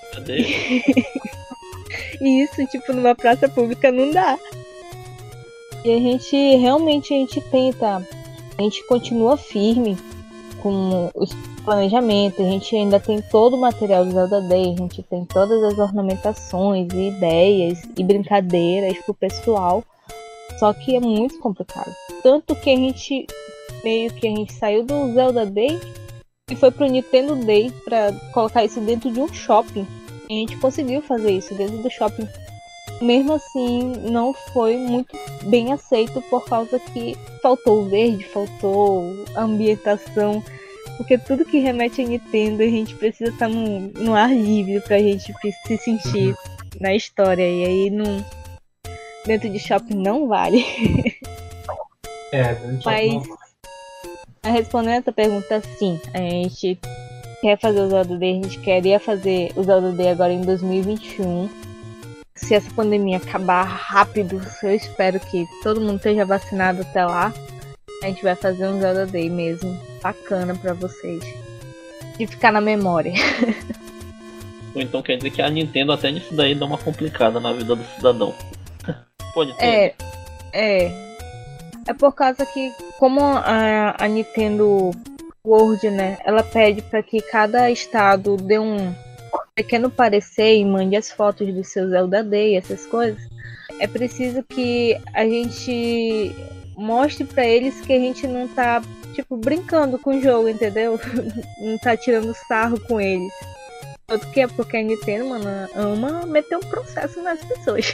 E isso, tipo, numa praça pública não dá. E a gente, realmente, a gente tenta, a gente continua firme com os planejamentos, a gente ainda tem todo o material do Zelda Day, a gente tem todas as ornamentações e ideias e brincadeiras pro pessoal, só que é muito complicado. Tanto que a gente, meio que a gente saiu do Zelda Day e foi pro Nintendo Day pra colocar isso dentro de um shopping. E a gente conseguiu fazer isso dentro do shopping. Mesmo assim, não foi muito bem aceito por causa que faltou o verde, faltou a ambientação. Porque tudo que remete a Nintendo, a gente precisa estar no, no ar livre pra gente se sentir na história. E aí, não, dentro de shopping não vale. É, dentro de shopping não vale. Mas, respondendo essa pergunta, sim. A gente quer fazer o Zelda Day, a gente queria fazer o Zelda Day agora em dois mil e vinte e um. Se essa pandemia acabar rápido, eu espero que todo mundo esteja vacinado até lá. A gente vai fazer um Zelda Day mesmo, bacana pra vocês. De ficar na memória. Ou então quer dizer que a Nintendo até nisso daí dá uma complicada na vida do cidadão. Pode ter. É, é. É por causa que, como a, a Nintendo World, né, ela pede pra que cada estado dê um pequeno parecer e mande as fotos do seu Zelda Day, essas coisas. É preciso que a gente mostre pra eles que a gente não tá, tipo, brincando com o jogo, entendeu? Não tá tirando sarro com eles. Tanto que é porque a Nintendo, mano, ama meter um processo nas pessoas.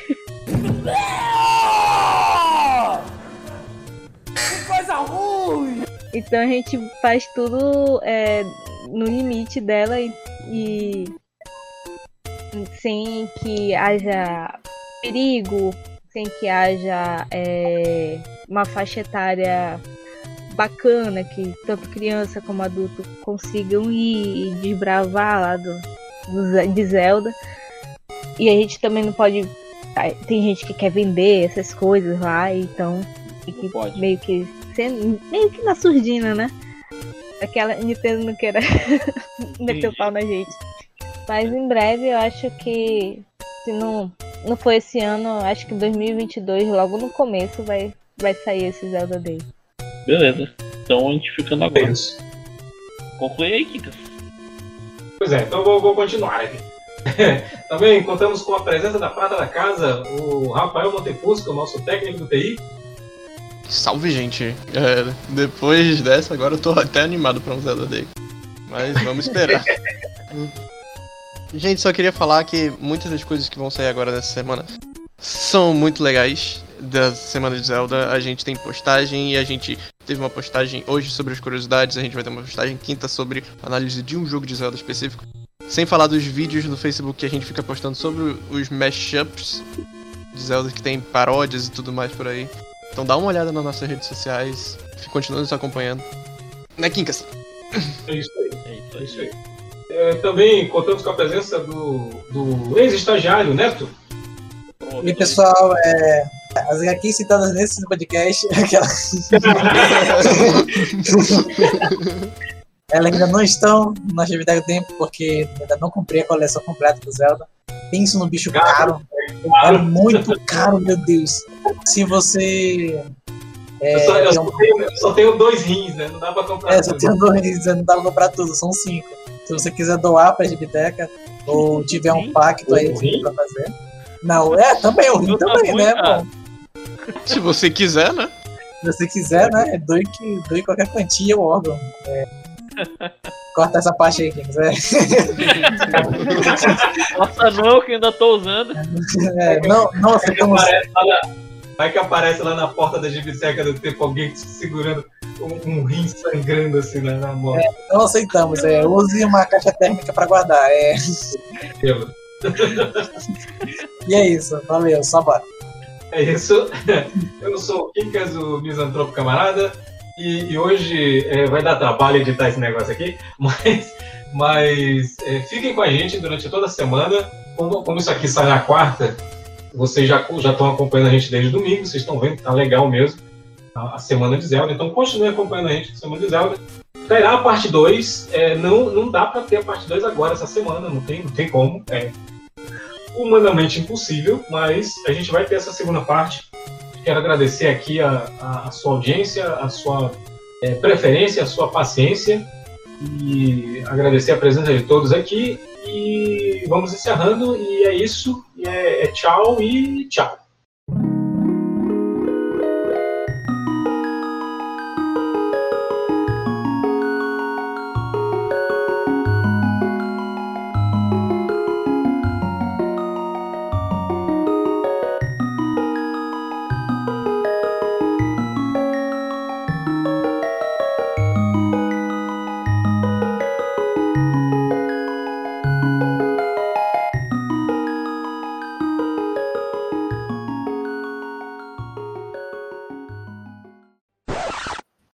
Que coisa ruim! Então a gente faz tudo é, no limite dela e, e sem que haja perigo, sem que haja é, uma faixa etária bacana, que tanto criança como adulto consigam ir e desbravar lá do, do, de Zelda. E a gente também não pode... Tem gente que quer vender essas coisas lá, então tem que meio que sendo, meio que na surdina, né? Aquela Nintendo não queira meter o pau na gente. Mas em breve eu acho que, se não, não for esse ano, acho que em dois mil e vinte e dois, logo no começo, vai, vai sair esse Zelda Day. Beleza, então a gente fica na agora. Conclui aí, Kikas. Pois é, então eu vou, vou continuar aqui. Também contamos com a presença da prata da casa, o Rafael Montepusco, nosso técnico do T I. Salve, gente. É, depois dessa, agora eu tô até animado pra um Zelda Day. Mas vamos esperar. Gente, só queria falar que muitas das coisas que vão sair agora nessa semana são muito legais. Da semana de Zelda, a gente tem postagem e a gente teve uma postagem hoje sobre as curiosidades, a gente vai ter uma postagem quinta sobre análise de um jogo de Zelda específico. Sem falar dos vídeos no Facebook que a gente fica postando sobre os mashups de Zelda, que tem paródias e tudo mais por aí. Então dá uma olhada nas nossas redes sociais, continua nos acompanhando. Né, Kinkas? É isso aí. É isso aí. É, também contamos com a presença do, do ex-estagiário Neto. E pessoal, é, as aqui citadas nesse podcast, aquela... elas ainda não estão na atividade do tempo, porque ainda não comprei a coleção completa do Zelda. Penso no bicho caro, é muito caro, meu Deus. Se você... É, eu, só, eu, um... só tenho, eu só tenho dois rins, né? Não dá pra comprar é, tudo. É, só tenho dois rins, não dá pra comprar tudo, são cinco. Se você quiser doar pra Gibiteca, ou tiver um pacto aí pra fazer. Não, é, também, o rim também, né, pô? Se você quiser, né? Se você quiser, né, doe, que, doe qualquer quantia o órgão. É. Corta essa parte aí, quem quiser. Nossa, não, que ainda tô usando. É, não, nossa, vai, que como... aparece lá na, vai que aparece lá na porta da Gibiteca do tempo alguém segurando um, um rim sangrando assim né, na mão. É, não aceitamos, é, use uma caixa térmica pra guardar. É. E é isso, valeu, só bora. É isso. Eu sou o Kinkas, o misantropo camarada, e, e hoje é, vai dar trabalho editar esse negócio aqui, mas, mas é, fiquem com a gente durante toda a semana. Como, como isso aqui sai na quarta, vocês já já estão acompanhando a gente desde domingo, vocês estão vendo que tá legal mesmo a, a semana de Zelda, então continuem acompanhando a gente na semana de Zelda. Terá a parte dois, é, não, não dá para ter a parte dois agora, essa semana, não tem, não tem como, é humanamente impossível, mas a gente vai ter essa segunda parte. Quero agradecer aqui a, a, a sua audiência, a sua é, preferência, a sua paciência, e agradecer a presença de todos aqui, e vamos encerrando, e é isso, e é, é tchau e tchau.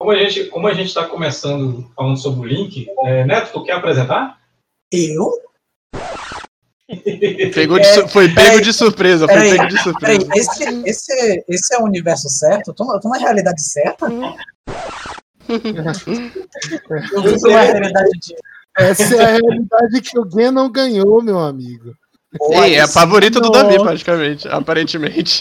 como a gente como a gente está começando falando sobre o Link, é, Neto, tu quer apresentar? Eu? Pegou de su- foi pego de surpresa, foi Peraí, pego de surpresa. peraí, esse, esse, esse é o universo certo? Eu tô, eu tô na realidade certa? Eu tô na realidade de... Essa é a realidade que o Ganon ganhou, meu amigo. Sim, é a favorita do Davi, praticamente, aparentemente.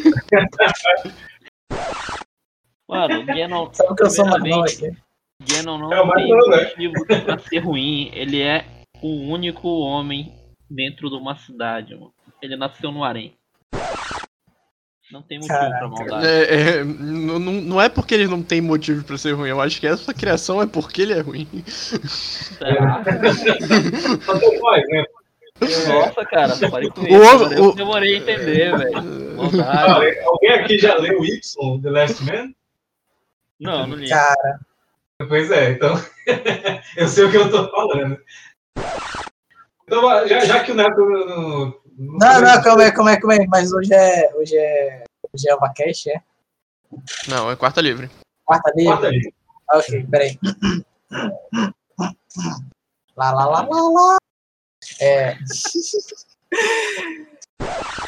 Mano, o Ganon. Sabe que eu sou mais mal primeiramente, aqui? Ganon não É o mais tem mal, né? motivo pra ser ruim. Ele é o único homem dentro de uma cidade, mano. Ele nasceu no harém. Não tem motivo Caraca. pra maldade. É, é, não, não- não é porque ele não tem motivo pra ser ruim, eu acho que essa criação é porque ele é ruim. Será? Só tem nós, né? Nossa, cara, parei com O isso. ovo- Agora eu o- demorei a entender, velho. Ah, Maldade. alguém aqui já leu o Y, The Last Man? Não, não li. Cara, Pois é, então eu sei o que eu tô falando. Então, já, já que o Neto não, não, não, não, calma aí, calma aí, calma aí. Mas hoje é. Hoje é. Hoje é o Vacash, é? Não, é quarta livre. Quarta livre? Quarta livre. Ah, ok, peraí. Lá, lá, lá, lá, lá. É.